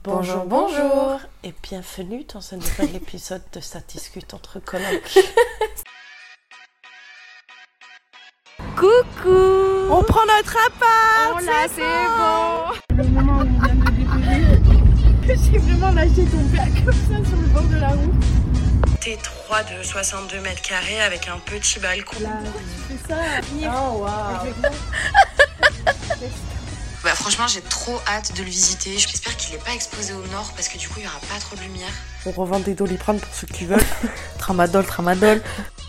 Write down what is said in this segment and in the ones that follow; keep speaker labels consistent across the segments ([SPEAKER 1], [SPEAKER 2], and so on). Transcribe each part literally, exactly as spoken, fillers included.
[SPEAKER 1] Bonjour, bonjour et bienvenue dans un nouvel épisode de Ça discute entre colocs.
[SPEAKER 2] Coucou!
[SPEAKER 1] On prend notre appart!
[SPEAKER 2] Oh là, c'est bon!
[SPEAKER 3] Le moment où on vient de décoller, j'ai vraiment lâché tomber comme ça sur le bord de la route.
[SPEAKER 1] T trois de soixante-deux mètres carrés avec un petit balcon.
[SPEAKER 3] Là, tu fais ça.
[SPEAKER 1] Oh waouh!
[SPEAKER 4] Bah franchement j'ai trop hâte de le visiter. J'espère qu'il n'est pas exposé au nord parce que du coup il n'y aura pas trop de lumière.
[SPEAKER 1] On revend des Doliprane pour ceux qui veulent.
[SPEAKER 2] Tramadol, tramadol.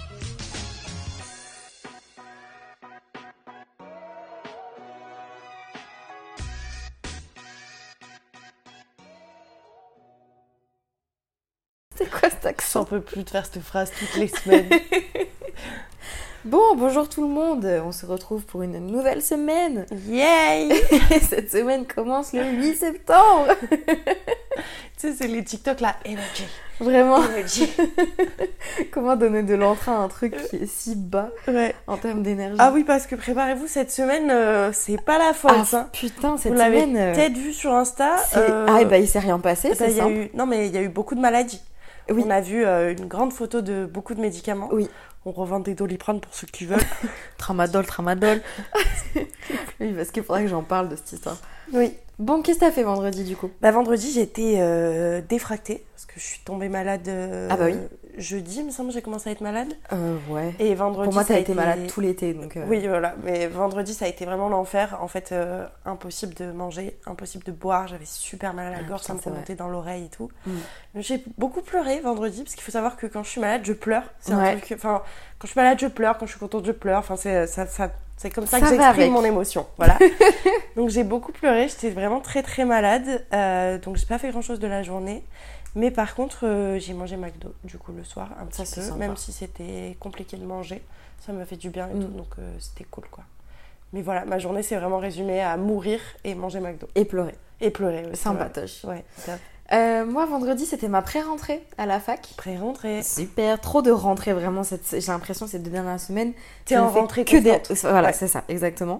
[SPEAKER 2] C'est quoi cet accent?
[SPEAKER 1] J'en peux plus de faire cette phrase toutes les semaines.
[SPEAKER 2] Bon, bonjour tout le monde, on se retrouve pour une nouvelle semaine.
[SPEAKER 1] Yay!
[SPEAKER 2] Cette semaine commence le huit septembre.
[SPEAKER 1] Tu sais, c'est les TikTok là, energy.
[SPEAKER 2] Vraiment.
[SPEAKER 1] Energy.
[SPEAKER 2] Comment donner de l'entrain à un truc qui est si bas
[SPEAKER 1] Ouais.
[SPEAKER 2] en termes d'énergie?
[SPEAKER 1] Ah oui, parce que préparez-vous, cette semaine, euh, c'est pas la force.
[SPEAKER 2] Ah,
[SPEAKER 1] hein.
[SPEAKER 2] putain, cette
[SPEAKER 1] Vous l'avez
[SPEAKER 2] semaine... euh,
[SPEAKER 1] peut-être vu sur Insta.
[SPEAKER 2] c'est-
[SPEAKER 1] euh,
[SPEAKER 2] Ah, bah il s'est rien passé,
[SPEAKER 1] bah,
[SPEAKER 2] c'est
[SPEAKER 1] il y a
[SPEAKER 2] simple.
[SPEAKER 1] eu... Non, mais il y a eu beaucoup de maladies.
[SPEAKER 2] Oui.
[SPEAKER 1] On a vu euh, une grande photo de beaucoup de médicaments.
[SPEAKER 2] Oui.
[SPEAKER 1] On revend des Doliprane pour ceux qui veulent.
[SPEAKER 2] Tramadol, tramadol. Oui, parce qu'il faudrait que j'en parle de cette histoire.
[SPEAKER 1] Oui.
[SPEAKER 2] Bon, qu'est-ce que t'as fait vendredi du coup?
[SPEAKER 1] Bah, vendredi, j'ai été euh, défractée parce que je suis tombée malade euh,
[SPEAKER 2] Ah bah oui.
[SPEAKER 1] jeudi, il me semble, j'ai commencé à être malade.
[SPEAKER 2] Euh, ouais.
[SPEAKER 1] Et vendredi,
[SPEAKER 2] Pour moi,
[SPEAKER 1] ça
[SPEAKER 2] t'as
[SPEAKER 1] a
[SPEAKER 2] été malade tout l'été, donc... euh,
[SPEAKER 1] Oui, voilà. Mais vendredi, ça a été vraiment l'enfer. En fait, euh, impossible de manger, impossible de boire. J'avais super mal à la
[SPEAKER 2] Ah,
[SPEAKER 1] gorge,
[SPEAKER 2] putain,
[SPEAKER 1] ça me
[SPEAKER 2] c'est
[SPEAKER 1] remontait dans l'oreille et tout.
[SPEAKER 2] Mm.
[SPEAKER 1] J'ai beaucoup pleuré vendredi parce qu'il faut savoir que quand je suis malade, je pleure. C'est
[SPEAKER 2] Ouais.
[SPEAKER 1] un truc. Enfin, quand je suis malade, je pleure. Quand je suis contente, je pleure. Enfin, c'est ça, ça, c'est comme ça,
[SPEAKER 2] Ça
[SPEAKER 1] que
[SPEAKER 2] va
[SPEAKER 1] j'exprime
[SPEAKER 2] avec.
[SPEAKER 1] mon émotion. Voilà. Donc j'ai beaucoup pleuré. J'étais vraiment très très malade. Euh, donc j'ai pas fait grand chose de la journée. Mais par contre, euh, j'ai mangé McDo du coup le soir un petit
[SPEAKER 2] Ça, c'est
[SPEAKER 1] peu,
[SPEAKER 2] sympa.
[SPEAKER 1] même si c'était compliqué de manger. Ça m'a fait du bien et
[SPEAKER 2] Mm.
[SPEAKER 1] tout, donc euh, c'était cool quoi. Mais voilà, ma journée s'est vraiment résumée à mourir et manger McDo.
[SPEAKER 2] Et pleurer.
[SPEAKER 1] Et pleurer aussi.
[SPEAKER 2] Sympatoche.
[SPEAKER 1] Ouais, top.
[SPEAKER 2] Euh, moi, vendredi, c'était ma pré-rentrée à la fac.
[SPEAKER 1] Pré-rentrée.
[SPEAKER 2] Super, trop de rentrées vraiment. Cette... J'ai l'impression ces deux dernières semaines.
[SPEAKER 1] T'es
[SPEAKER 2] je
[SPEAKER 1] en
[SPEAKER 2] ne fais
[SPEAKER 1] rentrée
[SPEAKER 2] que des...
[SPEAKER 1] constante.
[SPEAKER 2] Voilà,
[SPEAKER 1] Ouais.
[SPEAKER 2] c'est ça, exactement.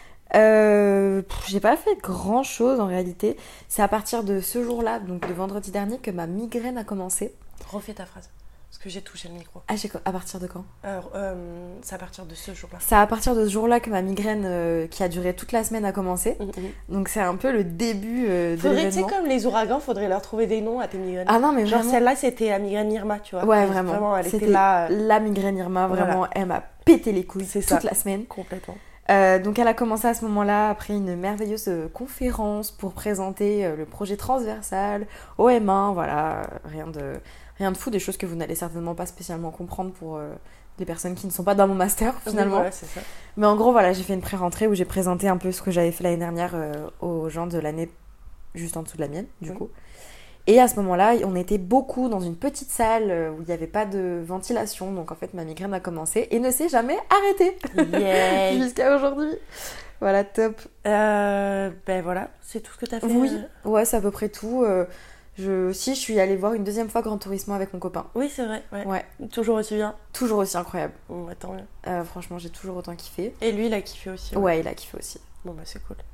[SPEAKER 2] Euh, pff, j'ai pas fait grand chose en réalité. C'est à partir de ce jour-là, donc de vendredi dernier, que ma migraine a commencé.
[SPEAKER 1] Refais ta phrase, parce que j'ai touché le micro.
[SPEAKER 2] Ah, j'ai... à partir de quand?
[SPEAKER 1] Alors, euh, c'est à partir de ce jour-là.
[SPEAKER 2] C'est à partir de ce jour-là que ma migraine, euh, qui a duré toute la semaine, a commencé.
[SPEAKER 1] Mm, mm.
[SPEAKER 2] Donc c'est un peu le début euh, de
[SPEAKER 1] Faudrait, tu sais,
[SPEAKER 2] l'événement.
[SPEAKER 1] comme les ouragans, faudrait leur trouver des noms à tes migraines.
[SPEAKER 2] Ah non, mais
[SPEAKER 1] Genre
[SPEAKER 2] vraiment.
[SPEAKER 1] celle-là, c'était la migraine Irma, tu vois.
[SPEAKER 2] Ouais, vraiment.
[SPEAKER 1] Vraiment, elle
[SPEAKER 2] C'était
[SPEAKER 1] était là. euh,
[SPEAKER 2] la migraine Irma,
[SPEAKER 1] Voilà.
[SPEAKER 2] vraiment, elle m'a pété les couilles
[SPEAKER 1] C'est
[SPEAKER 2] toute
[SPEAKER 1] ça.
[SPEAKER 2] la semaine.
[SPEAKER 1] Complètement.
[SPEAKER 2] Euh, donc elle a commencé à ce moment-là, après une merveilleuse euh, conférence pour présenter euh, le projet transversal O M un, voilà, euh, rien de, rien de fou, des choses que vous n'allez certainement pas spécialement comprendre pour euh, des personnes qui ne sont pas dans mon master finalement.
[SPEAKER 1] Ouais, c'est ça.
[SPEAKER 2] Mais en gros, voilà, j'ai fait une pré-rentrée où j'ai présenté un peu ce que j'avais fait l'année dernière euh, aux gens de l'année juste en dessous de la mienne, du
[SPEAKER 1] Oui.
[SPEAKER 2] coup. Et à ce moment-là, on était beaucoup dans une petite salle euh, où il n'y avait pas de ventilation. Donc en fait, ma migraine a commencé et ne s'est jamais arrêtée
[SPEAKER 1] Yay.
[SPEAKER 2] jusqu'à aujourd'hui. Voilà, top.
[SPEAKER 1] Euh, ben voilà, c'est tout ce que t'as fait.
[SPEAKER 2] Oui,
[SPEAKER 1] euh.
[SPEAKER 2] ouais, c'est à peu près tout. Euh, je... Si, je suis allée voir une deuxième fois Gran Turismo avec mon copain.
[SPEAKER 1] Oui, c'est vrai. Ouais.
[SPEAKER 2] Ouais,
[SPEAKER 1] Toujours aussi bien.
[SPEAKER 2] toujours aussi incroyable.
[SPEAKER 1] Bon, bah, tant mieux.
[SPEAKER 2] Euh, franchement, j'ai toujours autant kiffé.
[SPEAKER 1] Et lui, il a kiffé aussi.
[SPEAKER 2] Ouais, il a kiffé aussi.
[SPEAKER 1] Bon, bah, c'est cool.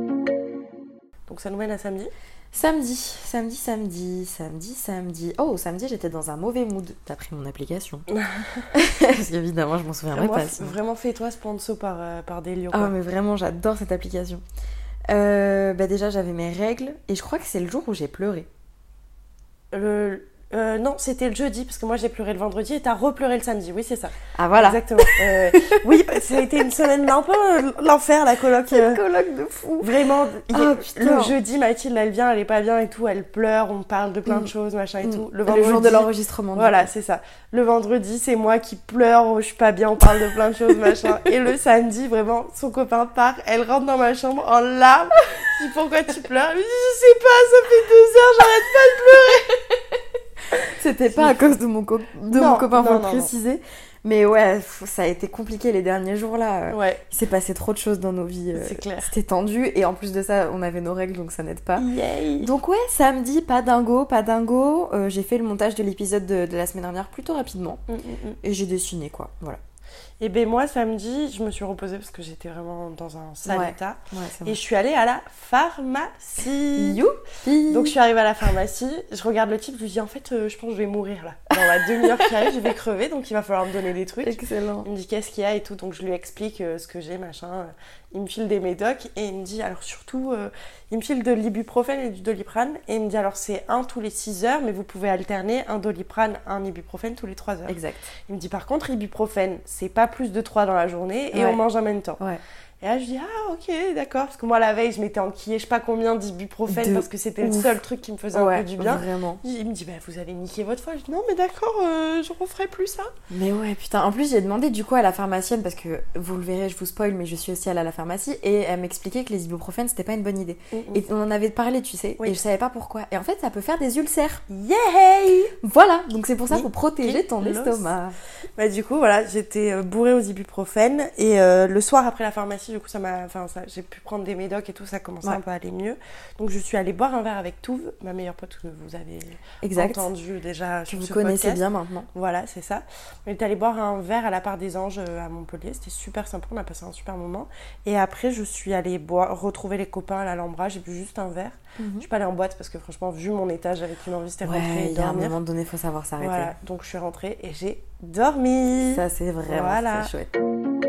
[SPEAKER 1] Donc, ça nous mène à samedi.
[SPEAKER 2] Samedi, samedi, samedi, samedi, samedi. Oh, samedi, j'étais dans un mauvais mood. T'as pris mon application. Parce qu'évidemment, je m'en souviendrai
[SPEAKER 1] Moi,
[SPEAKER 2] pas.
[SPEAKER 1] f-
[SPEAKER 2] sinon.
[SPEAKER 1] vraiment, fais-toi sponsor par, euh, par Delio.
[SPEAKER 2] Ah,
[SPEAKER 1] quoi.
[SPEAKER 2] mais vraiment, j'adore cette application. Euh, bah déjà, j'avais mes règles et je crois que c'est le jour où j'ai pleuré.
[SPEAKER 1] Le, euh, non, c'était le jeudi, parce que moi, j'ai pleuré le vendredi et t'as repleuré le samedi. Oui, c'est ça.
[SPEAKER 2] Ah, voilà.
[SPEAKER 1] Exactement. Euh, oui, bah, ça a été une semaine un peu euh, l'enfer, la coloc. euh,
[SPEAKER 2] Colloque de fou.
[SPEAKER 1] Vraiment, il y a-
[SPEAKER 2] Ah, putain.
[SPEAKER 1] le jeudi, Mathilde, elle vient, elle est pas bien et tout, elle pleure, on parle de plein de
[SPEAKER 2] Mm.
[SPEAKER 1] choses, machin et
[SPEAKER 2] Mm.
[SPEAKER 1] tout.
[SPEAKER 2] Le, jour de l'enregistrement. du
[SPEAKER 1] Voilà,
[SPEAKER 2] coup.
[SPEAKER 1] c'est ça. Le vendredi, c'est moi qui pleure, oh, je suis pas bien, on parle de plein de choses, machin. Et le samedi, vraiment, son copain part, elle rentre dans ma chambre en larmes. Je dis, pourquoi tu pleures? Elle me dit, je sais pas, ça fait deux heures, j'arrête pas de pleurer.
[SPEAKER 2] C'était pas à cause de mon, co- de
[SPEAKER 1] Non,
[SPEAKER 2] mon copain, faut
[SPEAKER 1] non,
[SPEAKER 2] le
[SPEAKER 1] non,
[SPEAKER 2] préciser. Mais ouais, pff, ça a été compliqué les derniers jours là.
[SPEAKER 1] Ouais,
[SPEAKER 2] Il s'est passé trop de choses dans nos vies. euh,
[SPEAKER 1] c'est clair.
[SPEAKER 2] C'était tendu et en plus de ça, on avait nos règles donc ça n'aide pas.
[SPEAKER 1] Yay.
[SPEAKER 2] Donc ouais, samedi, pas dingo, pas dingo. Euh, j'ai fait le montage de l'épisode de, de la semaine dernière plutôt rapidement
[SPEAKER 1] Mm, mm, mm.
[SPEAKER 2] et j'ai dessiné quoi. Voilà.
[SPEAKER 1] Et ben moi, samedi, je me suis reposée parce que j'étais vraiment dans un sale
[SPEAKER 2] Ouais.
[SPEAKER 1] état.
[SPEAKER 2] Ouais, c'est
[SPEAKER 1] Et
[SPEAKER 2] vrai.
[SPEAKER 1] je suis allée à la pharmacie.
[SPEAKER 2] Youpi.
[SPEAKER 1] Donc je suis arrivée à la pharmacie, je regarde le type, je lui dis en fait euh, je pense que je vais mourir là. Dans la demi-heure qui arrive, je vais crever, donc il va falloir me donner des trucs.
[SPEAKER 2] Excellent.
[SPEAKER 1] Il me dit qu'est-ce qu'il y a et tout, donc je lui explique euh, ce que j'ai, machin. Il me file des médocs et il me dit alors surtout, euh, il me file de l'ibuprofène et du doliprane. Et il me dit alors c'est un tous les six heures, mais vous pouvez alterner un doliprane, un ibuprofène tous les trois heures.
[SPEAKER 2] Exact.
[SPEAKER 1] Il me dit par contre ibuprofène, c'est pas plus de trois dans la journée et
[SPEAKER 2] Ouais.
[SPEAKER 1] on mange en même temps.
[SPEAKER 2] Ouais.
[SPEAKER 1] Et là, je dis, ah, ok, d'accord. Parce que moi, la veille, je m'étais enquillée, je sais pas combien d'ibuprofène
[SPEAKER 2] De
[SPEAKER 1] parce que c'était le
[SPEAKER 2] ouf.
[SPEAKER 1] seul truc qui me faisait
[SPEAKER 2] Ouais,
[SPEAKER 1] un peu du bien.
[SPEAKER 2] vraiment.
[SPEAKER 1] Il me dit, bah, vous avez niqué votre foie. Je dis, non, mais d'accord, euh, je referai plus ça.
[SPEAKER 2] Mais ouais, putain. En plus, j'ai demandé du coup à la pharmacienne, parce que vous le verrez, je vous spoil, mais je suis aussi allée à la pharmacie, et elle m'expliquait que les ibuprofènes, c'était pas une bonne idée.
[SPEAKER 1] Mm-mm.
[SPEAKER 2] Et on en avait parlé, tu sais,
[SPEAKER 1] Oui.
[SPEAKER 2] et je savais pas pourquoi. Et en fait, ça peut faire des ulcères.
[SPEAKER 1] Yay!
[SPEAKER 2] Voilà, donc c'est pour ça qu'il faut
[SPEAKER 1] Niquer
[SPEAKER 2] protéger ton
[SPEAKER 1] l'os.
[SPEAKER 2] estomac.
[SPEAKER 1] Bah, du coup, voilà, j'étais euh, bourrée aux ibuprofènes. Et euh, le soir après la pharmacie, du coup, ça m'a. Enfin, ça, j'ai pu prendre des médocs et tout, ça commençait
[SPEAKER 2] Ouais.
[SPEAKER 1] un peu à aller mieux. Donc, je suis allée boire un verre avec Touve, ma meilleure pote que vous avez
[SPEAKER 2] Exact.
[SPEAKER 1] entendue déjà
[SPEAKER 2] Que
[SPEAKER 1] sur
[SPEAKER 2] vous
[SPEAKER 1] ce
[SPEAKER 2] connaissez
[SPEAKER 1] podcast.
[SPEAKER 2] bien maintenant.
[SPEAKER 1] Voilà, c'est ça. On est allé boire un verre à la part des Anges euh, à Montpellier. C'était super sympa, on a passé un super moment. Et après, je suis allée boire, retrouver les copains à l'Alhambra. J'ai bu juste un verre. Je suis pas allée en boîte parce que franchement, vu mon état, j'avais qu'une envie, c'était rentrer
[SPEAKER 2] Ouais,
[SPEAKER 1] et
[SPEAKER 2] il y a un
[SPEAKER 1] dormir.
[SPEAKER 2] moment donné, il faut savoir s'arrêter.
[SPEAKER 1] Voilà, donc je suis rentrée et j'ai dormi.
[SPEAKER 2] Ça, c'est vraiment
[SPEAKER 1] Voilà.
[SPEAKER 2] très chouette.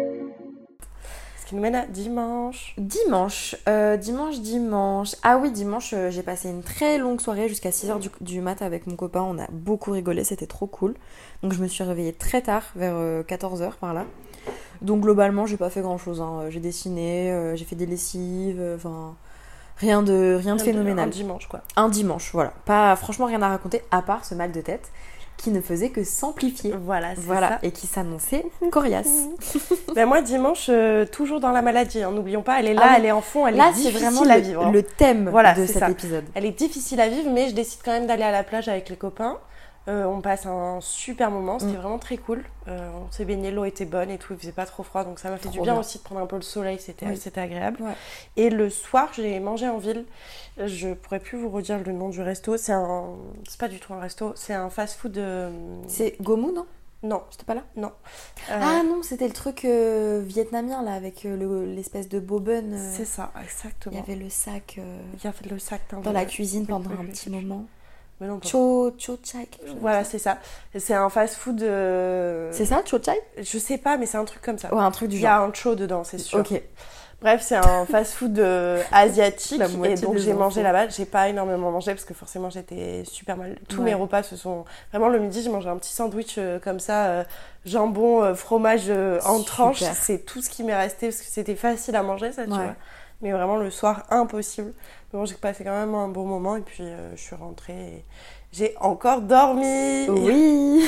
[SPEAKER 1] Ce qui nous mène à dimanche.
[SPEAKER 2] Dimanche, euh, dimanche, dimanche. Ah oui, dimanche, euh, j'ai passé une très longue soirée jusqu'à six heures du, du mat avec mon copain. On a beaucoup rigolé, c'était trop cool. Donc je me suis réveillée très tard, vers euh, quatorze heures par là. Donc globalement, j'ai pas fait grand chose. Hein. J'ai dessiné, euh, j'ai fait des lessives, enfin rien de, rien de phénoménal.
[SPEAKER 1] Un dimanche, quoi.
[SPEAKER 2] Un dimanche, voilà. Pas, franchement, rien à raconter à part ce mal de tête qui ne faisait que s'amplifier.
[SPEAKER 1] Voilà, c'est
[SPEAKER 2] Voilà,
[SPEAKER 1] ça.
[SPEAKER 2] et qui s'annonçait coriace.
[SPEAKER 1] Ben moi, dimanche, euh, toujours dans la maladie. Hein. N'oublions pas, elle est là,
[SPEAKER 2] Ah oui.
[SPEAKER 1] elle est en fond, elle
[SPEAKER 2] Là,
[SPEAKER 1] est
[SPEAKER 2] c'est
[SPEAKER 1] difficile
[SPEAKER 2] vraiment
[SPEAKER 1] à
[SPEAKER 2] le,
[SPEAKER 1] vivre. hein.
[SPEAKER 2] le thème
[SPEAKER 1] Voilà,
[SPEAKER 2] de
[SPEAKER 1] c'est
[SPEAKER 2] cet
[SPEAKER 1] ça.
[SPEAKER 2] épisode.
[SPEAKER 1] Elle est difficile à vivre, mais je décide quand même d'aller à la plage avec les copains. Euh, on passe un super moment, c'était
[SPEAKER 2] Mm.
[SPEAKER 1] vraiment très cool. Euh, on s'est baigné, l'eau était bonne et tout, il faisait pas trop froid, donc ça m'a fait
[SPEAKER 2] Trop
[SPEAKER 1] du bien,
[SPEAKER 2] bien.
[SPEAKER 1] aussi de prendre un peu le soleil, c'était,
[SPEAKER 2] Oui.
[SPEAKER 1] c'était agréable.
[SPEAKER 2] Ouais.
[SPEAKER 1] Et le soir, j'ai mangé en ville. Je pourrais plus vous redire le nom du resto. C'est un, c'est pas du tout un resto, c'est un fast-food. euh,
[SPEAKER 2] C'est Gomu, non?
[SPEAKER 1] Non,
[SPEAKER 2] C'était pas là?
[SPEAKER 1] non. Euh,
[SPEAKER 2] Ah non, c'était le truc euh, vietnamien là, avec euh, le- l'espèce de boben. euh,
[SPEAKER 1] c'est ça,
[SPEAKER 2] Il
[SPEAKER 1] exactement.
[SPEAKER 2] y avait le sac euh,
[SPEAKER 1] Il y avait le sac d'un
[SPEAKER 2] dans la
[SPEAKER 1] verre.
[SPEAKER 2] cuisine
[SPEAKER 1] Oui,
[SPEAKER 2] pendant
[SPEAKER 1] oui,
[SPEAKER 2] un
[SPEAKER 1] oui,
[SPEAKER 2] petit
[SPEAKER 1] oui.
[SPEAKER 2] moment.
[SPEAKER 1] Mais non, pas-
[SPEAKER 2] Cho, cho chai, quelque chose
[SPEAKER 1] Voilà,
[SPEAKER 2] comme ça.
[SPEAKER 1] c'est ça. C'est un fast-food. euh,
[SPEAKER 2] C'est ça, cho chai?
[SPEAKER 1] Je sais pas, mais c'est un truc comme ça.
[SPEAKER 2] Ouais, un truc du
[SPEAKER 1] Il y a
[SPEAKER 2] genre.
[SPEAKER 1] un cho dedans, c'est sûr.
[SPEAKER 2] Ok.
[SPEAKER 1] Bref, c'est un fast-food euh, asiatique
[SPEAKER 2] La
[SPEAKER 1] et
[SPEAKER 2] moitié
[SPEAKER 1] donc
[SPEAKER 2] des
[SPEAKER 1] j'ai
[SPEAKER 2] infos.
[SPEAKER 1] mangé là-bas. J'ai pas énormément mangé parce que forcément j'étais super mal. Tous
[SPEAKER 2] Ouais.
[SPEAKER 1] mes repas se sont vraiment le midi. J'ai mangé un petit sandwich euh, comme ça, euh, jambon, euh, fromage euh, en
[SPEAKER 2] Super.
[SPEAKER 1] tranches. C'est tout ce qui m'est resté parce que c'était facile à manger ça, tu
[SPEAKER 2] Ouais.
[SPEAKER 1] vois. Mais vraiment le soir impossible. Mais bon, j'ai passé quand même un bon moment et puis euh, je suis rentrée. Et j'ai encore dormi.
[SPEAKER 2] Oui.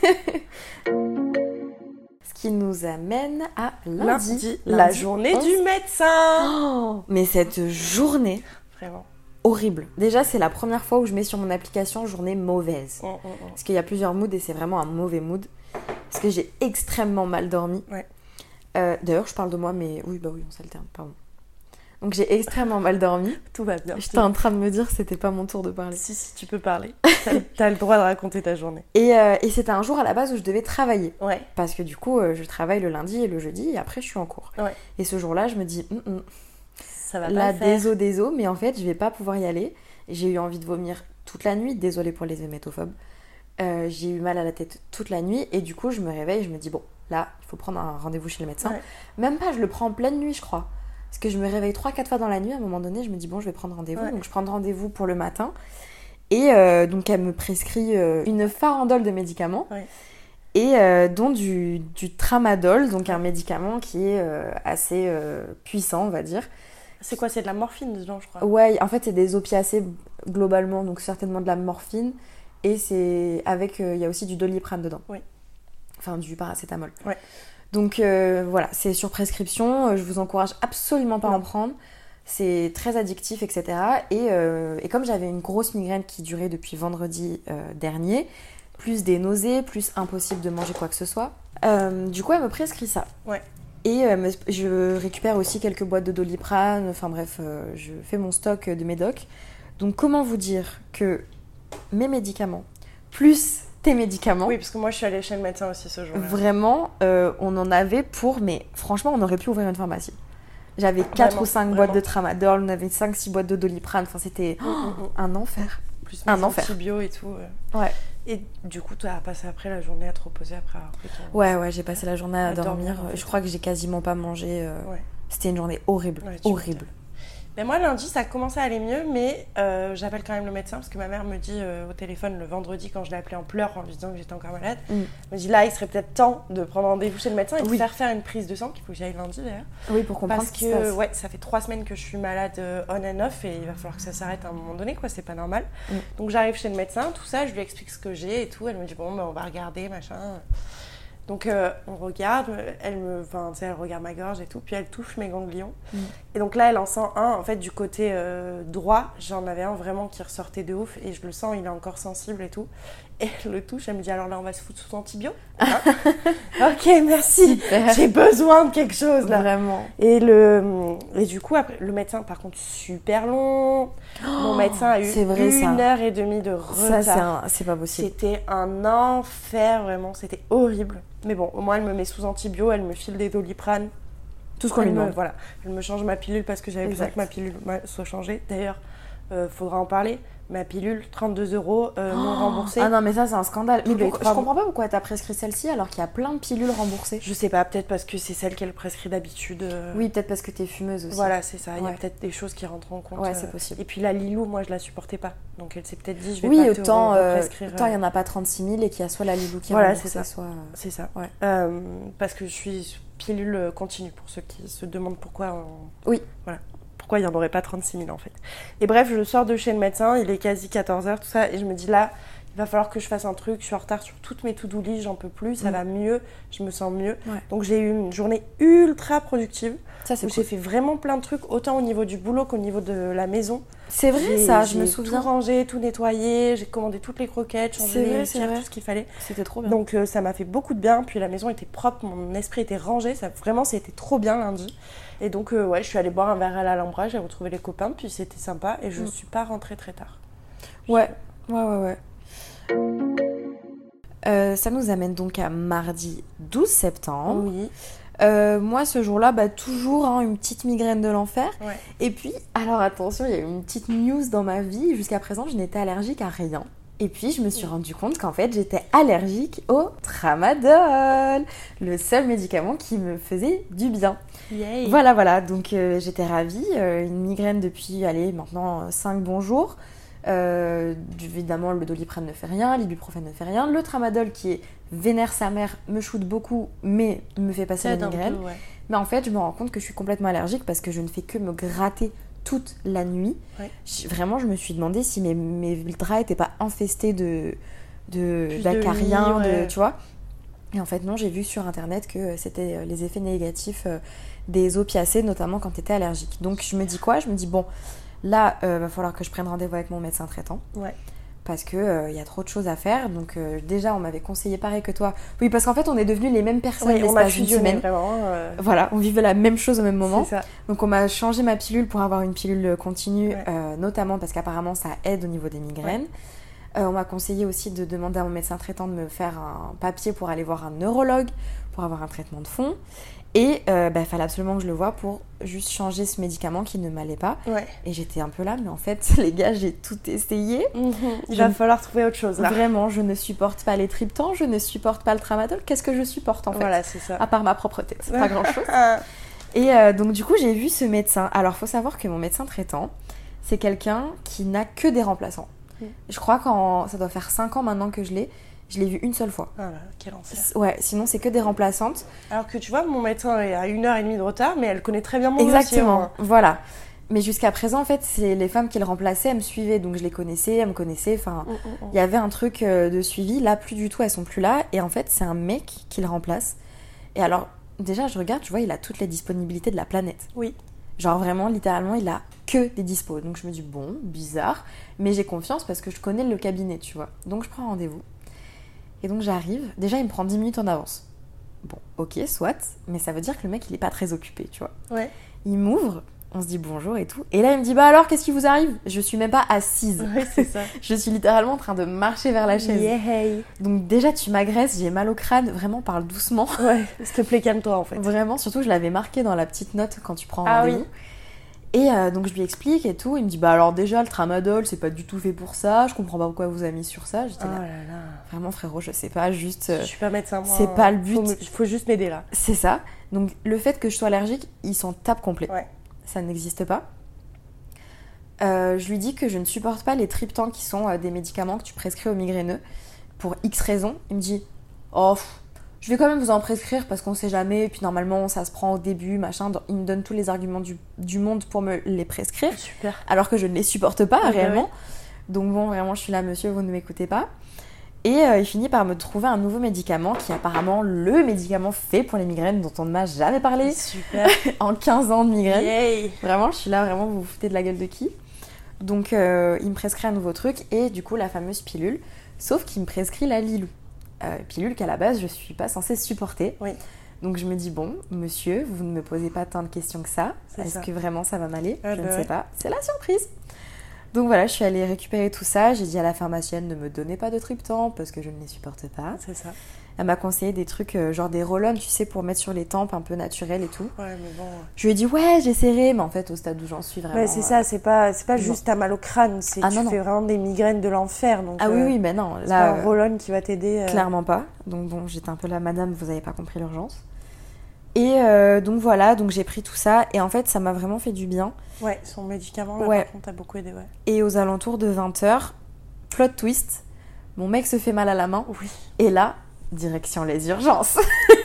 [SPEAKER 2] Ce qui nous amène à lundi.
[SPEAKER 1] Lundi, la
[SPEAKER 2] Lundi
[SPEAKER 1] journée
[SPEAKER 2] onze.
[SPEAKER 1] du médecin.
[SPEAKER 2] Oh, mais cette journée
[SPEAKER 1] Vraiment.
[SPEAKER 2] horrible. Déjà, c'est la première fois où je mets sur mon application journée mauvaise.
[SPEAKER 1] Mm, mm, mm.
[SPEAKER 2] Parce qu'il y a plusieurs moods et c'est vraiment un mauvais mood. Parce que j'ai extrêmement mal dormi.
[SPEAKER 1] Ouais.
[SPEAKER 2] Euh, D'ailleurs, je parle de moi, mais oui, bah oui, on s'alterne, pardon. Donc j'ai extrêmement mal dormi.
[SPEAKER 1] Tout va bien.
[SPEAKER 2] J'étais en train de me dire que c'était pas mon tour de parler.
[SPEAKER 1] Si, si, tu peux parler. T'as, t'as le droit de raconter ta journée.
[SPEAKER 2] Et, euh, et c'était un jour à la base où je devais travailler.
[SPEAKER 1] Ouais.
[SPEAKER 2] Parce que du coup, euh, je travaille le lundi et le jeudi et après je suis en cours.
[SPEAKER 1] Ouais.
[SPEAKER 2] Et ce jour-là, je me dis, Hum, hum,
[SPEAKER 1] Ça va
[SPEAKER 2] là,
[SPEAKER 1] pas le faire.
[SPEAKER 2] déso, déso, mais en fait, je vais pas pouvoir y aller. J'ai eu envie de vomir toute la nuit, désolée pour les hémétophobes. Euh, j'ai eu mal à la tête toute la nuit et du coup, je me réveille et je me dis, bon, là, il faut prendre un rendez-vous chez le médecin.
[SPEAKER 1] Ouais.
[SPEAKER 2] Même pas, je le prends en pleine nuit, je crois. Parce que je me réveille trois quatre fois dans la nuit, à un moment donné, je me dis, bon, je vais prendre rendez-vous.
[SPEAKER 1] Ouais.
[SPEAKER 2] Donc, je prends rendez-vous pour le matin. Et euh, donc, elle me prescrit euh, une farandole de médicaments.
[SPEAKER 1] Ouais.
[SPEAKER 2] Et euh, dont du, du tramadol, donc un médicament qui est euh, assez euh, puissant, on va dire.
[SPEAKER 1] C'est quoi? C'est de la morphine dedans, je crois.
[SPEAKER 2] Ouais, en fait, c'est des opiacés globalement, donc certainement de la morphine. Et c'est avec, euh, il y a aussi du doliprane dedans.
[SPEAKER 1] Oui.
[SPEAKER 2] Enfin, du paracétamol.
[SPEAKER 1] Ouais.
[SPEAKER 2] Donc euh, voilà, c'est sur prescription. Euh, Je vous encourage absolument pas à en
[SPEAKER 1] Non.
[SPEAKER 2] prendre. C'est très addictif, et cetera. Et, euh, et comme j'avais une grosse migraine qui durait depuis vendredi euh, dernier, plus des nausées, plus impossible de manger quoi que ce soit, euh, du coup, elle me prescrit ça.
[SPEAKER 1] Ouais.
[SPEAKER 2] Et euh, me- je récupère aussi quelques boîtes de doliprane. Enfin bref, euh, je fais mon stock de médocs. Donc comment vous dire que mes médicaments, plus tes médicaments.
[SPEAKER 1] Oui, parce que moi, je suis allée chez le médecin aussi ce jour-là.
[SPEAKER 2] Vraiment, euh, on en avait pour... Mais franchement, on aurait pu ouvrir une pharmacie. J'avais quatre ou cinq boîtes de tramadol, on avait cinq six boîtes de doliprane. Enfin, c'était oh, mmh, mmh. un enfer.
[SPEAKER 1] Plus
[SPEAKER 2] un enfer.
[SPEAKER 1] Antibio et tout. Euh.
[SPEAKER 2] Ouais.
[SPEAKER 1] Et du coup, tu as passé après la journée à te reposer après avoir pris ton...
[SPEAKER 2] Ouais, ouais, j'ai passé la journée à, à dormir. dormir en fait. Je crois que j'ai quasiment pas mangé. Euh... Ouais. C'était une journée horrible. Ouais, horrible.
[SPEAKER 1] Mais moi, lundi, ça a commencé à aller mieux, mais euh, j'appelle quand même le médecin parce que ma mère me dit euh, au téléphone le vendredi, quand je l'ai appelé en pleurs en lui disant que j'étais encore malade, mm. elle me dit là, il serait peut-être temps de prendre rendez-vous chez le médecin et de oui. faire faire une prise de sang, qu'il faut que j'aille lundi d'ailleurs.
[SPEAKER 2] Oui, pour comprendre
[SPEAKER 1] parce
[SPEAKER 2] ce qui se passe.
[SPEAKER 1] Parce que ouais, ça fait trois semaines que je suis malade euh, on and off et il va falloir que ça s'arrête à un moment donné, quoi, c'est pas normal. Mm. Donc j'arrive chez le médecin, tout ça, je lui explique ce que j'ai et tout. Elle me dit bon, ben, on va regarder, machin. Donc euh, on regarde, elle me, enfin tu sais, elle regarde ma gorge et tout, puis elle touche mes ganglions. Mmh. Et donc là elle en sent un, en fait du côté euh, droit, j'en avais un vraiment qui ressortait de ouf et je le sens, il est encore sensible et tout. Et elle le touche, elle me dit alors là on va se foutre sous antibio. Hein ok merci, super. J'ai besoin de quelque chose là.
[SPEAKER 2] Vraiment.
[SPEAKER 1] Et le, et du coup après le médecin par contre super long. Oh, mon médecin a eu vrai, une ça. heure et demie de retard.
[SPEAKER 2] Ça c'est, un, c'est pas possible.
[SPEAKER 1] C'était un enfer vraiment, c'était horrible. Mais bon, au moins elle me met sous antibio, elle me file des doliprane.
[SPEAKER 2] Tout ce qu'on lui demande.
[SPEAKER 1] Voilà, elle me change ma pilule parce que j'avais besoin que ma pilule soit changée. D'ailleurs, euh, faudra en parler. Ma pilule, trente-deux euros, euh, oh, non remboursée.
[SPEAKER 2] Ah non, mais ça, c'est un scandale. Mais pourquoi, je comprends pas pourquoi t'as prescrit celle-ci alors qu'il y a plein de pilules remboursées.
[SPEAKER 1] Je sais pas, peut-être parce que c'est celle qu'elle prescrit d'habitude. Euh...
[SPEAKER 2] Oui, peut-être parce que t'es fumeuse aussi.
[SPEAKER 1] Voilà, c'est ça. Il
[SPEAKER 2] ouais.
[SPEAKER 1] y a peut-être des choses qui rentrent en compte.
[SPEAKER 2] Ouais, c'est possible.
[SPEAKER 1] Et puis la Lilou, moi, je la supportais pas. Donc elle s'est peut-être dit, je vais
[SPEAKER 2] oui,
[SPEAKER 1] pas
[SPEAKER 2] autant,
[SPEAKER 1] te
[SPEAKER 2] euh,
[SPEAKER 1] prescrire.
[SPEAKER 2] Autant il y en a pas trente-six mille et qu'il y a soit la Lilou qui est
[SPEAKER 1] voilà,
[SPEAKER 2] remboursée,
[SPEAKER 1] c'est ça.
[SPEAKER 2] soit...
[SPEAKER 1] C'est ça.
[SPEAKER 2] Ouais.
[SPEAKER 1] Euh, parce que je suis pilule continue, pour ceux qui se demandent pourquoi. On...
[SPEAKER 2] Oui.
[SPEAKER 1] Voilà. Pourquoi il n'y en aurait pas trente-six mille en fait. Et bref, je sors de chez le médecin, il est quasi quatorze heures, tout ça, et je me dis là, il va falloir que je fasse un truc, je suis en retard sur toutes mes to-do list, j'en peux plus, ça mmh. va mieux, je me sens mieux. Ouais. Donc j'ai eu une journée ultra productive,
[SPEAKER 2] ça, c'est
[SPEAKER 1] où
[SPEAKER 2] cool.
[SPEAKER 1] J'ai fait vraiment plein de trucs, autant au niveau du boulot qu'au niveau de la maison.
[SPEAKER 2] C'est vrai
[SPEAKER 1] j'ai,
[SPEAKER 2] ça,
[SPEAKER 1] j'ai
[SPEAKER 2] je me souviens.
[SPEAKER 1] Tout rangé, tout nettoyé, j'ai commandé toutes les croquettes, changé les litières, tout ce qu'il fallait.
[SPEAKER 2] C'était trop bien.
[SPEAKER 1] Donc euh, ça m'a fait beaucoup de bien, puis la maison était propre, mon esprit était rangé, ça, vraiment c'était trop bien lundi. Et donc euh, ouais, je suis allée boire un verre à l'Alhambra, j'ai retrouvé les copains, puis c'était sympa et je mmh. suis pas rentrée très tard.
[SPEAKER 2] Ouais, ouais, ouais, ouais. Euh, ça nous amène donc à mardi douze septembre.
[SPEAKER 1] Oui.
[SPEAKER 2] Euh, moi, ce jour-là, bah, toujours hein, une petite migraine de l'enfer.
[SPEAKER 1] Ouais.
[SPEAKER 2] Et puis, alors attention, il y a eu une petite news dans ma vie. Jusqu'à présent, je n'étais allergique à rien. Et puis, je me suis rendu compte qu'en fait, j'étais allergique au tramadol, le seul médicament qui me faisait du bien.
[SPEAKER 1] Yay.
[SPEAKER 2] Voilà, voilà. Donc, euh, j'étais ravie. Euh, une migraine depuis, allez, maintenant cinq bons jours. Euh, évidemment, le doliprane ne fait rien, l'ibuprofène ne fait rien. Le tramadol, qui est vénère sa mère, me shoot beaucoup, mais me fait passer la migraine. Peu, ouais. Mais en fait, je me rends compte que je suis complètement allergique parce que je ne fais que me gratter toute la nuit. Ouais. Je, vraiment, je me suis demandé si mes, mes draps n'étaient pas infestés de, de, d'acariens, de, ouais. tu vois. Et en fait, non, j'ai vu sur Internet que c'était les effets négatifs des opiacés, notamment quand tu étais allergique. Donc, je me dis quoi ? Je me dis, bon... Là, il euh, va falloir que je prenne rendez-vous avec mon médecin traitant.
[SPEAKER 1] Ouais.
[SPEAKER 2] Parce qu'il euh, y a trop de choses à faire. Donc, euh, déjà, on m'avait conseillé pareil que toi. Oui, parce qu'en fait, on est devenus les mêmes personnes
[SPEAKER 1] oui,
[SPEAKER 2] l'espace d'une semaine.
[SPEAKER 1] Vraiment, euh...
[SPEAKER 2] Voilà, on vivait la même chose au même moment.
[SPEAKER 1] C'est ça.
[SPEAKER 2] Donc, on m'a changé ma pilule pour avoir une pilule continue,
[SPEAKER 1] ouais.
[SPEAKER 2] euh, notamment parce qu'apparemment, ça aide au niveau des migraines. Ouais. Euh, on m'a conseillé aussi de demander à mon médecin traitant de me faire un papier pour aller voir un neurologue, pour avoir un traitement de fond. Et il euh, bah, fallait absolument que je le voie pour juste changer ce médicament qui ne m'allait pas.
[SPEAKER 1] Ouais.
[SPEAKER 2] Et j'étais un peu là, mais en fait, les gars, j'ai tout essayé.
[SPEAKER 1] Mmh. Il va ne... falloir trouver autre chose là.
[SPEAKER 2] Vraiment, je ne supporte pas les triptans, je ne supporte pas le tramadol. Qu'est-ce que je supporte en fait ?
[SPEAKER 1] Voilà, c'est ça.
[SPEAKER 2] À part ma propre tête, c'est pas grand-chose. Et euh, donc du coup, j'ai vu ce médecin. Alors, il faut savoir que mon médecin traitant, c'est quelqu'un qui n'a que des remplaçants. Mmh. Je crois que ça doit faire cinq ans maintenant que je l'ai. Je l'ai vue une seule fois.
[SPEAKER 1] Ah là, quel enfer.
[SPEAKER 2] Ouais, sinon c'est que des remplaçantes.
[SPEAKER 1] Alors que tu vois, mon médecin est à une heure et demie de retard, mais elle connaît très bien mon
[SPEAKER 2] Exactement,
[SPEAKER 1] dossier, hein.
[SPEAKER 2] Voilà. Mais jusqu'à présent, en fait, c'est les femmes qui le remplaçaient, elles me suivaient, donc je les connaissais, elles me connaissaient. Enfin, il mm, mm, mm. y avait un truc de suivi. Là, plus du tout, elles sont plus là. Et en fait, c'est un mec qui le remplace. Et alors, déjà, je regarde, tu vois, il a toutes les disponibilités de la planète.
[SPEAKER 1] Oui.
[SPEAKER 2] Genre vraiment, littéralement, il a que des dispos. Donc je me dis, bon, bizarre. Mais j'ai confiance parce que je connais le cabinet, tu vois. Donc je prends rendez-vous. Et donc j'arrive, déjà il me prend dix minutes en avance. Bon, ok, soit, mais ça veut dire que le mec il est pas très occupé, tu vois.
[SPEAKER 1] Ouais.
[SPEAKER 2] Il m'ouvre, on se dit bonjour et tout. Et là, il me dit, bah alors, qu'est-ce qui vous arrive ? Je suis même pas assise.
[SPEAKER 1] Oui, c'est ça.
[SPEAKER 2] Je suis littéralement en train de marcher vers la chaise.
[SPEAKER 1] Yeah, hey.
[SPEAKER 2] Donc déjà, tu m'agresses, j'ai mal au crâne, vraiment, parle doucement.
[SPEAKER 1] Ouais, s'il te plaît, calme-toi en fait.
[SPEAKER 2] Vraiment, surtout, je l'avais marqué dans la petite note quand tu prends
[SPEAKER 1] Ah
[SPEAKER 2] rendez-vous.
[SPEAKER 1] oui.
[SPEAKER 2] Et euh, donc, je lui explique et tout. Il me dit, bah alors déjà, le tramadol, c'est pas du tout fait pour ça. Je comprends pas pourquoi vous avez mis sur ça. J'étais
[SPEAKER 1] Oh
[SPEAKER 2] là,
[SPEAKER 1] là là.
[SPEAKER 2] vraiment, frérot, je sais pas, juste... euh,
[SPEAKER 1] Je suis pas médecin, moi.
[SPEAKER 2] c'est pas le but.
[SPEAKER 1] Faut, me- faut juste m'aider là.
[SPEAKER 2] C'est ça. Donc, le fait que je sois allergique, il s'en tape complet.
[SPEAKER 1] Ouais.
[SPEAKER 2] Ça n'existe pas. Euh, je lui dis que je ne supporte pas les triptans qui sont euh, des médicaments que tu prescris aux migraineux pour X raisons. Il me dit, oh, pff, je vais quand même vous en prescrire parce qu'on sait jamais, et puis normalement ça se prend au début, machin. Donc, il me donne tous les arguments du, du monde pour me les prescrire,
[SPEAKER 1] Super.
[SPEAKER 2] alors que je ne les supporte pas
[SPEAKER 1] Ouais,
[SPEAKER 2] réellement.
[SPEAKER 1] ouais.
[SPEAKER 2] Donc bon, vraiment, je suis là, monsieur, vous ne m'écoutez pas. Et euh, il finit par me trouver un nouveau médicament qui est apparemment le médicament fait pour les migraines dont on ne m'a jamais parlé
[SPEAKER 1] Super.
[SPEAKER 2] en quinze ans de migraine.
[SPEAKER 1] Yay.
[SPEAKER 2] Vraiment, je suis là, vraiment, vous vous foutez de la gueule de qui ? Donc, euh, il me prescrit un nouveau truc et du coup, la fameuse pilule. Sauf qu'il me prescrit la Lilou. Euh, pilule qu'à la base, je suis pas censée supporter.
[SPEAKER 1] Oui.
[SPEAKER 2] Donc, je me dis, bon, monsieur, vous ne me posez pas tant de questions que ça.
[SPEAKER 1] C'est
[SPEAKER 2] Est-ce
[SPEAKER 1] ça.
[SPEAKER 2] que vraiment ça va m'aller ?
[SPEAKER 1] Ah
[SPEAKER 2] Je
[SPEAKER 1] bah
[SPEAKER 2] ne sais
[SPEAKER 1] ouais.
[SPEAKER 2] pas. C'est la surprise. Donc voilà, je suis allée récupérer tout ça. J'ai dit à la pharmacienne, ne me donnez pas de triptan parce que je ne les supporte pas.
[SPEAKER 1] C'est ça.
[SPEAKER 2] Elle m'a conseillé des trucs, euh, genre des roll-on, tu sais, pour mettre sur les tempes, un peu naturels et tout.
[SPEAKER 1] Ouais, mais bon.
[SPEAKER 2] Je lui ai dit, ouais, j'essaierai, mais en fait, au stade où j'en suis vraiment.
[SPEAKER 1] Ouais, c'est
[SPEAKER 2] euh,
[SPEAKER 1] ça, c'est pas, c'est pas
[SPEAKER 2] non.
[SPEAKER 1] juste t'as mal au crâne, c'est
[SPEAKER 2] Ah,
[SPEAKER 1] tu
[SPEAKER 2] non, non.
[SPEAKER 1] fais vraiment des migraines de l'enfer. Donc,
[SPEAKER 2] Ah oui,
[SPEAKER 1] euh,
[SPEAKER 2] oui, mais non,
[SPEAKER 1] c'est
[SPEAKER 2] là,
[SPEAKER 1] pas un
[SPEAKER 2] euh,
[SPEAKER 1] roll-on qui va t'aider. euh.
[SPEAKER 2] clairement pas. Donc bon, j'étais un peu là, madame, vous avez pas compris l'urgence. Et euh, donc voilà, donc j'ai pris tout ça, et en fait, ça m'a vraiment fait du bien.
[SPEAKER 1] Ouais, son médicament, là,
[SPEAKER 2] Ouais.
[SPEAKER 1] par contre, t'as beaucoup aidé, ouais.
[SPEAKER 2] Et aux alentours de vingt heures, plot twist, mon mec se fait mal à la main,
[SPEAKER 1] Oui.
[SPEAKER 2] et là, direction les urgences.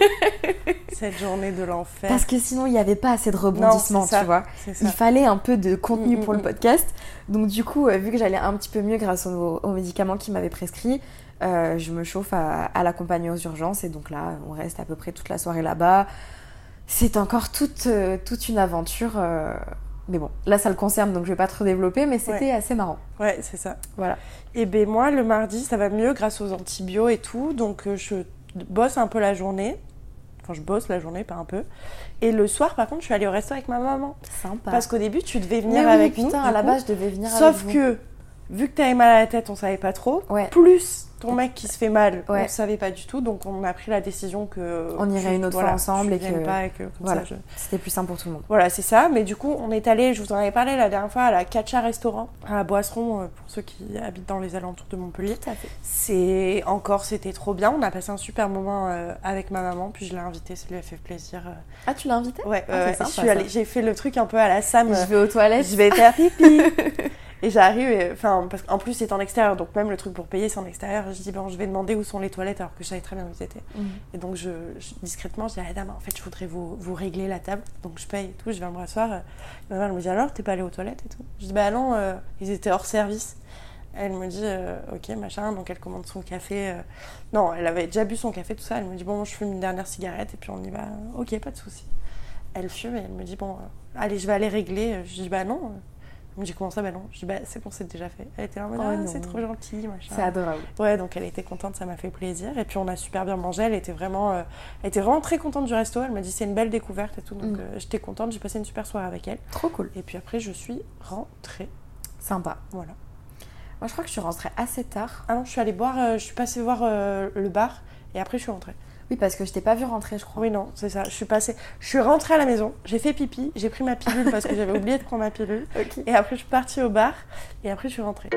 [SPEAKER 1] Cette journée de l'enfer.
[SPEAKER 2] Parce que sinon, il n'y avait pas assez de rebondissements,
[SPEAKER 1] Non, c'est ça.
[SPEAKER 2] tu vois.
[SPEAKER 1] C'est ça.
[SPEAKER 2] Il fallait un peu de contenu
[SPEAKER 1] Mm, mm,
[SPEAKER 2] pour le
[SPEAKER 1] mm.
[SPEAKER 2] podcast. Donc du coup, euh, vu que j'allais un petit peu mieux grâce aux, aux médicaments qu'il m'avait prescrits, euh, je me chauffe à, à l'accompagner aux urgences. Et donc là, on reste à peu près toute la soirée là-bas. C'est encore toute, euh, toute une aventure. euh, Mais bon, là, ça le concerne, donc je vais pas trop développer. Mais c'était
[SPEAKER 1] Ouais.
[SPEAKER 2] assez marrant.
[SPEAKER 1] Ouais, c'est ça.
[SPEAKER 2] Voilà.
[SPEAKER 1] Et ben moi, le mardi, ça va mieux grâce aux antibiotiques et tout. Donc, euh, je bosse un peu la journée. Enfin, je bosse la journée, pas un peu. Et le soir, par contre, je suis allée au resto avec ma maman.
[SPEAKER 2] Sympa.
[SPEAKER 1] Parce qu'au début, tu devais
[SPEAKER 2] Mais
[SPEAKER 1] venir
[SPEAKER 2] oui,
[SPEAKER 1] avec
[SPEAKER 2] putain,
[SPEAKER 1] nous.
[SPEAKER 2] à
[SPEAKER 1] du
[SPEAKER 2] la
[SPEAKER 1] coup.
[SPEAKER 2] base, je devais venir
[SPEAKER 1] Sauf
[SPEAKER 2] avec vous.
[SPEAKER 1] que, vu que t'avais mal à la tête, on savait pas trop.
[SPEAKER 2] Ouais.
[SPEAKER 1] Plus ton mec qui se fait mal,
[SPEAKER 2] Ouais.
[SPEAKER 1] on savait pas du tout. Donc, on a pris la décision que...
[SPEAKER 2] On irait
[SPEAKER 1] tu-
[SPEAKER 2] une autre
[SPEAKER 1] voilà,
[SPEAKER 2] fois ensemble
[SPEAKER 1] tu
[SPEAKER 2] et
[SPEAKER 1] viennes
[SPEAKER 2] que-
[SPEAKER 1] pas et que comme
[SPEAKER 2] Voilà.
[SPEAKER 1] ça, je...
[SPEAKER 2] C'était plus simple pour tout le monde.
[SPEAKER 1] Voilà, c'est ça. Mais du coup, on est allé, je vous en avais parlé la dernière fois, à la Catcha Restaurant, à Boisseron, euh, pour ceux qui habitent dans les alentours de Montpellier.
[SPEAKER 2] Tout à fait.
[SPEAKER 1] C'est encore, c'était trop bien. On a passé un super moment euh, avec ma maman, puis je l'ai invitée, ça lui a fait plaisir. euh.
[SPEAKER 2] Ah, tu l'as invité ?
[SPEAKER 1] Ouais,
[SPEAKER 2] Ah,
[SPEAKER 1] ouais,
[SPEAKER 2] c'est
[SPEAKER 1] ouais.
[SPEAKER 2] sympa,
[SPEAKER 1] je suis allée,
[SPEAKER 2] ça.
[SPEAKER 1] j'ai fait le truc un peu à la Sam.
[SPEAKER 2] Je
[SPEAKER 1] euh,
[SPEAKER 2] vais aux toilettes.
[SPEAKER 1] je vais faire pipi. Et j'arrive, et- enfin, parce qu'en plus c'est en extérieur, donc même le truc pour payer c'est en extérieur. Je dis, bon, je vais demander où sont les toilettes, alors que je savais très bien où ils étaient.
[SPEAKER 2] Mhm.
[SPEAKER 1] Et donc, je, je- discrètement, je dis à la dame, en fait, je voudrais vous, vous régler la table. Donc, je paye et tout, je vais me rasseoir. euh, Ma mère, elle me dit, alors, t'es pas allée aux toilettes et tout? Je dis, bah non, euh, ils étaient hors service. Elle me dit, euh, ok, machin, donc elle commande son café. euh, Non, elle avait déjà bu son café, tout ça. Elle me dit, bon, je fume une dernière cigarette et puis on y va. Ok, pas de souci. Elle fume et elle me dit, bon, euh, allez, je vais aller régler. Je dis, bah non. Elle me dit, comment ça? Bah non. Je dis, bah c'est bon, c'est déjà fait. Elle était en mode,
[SPEAKER 2] Oh
[SPEAKER 1] ah,
[SPEAKER 2] non.
[SPEAKER 1] c'est trop gentil, machin.
[SPEAKER 2] C'est adorable.
[SPEAKER 1] Ouais, donc elle était contente, ça m'a fait plaisir. Et puis on a super bien mangé. Elle était vraiment, euh, elle était vraiment très contente du resto. Elle m'a dit, c'est une belle découverte et tout. Donc
[SPEAKER 2] Mm.
[SPEAKER 1] euh, j'étais contente, j'ai passé une super soirée avec elle.
[SPEAKER 2] Trop cool.
[SPEAKER 1] Et puis après, je suis rentrée.
[SPEAKER 2] Sympa.
[SPEAKER 1] Voilà.
[SPEAKER 2] Moi, je crois que je suis rentrée assez tard.
[SPEAKER 1] Ah non, je suis allée boire, euh, je suis passée voir euh, le bar et après je suis rentrée.
[SPEAKER 2] Oui, parce que je t'ai pas vu rentrer, je crois.
[SPEAKER 1] Oui, non, c'est ça. Je suis passée, je suis rentrée à la maison, j'ai fait pipi, j'ai pris ma pilule parce que j'avais oublié de prendre ma pilule.
[SPEAKER 2] Ok.
[SPEAKER 1] Et après, je suis partie au bar et après, je suis rentrée.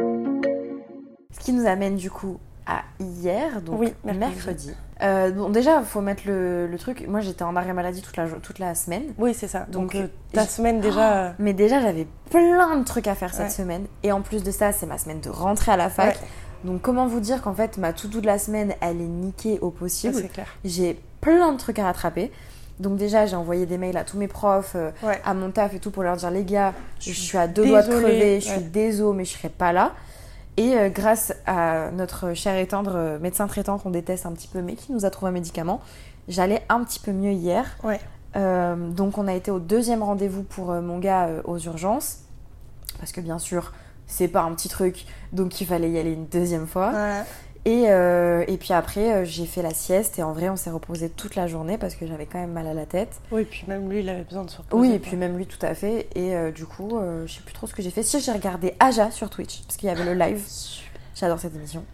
[SPEAKER 2] Ce qui nous amène du coup à hier, donc
[SPEAKER 1] Oui,
[SPEAKER 2] mercredi.
[SPEAKER 1] mercredi.
[SPEAKER 2] Euh, bon, déjà, il faut mettre le, le truc. Moi, j'étais en arrêt maladie toute la, jo- toute la semaine.
[SPEAKER 1] Oui, c'est ça. Donc,
[SPEAKER 2] Donc,
[SPEAKER 1] euh, ta
[SPEAKER 2] j'ai-
[SPEAKER 1] semaine déjà. euh,
[SPEAKER 2] Mais déjà, j'avais plein de trucs à faire cette
[SPEAKER 1] Ouais.
[SPEAKER 2] semaine. Et en plus de ça, c'est ma semaine de rentrée à la fac.
[SPEAKER 1] Ouais.
[SPEAKER 2] Donc, comment vous dire qu'en fait, ma to-do de la semaine, elle est niquée au
[SPEAKER 1] ça,
[SPEAKER 2] possible.
[SPEAKER 1] c'est clair.
[SPEAKER 2] J'ai plein de trucs à rattraper. Donc déjà, j'ai envoyé des mails à tous mes profs, euh,
[SPEAKER 1] Ouais.
[SPEAKER 2] à mon taf et tout, pour leur dire, les gars, je,
[SPEAKER 1] Je suis
[SPEAKER 2] suis à deux doigts de
[SPEAKER 1] désolée,
[SPEAKER 2] crever, je
[SPEAKER 1] ouais.
[SPEAKER 2] suis désolée, mais je serai pas là. Et euh, grâce à notre cher et tendre euh, médecin traitant qu'on déteste un petit peu, mais qui nous a trouvé un médicament, j'allais un petit peu mieux hier.
[SPEAKER 1] Ouais.
[SPEAKER 2] Euh, donc on a été au deuxième rendez-vous pour euh, mon gars euh, aux urgences. Parce que bien sûr, c'est pas un petit truc, donc il fallait y aller une deuxième fois.
[SPEAKER 1] Voilà.
[SPEAKER 2] Et, euh, et puis après, euh, j'ai fait la sieste et en vrai, on s'est reposé toute la journée parce que j'avais quand même mal à la tête.
[SPEAKER 1] Oui, et puis même lui, il avait besoin de se reposer.
[SPEAKER 2] Oui, et
[SPEAKER 1] quoi.
[SPEAKER 2] puis même lui, tout à fait. Et euh, du coup, euh, je sais plus trop ce que j'ai fait. Si, j'ai regardé Aja sur Twitch parce qu'il y avait le live. J'adore cette émission.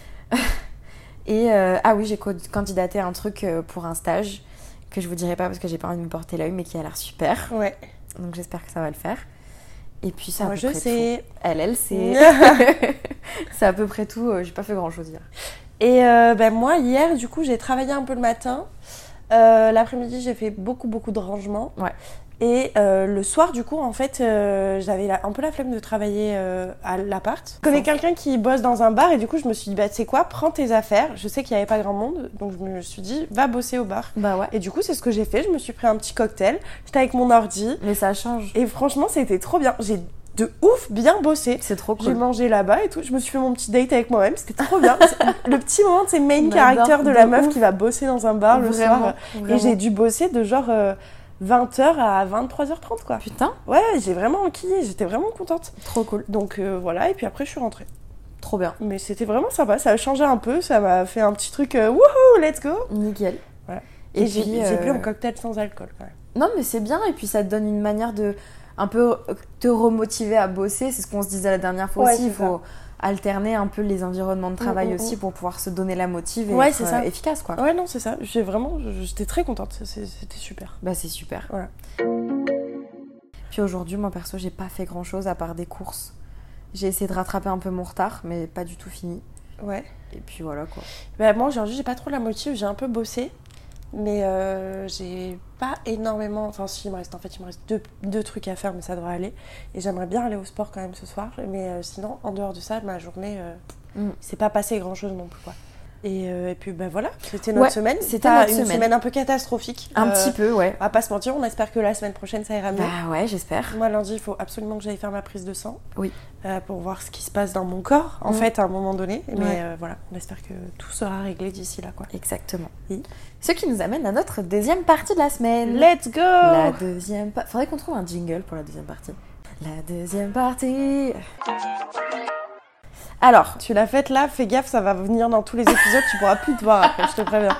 [SPEAKER 2] et euh, ah oui, j'ai co- candidaté à un truc euh, pour un stage que je vous dirai pas parce que j'ai pas envie de me porter l'œil, mais qui a l'air super.
[SPEAKER 1] Ouais.
[SPEAKER 2] Donc j'espère que ça va le faire. Et puis c'est à
[SPEAKER 1] Moi,
[SPEAKER 2] peu
[SPEAKER 1] je
[SPEAKER 2] près
[SPEAKER 1] sais.
[SPEAKER 2] tout. Elle, elle, c'est... c'est à peu près tout. euh, J'ai pas fait grand-chose hier.
[SPEAKER 1] Et euh, ben, moi, hier, du coup, j'ai travaillé un peu le matin. Euh, l'après-midi, j'ai fait beaucoup, beaucoup de rangement.
[SPEAKER 2] Ouais.
[SPEAKER 1] Et euh, le soir, du coup, en fait, euh, j'avais la- un peu la flemme de travailler euh, à l'appart. Je connais quelqu'un qui bosse dans un bar et du coup, je me suis dit, bah, tu sais quoi, prends tes affaires. Je sais qu'il n'y avait pas grand monde, donc je me suis dit, va bosser au bar.
[SPEAKER 2] Bah ouais.
[SPEAKER 1] Et du coup, c'est ce que j'ai fait. Je me suis pris un petit cocktail. J'étais avec mon ordi.
[SPEAKER 2] Mais ça change.
[SPEAKER 1] Et franchement, c'était trop bien. J'ai de ouf bien bossé.
[SPEAKER 2] C'est trop
[SPEAKER 1] J'ai
[SPEAKER 2] cool.
[SPEAKER 1] mangé là-bas et tout. Je me suis fait mon petit date avec moi-même. C'était trop bien. C'est le petit moment, c'est main
[SPEAKER 2] On adore,
[SPEAKER 1] character de
[SPEAKER 2] de
[SPEAKER 1] la meuf
[SPEAKER 2] ouf.
[SPEAKER 1] qui va bosser dans un bar le
[SPEAKER 2] Vraiment,
[SPEAKER 1] soir.
[SPEAKER 2] vraiment.
[SPEAKER 1] Et j'ai dû bosser de genre euh, vingt heures à vingt-trois heures trente, quoi.
[SPEAKER 2] Putain,
[SPEAKER 1] Ouais, j'ai vraiment enquillé. J'étais vraiment contente.
[SPEAKER 2] trop cool.
[SPEAKER 1] Donc euh, voilà. Et puis après, je suis rentrée.
[SPEAKER 2] Trop bien.
[SPEAKER 1] Mais c'était vraiment sympa. Ça a changé un peu. Ça m'a fait un petit truc. Euh, wouhou, let's go.
[SPEAKER 2] Nickel.
[SPEAKER 1] Voilà.
[SPEAKER 2] Et,
[SPEAKER 1] Et, j'ai
[SPEAKER 2] puis,
[SPEAKER 1] j'ai
[SPEAKER 2] euh,
[SPEAKER 1] bu un cocktail sans alcool, quand même.
[SPEAKER 2] Non, mais c'est bien. Et puis ça te donne une manière de un peu te remotiver à bosser. C'est ce qu'on se disait la dernière fois
[SPEAKER 1] Ouais,
[SPEAKER 2] aussi. Il
[SPEAKER 1] c'est
[SPEAKER 2] faut alterner un peu les environnements de travail
[SPEAKER 1] Mm, mm,
[SPEAKER 2] aussi
[SPEAKER 1] mm.
[SPEAKER 2] pour pouvoir se donner la motive et
[SPEAKER 1] Ouais,
[SPEAKER 2] être
[SPEAKER 1] c'est ça.
[SPEAKER 2] euh, efficace, quoi.
[SPEAKER 1] Ouais, non, c'est ça. J'ai vraiment. J'étais très contente. C'est- C'était super.
[SPEAKER 2] Bah c'est super.
[SPEAKER 1] Voilà.
[SPEAKER 2] Puis aujourd'hui, moi perso, j'ai pas fait grand chose à part des courses. J'ai essayé de rattraper un peu mon retard, mais pas du tout fini.
[SPEAKER 1] Ouais.
[SPEAKER 2] Et puis voilà quoi.
[SPEAKER 1] Bah, moi aujourd'hui j'ai pas trop la motive, j'ai un peu bossé, mais euh, j'ai pas énormément. Enfin si, il me reste en fait il me reste deux, deux trucs à faire, mais ça devrait aller. Et j'aimerais bien aller au sport quand même ce soir, mais euh, sinon en dehors de ça, ma journée, euh,
[SPEAKER 2] Mm.
[SPEAKER 1] c'est pas passé grand chose non plus quoi. Et, euh, et puis bah voilà, c'était notre
[SPEAKER 2] Ouais,
[SPEAKER 1] semaine.
[SPEAKER 2] c'était
[SPEAKER 1] Pas
[SPEAKER 2] notre
[SPEAKER 1] une
[SPEAKER 2] semaine.
[SPEAKER 1] un peu catastrophique.
[SPEAKER 2] Un
[SPEAKER 1] Euh,
[SPEAKER 2] petit peu, ouais.
[SPEAKER 1] On va pas se mentir, on espère que la semaine prochaine ça ira mieux.
[SPEAKER 2] Bah ouais, j'espère.
[SPEAKER 1] Moi lundi il faut absolument que j'aille faire ma prise de sang.
[SPEAKER 2] Oui.
[SPEAKER 1] Euh, pour voir ce qui se passe dans mon corps en
[SPEAKER 2] Mm.
[SPEAKER 1] fait à un moment donné. Mais
[SPEAKER 2] Ouais.
[SPEAKER 1] euh, voilà, on espère que tout sera réglé d'ici là quoi.
[SPEAKER 2] Exactement.
[SPEAKER 1] Oui.
[SPEAKER 2] Ce qui nous amène à notre deuxième partie de la semaine.
[SPEAKER 1] Let's go.
[SPEAKER 2] La deuxième partie. Faudrait qu'on trouve un jingle pour la deuxième partie. La deuxième partie. Alors,
[SPEAKER 1] Tu l'as faite là, fais gaffe, ça va venir dans tous les épisodes, tu pourras plus te voir après, je te préviens.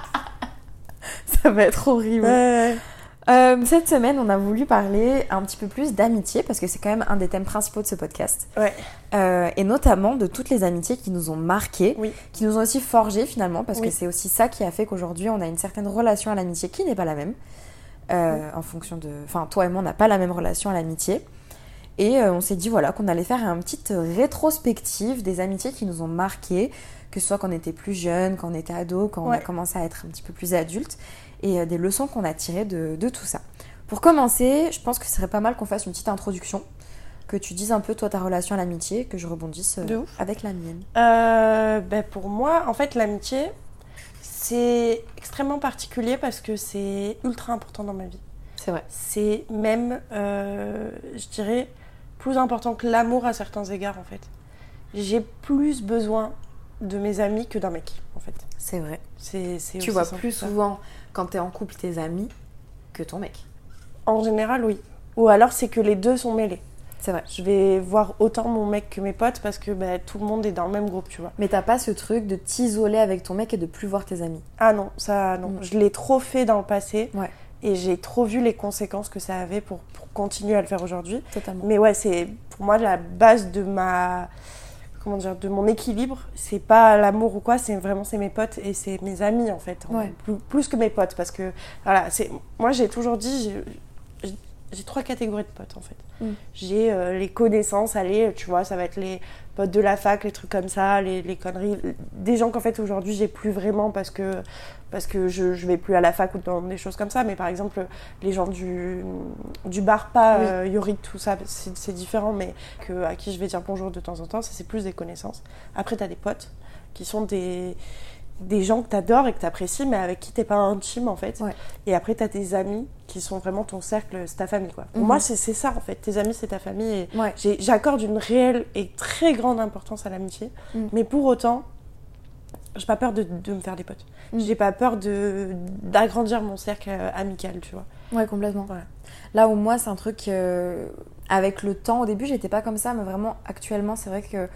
[SPEAKER 2] ça va être horrible.
[SPEAKER 1] Ouais,
[SPEAKER 2] Euh, cette semaine, on a voulu parler un petit peu plus d'amitié parce que c'est quand même un des thèmes principaux de ce podcast.
[SPEAKER 1] ouais.
[SPEAKER 2] Euh, et notamment de toutes les amitiés qui nous ont marquées,
[SPEAKER 1] Oui.
[SPEAKER 2] qui nous ont aussi forgées finalement, parce
[SPEAKER 1] Oui.
[SPEAKER 2] que c'est aussi ça qui a fait qu'aujourd'hui on a une certaine relation à l'amitié qui n'est pas la même. Euh, en fonction de. Enfin, toi et moi, on n'a pas la même relation à l'amitié. Et euh, on s'est dit voilà qu'on allait faire une petite rétrospective des amitiés qui nous ont marquées, que ce soit quand on était plus jeune, quand on était ado, quand on a
[SPEAKER 1] Ouais.
[SPEAKER 2] commencé à être un petit peu plus adulte, et euh, des leçons qu'on a tirées de, de tout ça. Pour commencer, je pense que ce serait pas mal qu'on fasse une petite introduction, que tu dises un peu toi ta relation à l'amitié, que je rebondisse euh,
[SPEAKER 1] De ouf.
[SPEAKER 2] avec la mienne.
[SPEAKER 1] Euh, ben pour moi, en fait, l'amitié, c'est extrêmement particulier parce que c'est ultra important dans ma vie.
[SPEAKER 2] C'est vrai.
[SPEAKER 1] C'est même, euh, je dirais, plus important que l'amour à certains égards, en fait. J'ai plus besoin de mes amis que d'un mec, en fait.
[SPEAKER 2] C'est vrai.
[SPEAKER 1] C'est, c'est
[SPEAKER 2] Tu
[SPEAKER 1] aussi
[SPEAKER 2] vois
[SPEAKER 1] simple
[SPEAKER 2] plus
[SPEAKER 1] que ça.
[SPEAKER 2] souvent quand t'es en couple tes amis que ton mec.
[SPEAKER 1] En général, oui. Ou alors, c'est que les deux sont mêlés.
[SPEAKER 2] C'est vrai.
[SPEAKER 1] Je vais voir autant mon mec que mes potes parce que bah, tout le monde est dans le même groupe, tu vois.
[SPEAKER 2] Mais t'as pas ce truc de t'isoler avec ton mec et de plus voir tes amis.
[SPEAKER 1] Ah non, ça, non.
[SPEAKER 2] Mm.
[SPEAKER 1] Je l'ai trop fait dans le passé.
[SPEAKER 2] Ouais.
[SPEAKER 1] Et j'ai trop vu les conséquences que ça avait pour, pour continuer à le faire aujourd'hui.
[SPEAKER 2] Totalement.
[SPEAKER 1] Mais ouais, c'est pour moi la base de ma... Comment dire, de mon équilibre. C'est pas l'amour ou quoi, c'est vraiment c'est mes potes et c'est mes amis en fait. En-
[SPEAKER 2] Ouais.
[SPEAKER 1] plus, plus que mes potes parce que, voilà, c'est... Moi j'ai toujours dit... J'ai, j'ai- j'ai trois catégories de potes en fait.
[SPEAKER 2] Mm.
[SPEAKER 1] J'ai euh, les connaissances, allez, tu vois, ça va être les potes de la fac, les trucs comme ça, les, les conneries. Des gens qu'en fait aujourd'hui j'ai plus vraiment parce que, parce que je, je vais plus à la fac ou dans des choses comme ça. Mais par exemple, les gens du, du bar, pas
[SPEAKER 2] Oui.
[SPEAKER 1] euh, Yorick, tout ça, c'est, c'est différent, mais que, à qui je vais dire bonjour de temps en temps, ça c'est plus des connaissances. Après, t'as des potes qui sont des. des gens que t'adores et que t'apprécies, mais avec qui t'es pas intime en fait.
[SPEAKER 2] Ouais.
[SPEAKER 1] Et après, t'as tes amis qui sont vraiment ton cercle, c'est ta famille quoi. Pour
[SPEAKER 2] Mhm.
[SPEAKER 1] moi, c'est, c'est ça en fait. Tes amis, c'est ta famille. Et
[SPEAKER 2] Ouais.
[SPEAKER 1] j'ai- j'accorde une réelle et très grande importance à l'amitié.
[SPEAKER 2] Mhm.
[SPEAKER 1] Mais pour autant, j'ai pas peur de, de me faire des potes.
[SPEAKER 2] Mhm.
[SPEAKER 1] J'ai pas peur de, d'agrandir mon cercle euh, amical, tu vois.
[SPEAKER 2] Ouais, complètement.
[SPEAKER 1] Voilà.
[SPEAKER 2] Là où moi, c'est un truc. euh, avec le temps, au début, j'étais pas comme ça, mais vraiment, actuellement, c'est vrai que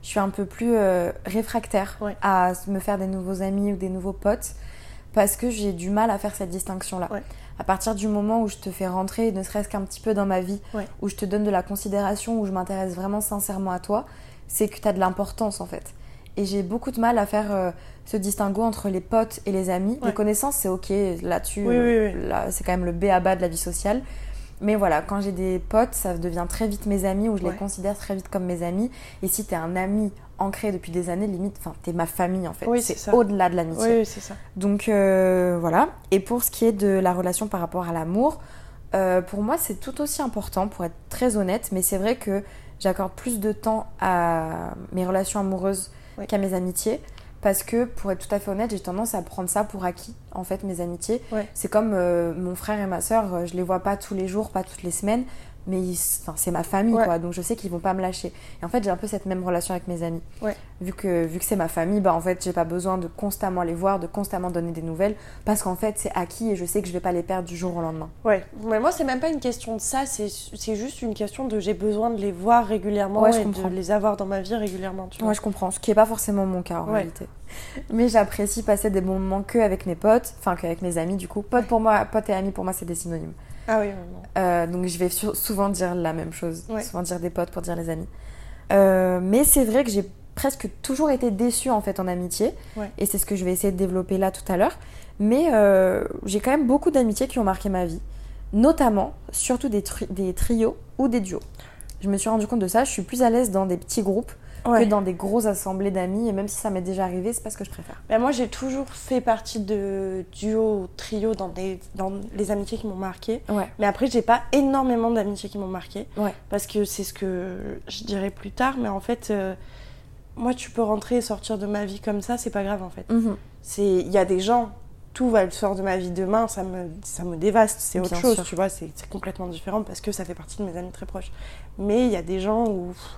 [SPEAKER 2] je suis un peu plus euh, réfractaire
[SPEAKER 1] Ouais.
[SPEAKER 2] à me faire des nouveaux amis ou des nouveaux potes parce que j'ai du mal à faire cette distinction-là.
[SPEAKER 1] Ouais.
[SPEAKER 2] À partir du moment où je te fais rentrer, ne serait-ce qu'un petit peu dans ma vie,
[SPEAKER 1] Ouais.
[SPEAKER 2] où je te donne de la considération, où je m'intéresse vraiment sincèrement à toi, c'est que tu as de l'importance en fait. Et j'ai beaucoup de mal à faire euh, ce distinguo entre les potes et les amis.
[SPEAKER 1] Ouais.
[SPEAKER 2] Les connaissances, c'est ok, là-dessus,
[SPEAKER 1] Oui,
[SPEAKER 2] euh,
[SPEAKER 1] oui, oui.
[SPEAKER 2] là, c'est quand même le b a ba de la vie sociale. Mais voilà, quand j'ai des potes, ça devient très vite mes amis, ou je
[SPEAKER 1] Ouais.
[SPEAKER 2] les considère très vite comme mes amis. Et si t'es un ami ancré depuis des années, limite, enfin, t'es ma famille en fait.
[SPEAKER 1] Oui,
[SPEAKER 2] c'est
[SPEAKER 1] c'est ça.
[SPEAKER 2] au-delà de l'amitié.
[SPEAKER 1] Oui, oui, c'est ça.
[SPEAKER 2] Donc euh, voilà. Et pour ce qui est de la relation par rapport à l'amour, euh, pour moi, c'est tout aussi important, pour être très honnête. Mais c'est vrai que j'accorde plus de temps à mes relations amoureuses
[SPEAKER 1] Oui.
[SPEAKER 2] qu'à mes amitiés. Parce que, pour être tout à fait honnête, j'ai tendance à prendre ça pour acquis, en fait, mes amitiés.
[SPEAKER 1] Ouais.
[SPEAKER 2] C'est comme euh, mon frère et ma sœur, euh, je les vois pas tous les jours, pas toutes les semaines, mais ils, enfin, c'est ma famille,
[SPEAKER 1] Ouais.
[SPEAKER 2] quoi. Donc je sais qu'ils vont pas me lâcher. Et en fait, j'ai un peu cette même relation avec mes amis.
[SPEAKER 1] Ouais.
[SPEAKER 2] Vu que, vu que c'est ma famille, bah en fait, j'ai pas besoin de constamment les voir, de constamment donner des nouvelles, parce qu'en fait, c'est acquis et je sais que je vais pas les perdre du jour au lendemain.
[SPEAKER 1] Ouais, mais moi c'est même pas une question de ça, c'est, c'est juste une question de j'ai besoin de les voir régulièrement
[SPEAKER 2] Ouais, je
[SPEAKER 1] et
[SPEAKER 2] comprends.
[SPEAKER 1] de les avoir dans ma vie régulièrement, tu vois.
[SPEAKER 2] Ouais, je comprends, ce qui est pas forcément mon cas en
[SPEAKER 1] Ouais.
[SPEAKER 2] réalité. Mais j'apprécie passer des bons moments que avec mes potes, enfin qu'avec mes amis du coup. Potes pour moi, potes et amis pour moi c'est des synonymes.
[SPEAKER 1] Ah oui, vraiment.
[SPEAKER 2] Euh, donc je vais sur- souvent dire la même chose,
[SPEAKER 1] Ouais.
[SPEAKER 2] souvent dire des potes pour dire les amis. Euh, mais c'est vrai que j'ai presque toujours été déçue en fait en amitié,
[SPEAKER 1] Ouais.
[SPEAKER 2] et c'est ce que je vais essayer de développer là tout à l'heure. Mais euh, j'ai quand même beaucoup d'amitiés qui ont marqué ma vie, notamment surtout des, tri- des trios ou des duos. Je me suis rendu compte de ça, je suis plus à l'aise dans des petits groupes
[SPEAKER 1] Ouais.
[SPEAKER 2] que dans des grosses assemblées d'amis, et même si ça m'est déjà arrivé, c'est pas ce que je préfère.
[SPEAKER 1] Ben, moi j'ai toujours fait partie de duo, trio dans, des, dans les amitiés qui m'ont marqué.
[SPEAKER 2] Ouais,
[SPEAKER 1] Mais après j'ai pas énormément d'amitiés qui m'ont marqué.
[SPEAKER 2] ouais,
[SPEAKER 1] Parce que c'est ce que je dirai plus tard, mais en fait, euh, moi tu peux rentrer et sortir de ma vie comme ça, c'est pas grave en fait.
[SPEAKER 2] mhm,
[SPEAKER 1] C'est, il y a des gens, tout va le sort de ma vie demain, ça me, ça me dévaste, c'est autre
[SPEAKER 2] Bien
[SPEAKER 1] chose,
[SPEAKER 2] sûr.
[SPEAKER 1] tu vois, c'est, c'est complètement différent parce que ça fait partie de mes amis très proches. Mais il y a des gens où pff,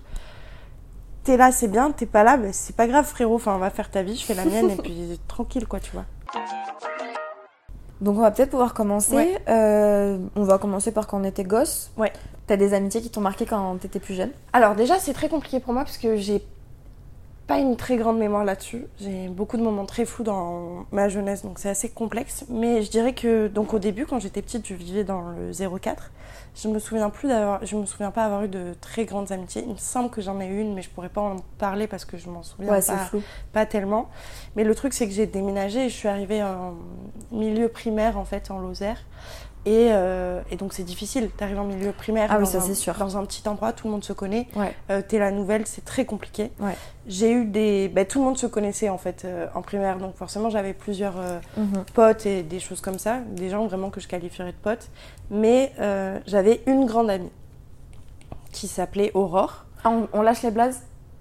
[SPEAKER 1] t'es là, c'est bien, t'es pas là, bah, c'est pas grave frérot, enfin on va faire ta vie, je fais la mienne et puis tranquille quoi, tu vois.
[SPEAKER 2] Donc on va peut-être pouvoir commencer.
[SPEAKER 1] Ouais.
[SPEAKER 2] Euh, on va commencer par quand on était gosse.
[SPEAKER 1] Ouais.
[SPEAKER 2] T'as des amitiés qui t'ont marqué quand t'étais plus jeune?
[SPEAKER 1] Alors déjà c'est très compliqué pour moi parce que j'ai pas une très grande mémoire là-dessus. J'ai beaucoup de moments très flous dans ma jeunesse, donc c'est assez complexe. Mais je dirais que donc au début, quand j'étais petite, je vivais dans le zéro quatre. Je me souviens plus d'avoir, je me souviens pas avoir eu de très grandes amitiés. Il me semble que j'en ai eu une, mais je pourrais pas en parler parce que je m'en souviens
[SPEAKER 2] Ouais,
[SPEAKER 1] pas,
[SPEAKER 2] c'est flou.
[SPEAKER 1] pas tellement. Mais le truc c'est que j'ai déménagé et je suis arrivée en milieu primaire en fait en Lozère. Et, euh, et donc c'est difficile, t'arrives en milieu primaire
[SPEAKER 2] Ah oui,
[SPEAKER 1] dans,
[SPEAKER 2] ça,
[SPEAKER 1] un,
[SPEAKER 2] c'est sûr.
[SPEAKER 1] dans un petit endroit, tout le monde se connaît.
[SPEAKER 2] Ouais.
[SPEAKER 1] Euh, t'es la nouvelle, c'est très compliqué.
[SPEAKER 2] Ouais.
[SPEAKER 1] J'ai eu des... Bah, tout le monde se connaissait en fait euh, en primaire, donc forcément j'avais plusieurs euh,
[SPEAKER 2] Mhm.
[SPEAKER 1] potes et des choses comme ça, des gens vraiment que je qualifierais de potes. Mais euh, j'avais une grande amie qui s'appelait Aurore.
[SPEAKER 2] Ah, on, on lâche les blazes?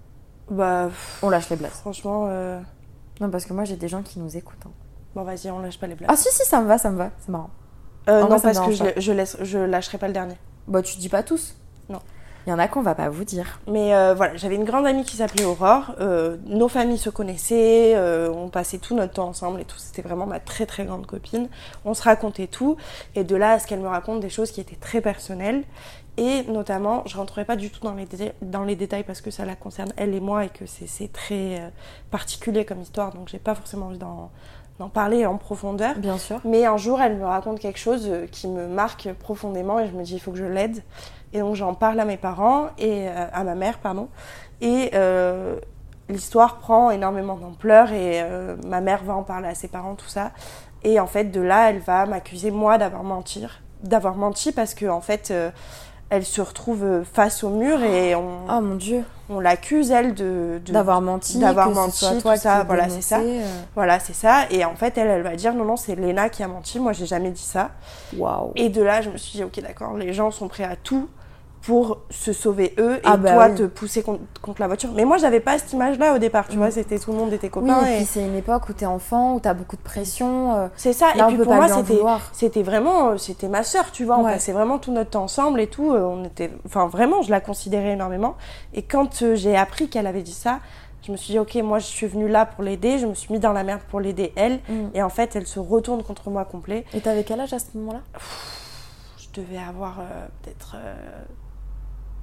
[SPEAKER 1] Bah pff,
[SPEAKER 2] On lâche les blazes.
[SPEAKER 1] franchement, euh...
[SPEAKER 2] Non, parce que moi j'ai des gens qui nous écoutent. hein.
[SPEAKER 1] bon vas-y, on lâche pas les blagues.
[SPEAKER 2] Ah si, si, ça me va, ça me va. C'est marrant.
[SPEAKER 1] Euh,
[SPEAKER 2] en
[SPEAKER 1] non,
[SPEAKER 2] vrai, ça me
[SPEAKER 1] parce que
[SPEAKER 2] dérange
[SPEAKER 1] je, je, laisse, je lâcherai pas le dernier.
[SPEAKER 2] Bah tu dis pas tous.
[SPEAKER 1] Non.
[SPEAKER 2] Il y en a qu'on va pas vous dire.
[SPEAKER 1] Mais euh, voilà, j'avais une grande amie qui s'appelait Aurore. Euh, nos familles se connaissaient, euh, on passait tout notre temps ensemble et tout. C'était vraiment ma très très grande copine. On se racontait tout. Et de là à ce qu'elle me raconte des choses qui étaient très personnelles. Et notamment, je rentrerai pas du tout dans les, dé- dans les détails parce que ça la concerne elle et moi et que c'est, c'est très euh, particulier comme histoire. Donc j'ai pas forcément envie d'en, d'en parler en profondeur.
[SPEAKER 2] Bien sûr.
[SPEAKER 1] Mais un jour, elle me raconte quelque chose euh, qui me marque profondément et je me dis il faut que je l'aide. Et donc j'en parle à mes parents et euh, à ma mère, pardon. Et euh, l'histoire prend énormément d'ampleur et euh, ma mère va en parler à ses parents, tout ça. Et en fait, de là, elle va m'accuser moi d'avoir menti, d'avoir menti parce que en fait, euh, elle se retrouve face au mur et on,
[SPEAKER 2] Oh mon dieu.
[SPEAKER 1] on l'accuse elle de, de
[SPEAKER 2] D'avoir menti,
[SPEAKER 1] d'avoir
[SPEAKER 2] que
[SPEAKER 1] menti,
[SPEAKER 2] ce soit toi
[SPEAKER 1] tout ça.
[SPEAKER 2] qui
[SPEAKER 1] Voilà, c'est ça.
[SPEAKER 2] dénonçais,
[SPEAKER 1] Voilà, c'est ça. Et en fait, elle, elle va dire non, non, c'est Léna qui a menti. Moi, j'ai jamais dit ça.
[SPEAKER 2] euh, Waouh.
[SPEAKER 1] Et de là, je me suis dit, ok, d'accord, les gens sont prêts à tout pour se sauver eux et
[SPEAKER 2] Ah bah
[SPEAKER 1] toi
[SPEAKER 2] oui.
[SPEAKER 1] te pousser contre, contre la voiture. Mais moi, j'avais pas cette image-là au départ, tu
[SPEAKER 2] Mm.
[SPEAKER 1] vois, c'était tout le monde était
[SPEAKER 2] Oui,
[SPEAKER 1] copains.
[SPEAKER 2] et
[SPEAKER 1] et
[SPEAKER 2] puis c'est une époque où t'es enfant, où t'as beaucoup de pression. euh,
[SPEAKER 1] c'est ça.
[SPEAKER 2] Là,
[SPEAKER 1] et
[SPEAKER 2] on
[SPEAKER 1] puis
[SPEAKER 2] peut
[SPEAKER 1] pour
[SPEAKER 2] pas
[SPEAKER 1] moi,
[SPEAKER 2] lui en
[SPEAKER 1] c'était,
[SPEAKER 2] vouloir.
[SPEAKER 1] c'était vraiment, euh, c'était ma sœur, tu vois. On
[SPEAKER 2] Ouais.
[SPEAKER 1] passait vraiment tout notre temps ensemble et tout. euh, On était, enfin, vraiment, je la considérais énormément. Et quand euh, j'ai appris qu'elle avait dit ça, je me suis dit, ok, moi, je suis venue là pour l'aider. Je me suis mis dans la merde pour l'aider elle.
[SPEAKER 2] Mm.
[SPEAKER 1] Et en fait, elle se retourne contre moi complet.
[SPEAKER 2] Et t'avais quel âge à ce moment-là?
[SPEAKER 1] Je devais avoir euh, peut-être euh,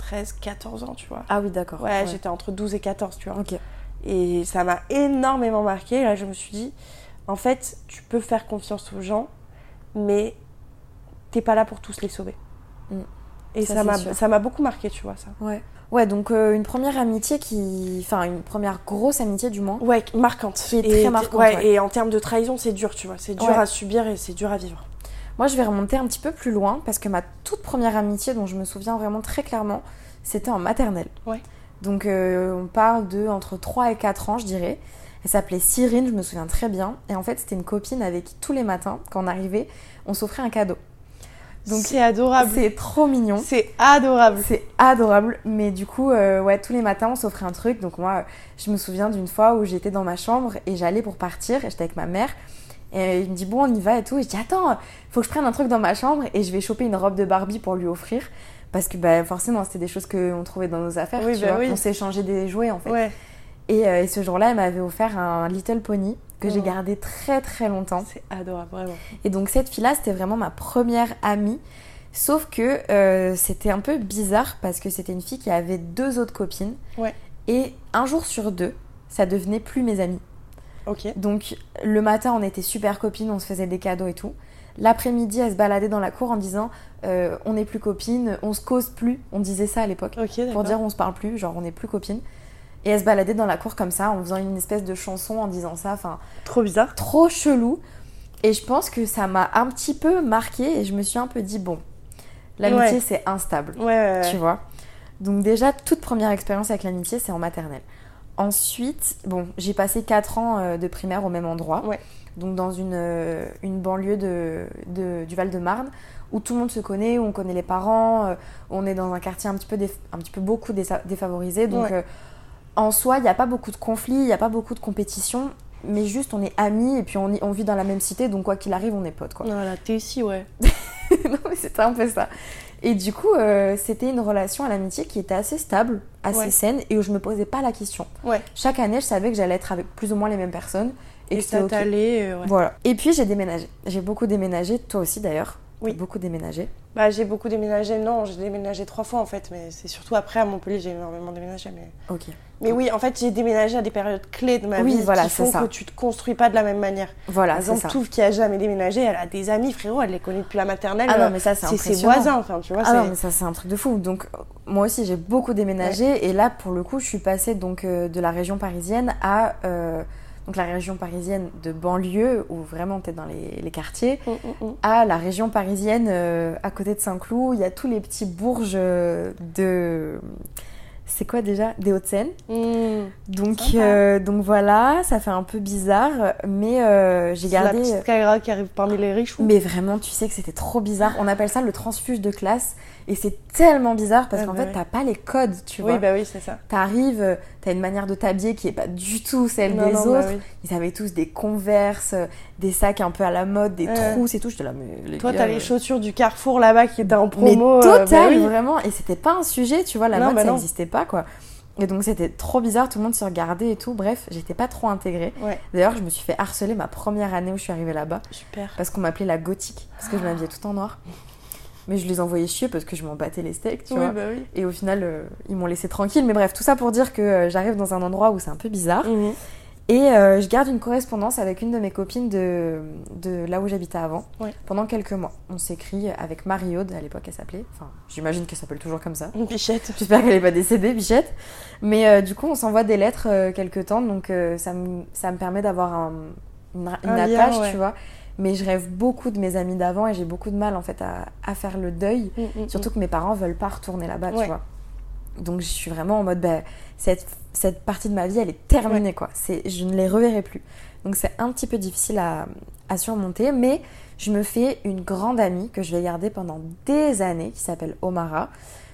[SPEAKER 1] treize, quatorze ans, tu vois.
[SPEAKER 2] Ah oui, d'accord.
[SPEAKER 1] Ouais,
[SPEAKER 2] Ouais.
[SPEAKER 1] j'étais entre douze et quatorze, tu vois.
[SPEAKER 2] Ok.
[SPEAKER 1] Et ça m'a énormément marqué. Là, je me suis dit, en fait, tu peux faire confiance aux gens, mais t'es pas là pour tous les sauver.
[SPEAKER 2] Mm.
[SPEAKER 1] Et
[SPEAKER 2] Ça,
[SPEAKER 1] ça,
[SPEAKER 2] c'est
[SPEAKER 1] m'a,
[SPEAKER 2] sûr.
[SPEAKER 1] ça m'a beaucoup marqué, tu vois, ça.
[SPEAKER 2] Ouais. Ouais, donc euh, une première amitié qui... Enfin, une première grosse amitié, du moins.
[SPEAKER 1] Ouais, marquante.
[SPEAKER 2] Qui est
[SPEAKER 1] Et-
[SPEAKER 2] très marquante,
[SPEAKER 1] Ouais,
[SPEAKER 2] ouais.
[SPEAKER 1] et en termes de trahison, c'est dur, tu vois. C'est dur
[SPEAKER 2] Ouais.
[SPEAKER 1] à subir et c'est dur à vivre.
[SPEAKER 2] Moi, je vais remonter un petit peu plus loin, parce que ma toute première amitié, dont je me souviens vraiment très clairement, c'était en maternelle.
[SPEAKER 1] Ouais.
[SPEAKER 2] Donc, euh, on parle de entre trois et quatre ans, je dirais. Elle s'appelait Cyrine, je me souviens très bien. Et en fait, c'était une copine avec qui, tous les matins, quand on arrivait, on s'offrait un cadeau. Donc,
[SPEAKER 1] c'est adorable.
[SPEAKER 2] c'est trop mignon.
[SPEAKER 1] C'est adorable.
[SPEAKER 2] C'est adorable, mais du coup, euh, ouais, tous les matins, on s'offrait un truc. Donc moi, je me souviens d'une fois où j'étais dans ma chambre et j'allais pour partir, et j'étais avec ma mère. Et il me dit, bon, on y va et tout. Et je dis, attends, faut que je prenne un truc dans ma chambre et je vais choper une robe de Barbie pour lui offrir. Parce que bah, forcément, c'était des choses qu'on trouvait dans nos affaires,
[SPEAKER 1] Oui,
[SPEAKER 2] tu
[SPEAKER 1] bah
[SPEAKER 2] vois.
[SPEAKER 1] oui.
[SPEAKER 2] On s'échangeait des jouets, en fait.
[SPEAKER 1] Ouais,
[SPEAKER 2] Et, euh, et ce jour-là, elle m'avait offert un Little Pony que j'ai
[SPEAKER 1] Oh.
[SPEAKER 2] gardé très très longtemps.
[SPEAKER 1] c'est adorable, vraiment.
[SPEAKER 2] Et donc cette fille-là, c'était vraiment ma première amie. Sauf que euh, c'était un peu bizarre parce que c'était une fille qui avait deux autres copines.
[SPEAKER 1] Ouais.
[SPEAKER 2] Et un jour sur deux, ça devenait plus mes amies.
[SPEAKER 1] Ok.
[SPEAKER 2] Donc le matin, on était super copines, on se faisait des cadeaux et tout. L'après-midi, elle se baladait dans la cour en disant euh, on n'est plus copines, on se cause plus. On disait ça à l'époque.
[SPEAKER 1] Ok, d'accord.
[SPEAKER 2] Pour dire on se parle plus, genre on n'est plus copines. Et elle se baladait dans la cour comme ça en faisant une espèce de chanson en disant ça. Enfin,
[SPEAKER 1] Trop bizarre.
[SPEAKER 2] trop chelou. Et je pense que ça m'a un petit peu marquée et je me suis un peu dit bon, l'amitié
[SPEAKER 1] Ouais.
[SPEAKER 2] c'est instable,
[SPEAKER 1] Ouais, ouais, ouais.
[SPEAKER 2] tu vois. Donc déjà, toute première expérience avec l'amitié, c'est en maternelle. Ensuite, bon, j'ai passé quatre ans euh, de primaire au même endroit,
[SPEAKER 1] Ouais.
[SPEAKER 2] donc dans une, euh, une banlieue de, de- du Val-de-Marne, où tout le monde se connaît, où on connaît les parents, euh, où on est dans un quartier un petit peu, déf- un petit peu beaucoup désa- défavorisé. Donc
[SPEAKER 1] Ouais.
[SPEAKER 2] euh, en soi, il n'y a pas beaucoup de conflits, il n'y a pas beaucoup de compétition, mais juste on est amis et puis on, y- on vit dans la même cité, donc quoi qu'il arrive, on est potes, quoi.
[SPEAKER 1] Voilà, t'es ici, ouais.
[SPEAKER 2] Non, mais c'était un peu ça. Et du coup, euh, c'était une relation à l'amitié qui était assez stable, assez
[SPEAKER 1] Ouais.
[SPEAKER 2] saine, et où je me posais pas la question.
[SPEAKER 1] Ouais.
[SPEAKER 2] Chaque année, je savais que j'allais être avec plus ou moins les mêmes personnes. Et,
[SPEAKER 1] Et,
[SPEAKER 2] que c'était
[SPEAKER 1] ça
[SPEAKER 2] ok.
[SPEAKER 1] t'allait, euh, ouais.
[SPEAKER 2] Voilà. Et puis, j'ai déménagé. J'ai beaucoup déménagé, toi aussi d'ailleurs.
[SPEAKER 1] Oui.
[SPEAKER 2] T'as beaucoup déménagé.
[SPEAKER 1] Bah, j'ai beaucoup déménagé. Non, j'ai déménagé trois fois en fait, mais c'est surtout après à Montpellier, j'ai énormément déménagé. Mais,
[SPEAKER 2] Ok.
[SPEAKER 1] mais oui, en fait, j'ai déménagé à des périodes clés de ma
[SPEAKER 2] Oui,
[SPEAKER 1] vie
[SPEAKER 2] voilà,
[SPEAKER 1] qui
[SPEAKER 2] c'est
[SPEAKER 1] font
[SPEAKER 2] ça.
[SPEAKER 1] que tu te construis pas de la même manière.
[SPEAKER 2] Voilà,
[SPEAKER 1] Par
[SPEAKER 2] c'est
[SPEAKER 1] exemple,
[SPEAKER 2] ça.
[SPEAKER 1] Touf qui a jamais déménagé, elle a des amis, frérot, elle les connaît depuis la maternelle.
[SPEAKER 2] Ah
[SPEAKER 1] euh,
[SPEAKER 2] non, mais ça, c'est
[SPEAKER 1] c'est ses
[SPEAKER 2] impressionnant.
[SPEAKER 1] voisins, enfin, tu vois.
[SPEAKER 2] Ah
[SPEAKER 1] c'est...
[SPEAKER 2] non, mais ça, c'est un truc de fou. Donc, euh, moi aussi, j'ai beaucoup déménagé. Et là, pour le coup, je suis passée donc, euh, de la région parisienne à euh, donc, la région parisienne de banlieue, où vraiment t'es dans les, les quartiers,
[SPEAKER 1] Mm, mm, mm.
[SPEAKER 2] à la région parisienne euh, à côté de Saint-Cloud. Il y a tous les petits bourges euh, de... C'est quoi déjà? Des Hauts-de-Seine.
[SPEAKER 1] Mm.
[SPEAKER 2] Donc,
[SPEAKER 1] Sympa.
[SPEAKER 2] euh, donc voilà, ça fait un peu bizarre, mais euh, j'ai
[SPEAKER 1] C'est la
[SPEAKER 2] gardé...
[SPEAKER 1] petite Kaira qui arrive parmi les riches. Ou...
[SPEAKER 2] Mais vraiment, tu sais que c'était trop bizarre. On appelle ça le transfuge de classe. Et c'est tellement bizarre parce
[SPEAKER 1] Ouais,
[SPEAKER 2] qu'en
[SPEAKER 1] bah
[SPEAKER 2] fait,
[SPEAKER 1] oui.
[SPEAKER 2] t'as pas les codes, tu vois.
[SPEAKER 1] Oui, bah oui, c'est ça.
[SPEAKER 2] T'arrives, euh, t'as une manière de t'habiller qui est pas du tout celle
[SPEAKER 1] Non,
[SPEAKER 2] des
[SPEAKER 1] non, bah
[SPEAKER 2] autres.
[SPEAKER 1] oui.
[SPEAKER 2] Ils avaient tous des Converse, euh, des sacs un peu à la mode, des
[SPEAKER 1] Ouais.
[SPEAKER 2] trousses et tout. J'étais là, mais les
[SPEAKER 1] Toi,
[SPEAKER 2] gars,
[SPEAKER 1] t'as
[SPEAKER 2] euh,
[SPEAKER 1] les chaussures du Carrefour là-bas qui étaient en
[SPEAKER 2] mais
[SPEAKER 1] promo.
[SPEAKER 2] total,
[SPEAKER 1] euh, bah oui.
[SPEAKER 2] vraiment. Et c'était pas un sujet, tu vois. La
[SPEAKER 1] Non,
[SPEAKER 2] mode,
[SPEAKER 1] bah
[SPEAKER 2] ça
[SPEAKER 1] non.
[SPEAKER 2] n'existait pas, quoi. Et donc, c'était trop bizarre. Tout le monde se regardait et tout. Bref, j'étais pas trop intégrée.
[SPEAKER 1] Ouais,
[SPEAKER 2] D'ailleurs, je me suis fait harceler ma première année où je suis arrivée là-bas.
[SPEAKER 1] super.
[SPEAKER 2] Parce qu'on m'appelait la gothique, parce que je m'habillais tout en noir. Mais je les envoyais chier parce que je m'en battais les steaks, tu
[SPEAKER 1] Oui,
[SPEAKER 2] vois.
[SPEAKER 1] bah oui.
[SPEAKER 2] Et au final, euh, ils m'ont laissé tranquille. Mais bref, tout ça pour dire que euh, j'arrive dans un endroit où c'est un peu bizarre.
[SPEAKER 1] Mhm.
[SPEAKER 2] Et euh, je garde une correspondance avec une de mes copines de, de là où j'habitais avant,
[SPEAKER 1] Ouais.
[SPEAKER 2] pendant quelques mois. On s'écrit avec Marie-Aude, à l'époque elle s'appelait. Enfin, j'imagine qu'elle s'appelle toujours comme ça.
[SPEAKER 1] Une bichette.
[SPEAKER 2] J'espère qu'elle n'est pas décédée, bichette. Mais euh, du coup, on s'envoie des lettres euh, quelques temps, donc euh, ça, me, ça me permet d'avoir un, une, une
[SPEAKER 1] Un lien,
[SPEAKER 2] attache,
[SPEAKER 1] ouais.
[SPEAKER 2] tu vois. Mais je rêve beaucoup de mes amis d'avant et j'ai beaucoup de mal en fait à, à faire le deuil.
[SPEAKER 1] Mm, mm,
[SPEAKER 2] Surtout que mes parents veulent pas retourner là-bas,
[SPEAKER 1] Ouais.
[SPEAKER 2] tu vois. Donc je suis vraiment en mode, bah, cette, cette partie de ma vie, elle est terminée, quoi. C'est, je ne les reverrai plus. Donc c'est un petit peu difficile à, à surmonter, mais je me fais une grande amie que je vais garder pendant des années, qui s'appelle Omara,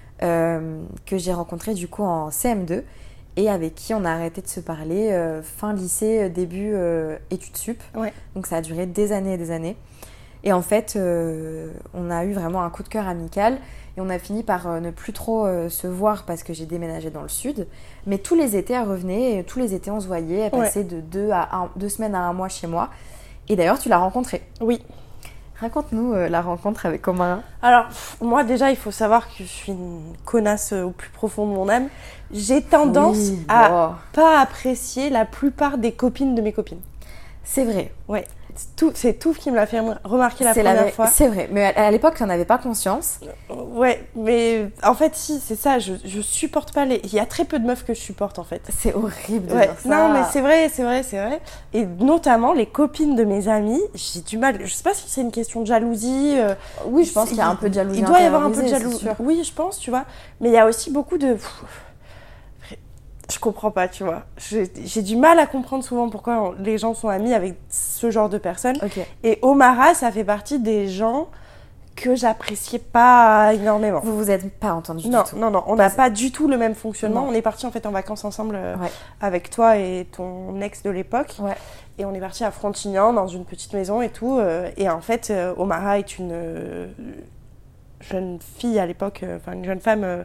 [SPEAKER 2] euh, que j'ai rencontrée du coup en C M deux et avec qui on a arrêté de se parler euh, fin lycée, début euh, études sup.
[SPEAKER 1] Ouais.
[SPEAKER 2] Donc ça a duré des années et des années. Et en fait, euh, on a eu vraiment un coup de cœur amical et on a fini par euh, ne plus trop euh, se voir parce que j'ai déménagé dans le sud. Mais tous les étés, elle revenait et tous les étés, on se voyait. Elle
[SPEAKER 1] Ouais.
[SPEAKER 2] passait de deux, à un, deux semaines à un mois chez moi. Et d'ailleurs, tu l'as rencontrée.
[SPEAKER 1] Oui.
[SPEAKER 2] Raconte-nous euh, la rencontre avec Omara.
[SPEAKER 1] Alors, pff, moi déjà, il faut savoir que je suis une connasse euh, au plus profond de mon âme. J'ai tendance
[SPEAKER 2] Oui,
[SPEAKER 1] à
[SPEAKER 2] bon.
[SPEAKER 1] pas apprécier la plupart des copines de mes copines.
[SPEAKER 2] C'est vrai.
[SPEAKER 1] Ouais, c'est tout, c'est tout qui me l'a fait remarquer la
[SPEAKER 2] c'est
[SPEAKER 1] première
[SPEAKER 2] la...
[SPEAKER 1] fois.
[SPEAKER 2] C'est vrai, mais à, à l'époque, tu n'en avais pas conscience.
[SPEAKER 1] Ouais, mais en fait, si, c'est ça, je, je supporte pas les... Il y a très peu de meufs que je supporte, en fait.
[SPEAKER 2] C'est horrible de
[SPEAKER 1] Ouais,
[SPEAKER 2] dire ça.
[SPEAKER 1] non, mais c'est vrai, c'est vrai, c'est vrai. Et notamment, les copines de mes amis, j'ai du mal... Je sais pas si c'est une question de jalousie... euh,
[SPEAKER 2] Oui, je pense qu'il y a un peu de jalousie.
[SPEAKER 1] Il doit y avoir un peu de
[SPEAKER 2] intériorisée,
[SPEAKER 1] jalousie.
[SPEAKER 2] c'est sûr.
[SPEAKER 1] Oui, je pense, tu vois. Mais il y a aussi beaucoup de... Je comprends pas, tu vois. J'ai, j'ai du mal à comprendre souvent pourquoi les gens sont amis avec ce genre de personnes.
[SPEAKER 2] Ok.
[SPEAKER 1] Et Omara, ça fait partie des gens que j'appréciais pas énormément.
[SPEAKER 2] Vous vous êtes pas entendus
[SPEAKER 1] Non,
[SPEAKER 2] du tout.
[SPEAKER 1] non, non, on n'a pas du tout le même fonctionnement.
[SPEAKER 2] Non.
[SPEAKER 1] On est partis en fait en vacances ensemble euh,
[SPEAKER 2] Ouais.
[SPEAKER 1] avec toi et ton ex de l'époque.
[SPEAKER 2] Ouais.
[SPEAKER 1] Et on est partis à Frontignan dans une petite maison et tout. euh, et en fait, euh, Omara est une euh, jeune fille à l'époque, euh, enfin une jeune femme euh,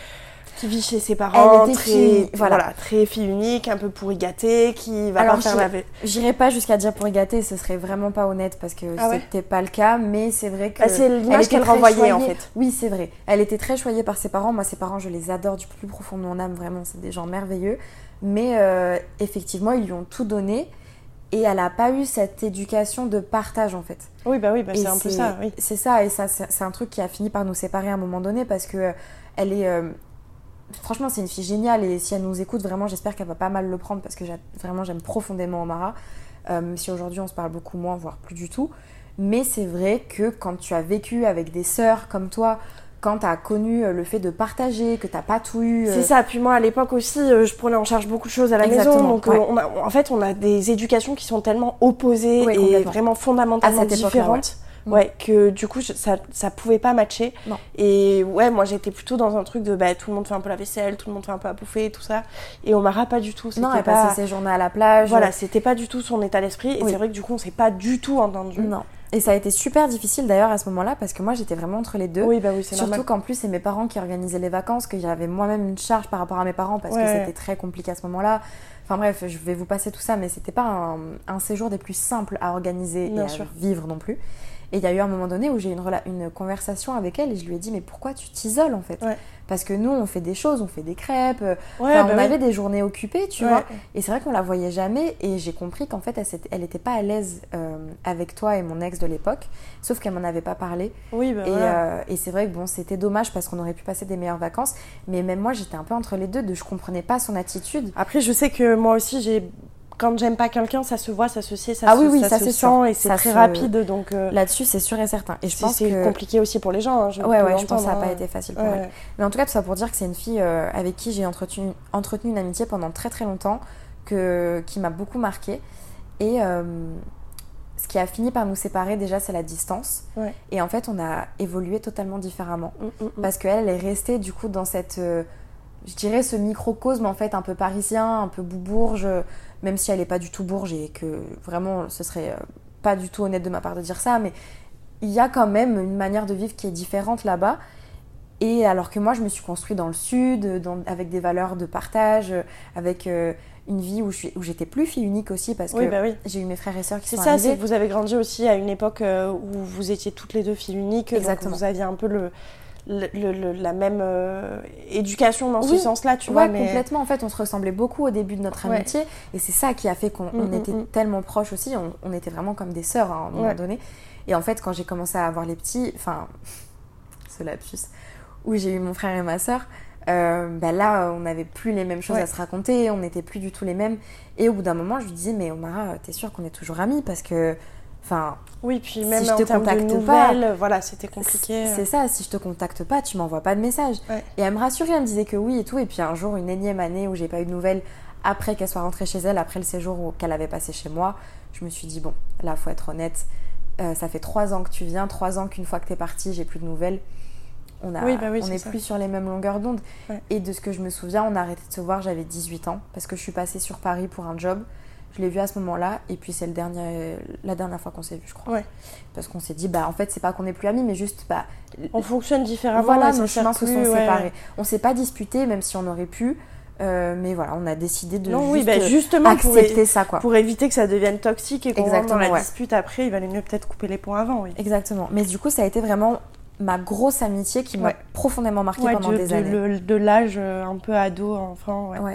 [SPEAKER 1] qui vit chez ses parents,
[SPEAKER 2] Elle était
[SPEAKER 1] très,
[SPEAKER 2] fille, voilà.
[SPEAKER 1] voilà, très fille unique, un peu pourri gâtée, qui va
[SPEAKER 2] Alors,
[SPEAKER 1] pas faire
[SPEAKER 2] je-
[SPEAKER 1] la vaisselle.
[SPEAKER 2] J'irais pas jusqu'à dire pour y gâter, ce serait vraiment pas honnête parce que
[SPEAKER 1] Ah ouais
[SPEAKER 2] c'était pas le cas, mais c'est vrai que.
[SPEAKER 1] Bah, c'est l'image
[SPEAKER 2] elle était
[SPEAKER 1] qu'elle
[SPEAKER 2] très
[SPEAKER 1] renvoyait,
[SPEAKER 2] choyée.
[SPEAKER 1] en fait.
[SPEAKER 2] Oui, c'est vrai. Elle était très choyée par ses parents. Moi, ses parents, je les adore du plus profond de mon âme, vraiment. C'est des gens merveilleux. Mais euh, effectivement, ils lui ont tout donné et elle a pas eu cette éducation de partage en fait.
[SPEAKER 1] Oui, bah oui, bah,
[SPEAKER 2] Et
[SPEAKER 1] c'est un peu ça, oui.
[SPEAKER 2] C'est ça, et ça, c'est, c'est un truc qui a fini par nous séparer à un moment donné parce que euh, elle est. euh, Franchement, c'est une fille géniale et si elle nous écoute, vraiment, j'espère qu'elle va pas mal le prendre parce que j'ai, vraiment, j'aime profondément Omara. Euh, même si aujourd'hui, on se parle beaucoup moins, voire plus du tout. Mais c'est vrai que quand tu as vécu avec des sœurs comme toi, quand tu as connu le fait de partager, que tu n'as pas tout eu. euh,
[SPEAKER 1] C'est ça, puis moi à l'époque aussi, euh, je prenais en charge beaucoup de choses à la
[SPEAKER 2] Exactement,
[SPEAKER 1] maison, donc euh,
[SPEAKER 2] ouais.
[SPEAKER 1] on a, en fait on a des éducations qui sont tellement opposées
[SPEAKER 2] Oui,
[SPEAKER 1] et
[SPEAKER 2] complètement.
[SPEAKER 1] vraiment fondamentalement
[SPEAKER 2] À cette époque-là,
[SPEAKER 1] différentes.
[SPEAKER 2] ouais.
[SPEAKER 1] Ouais, que du coup je- ça, ça pouvait pas matcher.
[SPEAKER 2] Non.
[SPEAKER 1] Et ouais, moi j'étais plutôt dans un truc de bah, tout le monde fait un peu la vaisselle, tout le monde fait un peu à bouffer, tout ça. Et Omara pas du tout. C'était
[SPEAKER 2] Non, elle
[SPEAKER 1] pas...
[SPEAKER 2] passait ses journées à la plage.
[SPEAKER 1] Voilà, c'était pas du tout son état d'esprit. Et
[SPEAKER 2] Oui.
[SPEAKER 1] c'est vrai que du coup on s'est pas du tout entendu.
[SPEAKER 2] Non. Et ça a été super difficile d'ailleurs à ce moment-là parce que moi j'étais vraiment entre les deux.
[SPEAKER 1] Oui, bah oui, c'est
[SPEAKER 2] Surtout
[SPEAKER 1] normal.
[SPEAKER 2] qu'en plus c'est mes parents qui organisaient les vacances, que j'avais moi-même une charge par rapport à mes parents parce
[SPEAKER 1] Ouais.
[SPEAKER 2] que c'était très compliqué à ce moment-là. Enfin bref, je vais vous passer tout ça, mais c'était pas un, un séjour des plus simples à organiser
[SPEAKER 1] Bien
[SPEAKER 2] et
[SPEAKER 1] sûr.
[SPEAKER 2] à vivre non plus. Et il y a eu un moment donné où j'ai eu une, rela- une conversation avec elle et je lui ai dit mais pourquoi tu t'isoles en fait?
[SPEAKER 1] Ouais.
[SPEAKER 2] Parce que nous on fait des choses, on fait des crêpes, euh,
[SPEAKER 1] Ouais,
[SPEAKER 2] enfin,
[SPEAKER 1] bah
[SPEAKER 2] on
[SPEAKER 1] oui.
[SPEAKER 2] avait des journées occupées, tu
[SPEAKER 1] Ouais.
[SPEAKER 2] vois. Et c'est vrai qu'on la voyait jamais et j'ai compris qu'en fait elle, s'était- elle était pas à l'aise euh, avec toi et mon ex de l'époque, sauf qu'elle m'en avait pas parlé.
[SPEAKER 1] Oui, bah
[SPEAKER 2] Et,
[SPEAKER 1] voilà.
[SPEAKER 2] euh, et c'est vrai que bon, c'était dommage parce qu'on aurait pu passer des meilleures vacances, mais même moi j'étais un peu entre les deux, de je comprenais pas son attitude.
[SPEAKER 1] Après, je sais que moi aussi, j'ai quand j'aime pas quelqu'un, ça se voit, ça se sait, ça
[SPEAKER 2] Ah
[SPEAKER 1] se,
[SPEAKER 2] oui, oui,
[SPEAKER 1] ça
[SPEAKER 2] ça,
[SPEAKER 1] se
[SPEAKER 2] c'est
[SPEAKER 1] sent
[SPEAKER 2] sûr.
[SPEAKER 1] et c'est
[SPEAKER 2] Ça
[SPEAKER 1] très
[SPEAKER 2] se-
[SPEAKER 1] rapide, donc euh,
[SPEAKER 2] Là-dessus, c'est sûr et certain. Et je
[SPEAKER 1] c'est,
[SPEAKER 2] pense
[SPEAKER 1] c'est
[SPEAKER 2] que
[SPEAKER 1] compliqué aussi pour les gens. Hein, je
[SPEAKER 2] ouais,
[SPEAKER 1] peux
[SPEAKER 2] ouais, je pense que ça n'a
[SPEAKER 1] l'entendre,
[SPEAKER 2] pas
[SPEAKER 1] hein.
[SPEAKER 2] été facile pour
[SPEAKER 1] Ouais,
[SPEAKER 2] elle.
[SPEAKER 1] ouais.
[SPEAKER 2] Mais en tout cas, tout ça pour dire que c'est une fille euh, avec qui j'ai entretenu, entretenu une amitié pendant très très longtemps, que, qui m'a beaucoup marquée. Et euh, ce qui a fini par nous séparer, déjà, c'est la distance.
[SPEAKER 1] Ouais.
[SPEAKER 2] Et en fait, on a évolué totalement différemment.
[SPEAKER 1] Mm, mm, mm.
[SPEAKER 2] Parce qu'elle, elle est restée du coup dans cette, euh, je dirais, ce microcosme en fait un peu parisien, un peu boubourge, même si elle n'est pas du tout bourge et que vraiment ce serait euh, pas du tout honnête de ma part de dire ça, mais il y a quand même une manière de vivre qui est différente là-bas. Et alors que moi, je me suis construite dans le sud, dans- avec des valeurs de partage, avec euh, une vie où, je suis- où j'étais plus fille unique aussi parce
[SPEAKER 1] Oui,
[SPEAKER 2] que
[SPEAKER 1] bah oui.
[SPEAKER 2] j'ai eu mes frères et sœurs qui
[SPEAKER 1] C'est
[SPEAKER 2] sont
[SPEAKER 1] ça,
[SPEAKER 2] arrivés.
[SPEAKER 1] c'est que vous avez grandi aussi à une époque euh, où vous étiez toutes les deux filles uniques,
[SPEAKER 2] Exactement.
[SPEAKER 1] donc vous aviez un peu le, le, le- le- la même euh, éducation dans ce
[SPEAKER 2] Oui.
[SPEAKER 1] sens-là, tu
[SPEAKER 2] Ouais,
[SPEAKER 1] vois. Mais...
[SPEAKER 2] complètement. En fait, on se ressemblait beaucoup au début de notre
[SPEAKER 1] Ouais.
[SPEAKER 2] amitié. Et c'est ça qui a fait qu'on on
[SPEAKER 1] Mm,
[SPEAKER 2] était
[SPEAKER 1] mm, mm.
[SPEAKER 2] tellement proches aussi. On, on était vraiment comme des sœurs hein, à un moment
[SPEAKER 1] Ouais.
[SPEAKER 2] donné. Et en fait, quand j'ai commencé à avoir les petits, enfin, ce lapsus, où j'ai eu mon frère et ma sœur, euh, bah là, on n'avait plus les mêmes choses
[SPEAKER 1] Ouais.
[SPEAKER 2] à se raconter. On n'était plus du tout les mêmes. Et au bout d'un moment, je lui disais, mais Omara, t'es sûre qu'on est toujours amis? Parce que, enfin,
[SPEAKER 1] Oui, puis
[SPEAKER 2] Si
[SPEAKER 1] même
[SPEAKER 2] je
[SPEAKER 1] en
[SPEAKER 2] te
[SPEAKER 1] termes de
[SPEAKER 2] contacte pas,
[SPEAKER 1] nouvelles, voilà, c'était compliqué.
[SPEAKER 2] c'est ça, si je te contacte pas, tu m'envoies pas de message.
[SPEAKER 1] Ouais.
[SPEAKER 2] Et elle me rassurait, elle me disait que oui et tout. Et puis un jour, une énième année où j'ai pas eu de nouvelles, après qu'elle soit rentrée chez elle, après le séjour où- qu'elle avait passé chez moi, je me suis dit, bon, là, faut être honnête, euh, ça fait trois ans que tu viens, trois ans qu'une fois que t'es partie, j'ai plus de nouvelles. On a,
[SPEAKER 1] Oui, bah oui,
[SPEAKER 2] on
[SPEAKER 1] c'est
[SPEAKER 2] n'est
[SPEAKER 1] ça.
[SPEAKER 2] plus sur les mêmes longueurs d'onde.
[SPEAKER 1] Ouais.
[SPEAKER 2] Et de ce que je me souviens, on a arrêté de se voir, j'avais dix-huit ans, parce que je suis passée sur Paris pour un job. Je l'ai vu à ce moment-là, et puis c'est le dernier, la dernière fois qu'on s'est vu, je crois.
[SPEAKER 1] Ouais.
[SPEAKER 2] Parce qu'on s'est dit, bah en fait, c'est pas qu'on n'est plus amis, mais juste, bah,
[SPEAKER 1] On fonctionne différemment.
[SPEAKER 2] voilà,
[SPEAKER 1] et ça
[SPEAKER 2] nos
[SPEAKER 1] sert
[SPEAKER 2] chemins se
[SPEAKER 1] plus,
[SPEAKER 2] sont
[SPEAKER 1] ouais.
[SPEAKER 2] séparés. On s'est pas disputé, même si on aurait pu. Euh, mais voilà, on a décidé de
[SPEAKER 1] Non,
[SPEAKER 2] juste
[SPEAKER 1] oui, bah, justement, pour,
[SPEAKER 2] accepter
[SPEAKER 1] é-
[SPEAKER 2] ça, quoi.
[SPEAKER 1] pour éviter que ça devienne toxique et qu'on rentre dans
[SPEAKER 2] Exactement,
[SPEAKER 1] la
[SPEAKER 2] ouais.
[SPEAKER 1] dispute après, il valait mieux peut-être couper les ponts avant, oui.
[SPEAKER 2] Exactement. Mais du coup, ça a été vraiment ma grosse amitié qui m'a
[SPEAKER 1] Ouais.
[SPEAKER 2] profondément marquée
[SPEAKER 1] Ouais,
[SPEAKER 2] pendant
[SPEAKER 1] de,
[SPEAKER 2] des
[SPEAKER 1] de,
[SPEAKER 2] années.
[SPEAKER 1] le- de l'âge euh, un peu ado, enfant, ouais.
[SPEAKER 2] Ouais.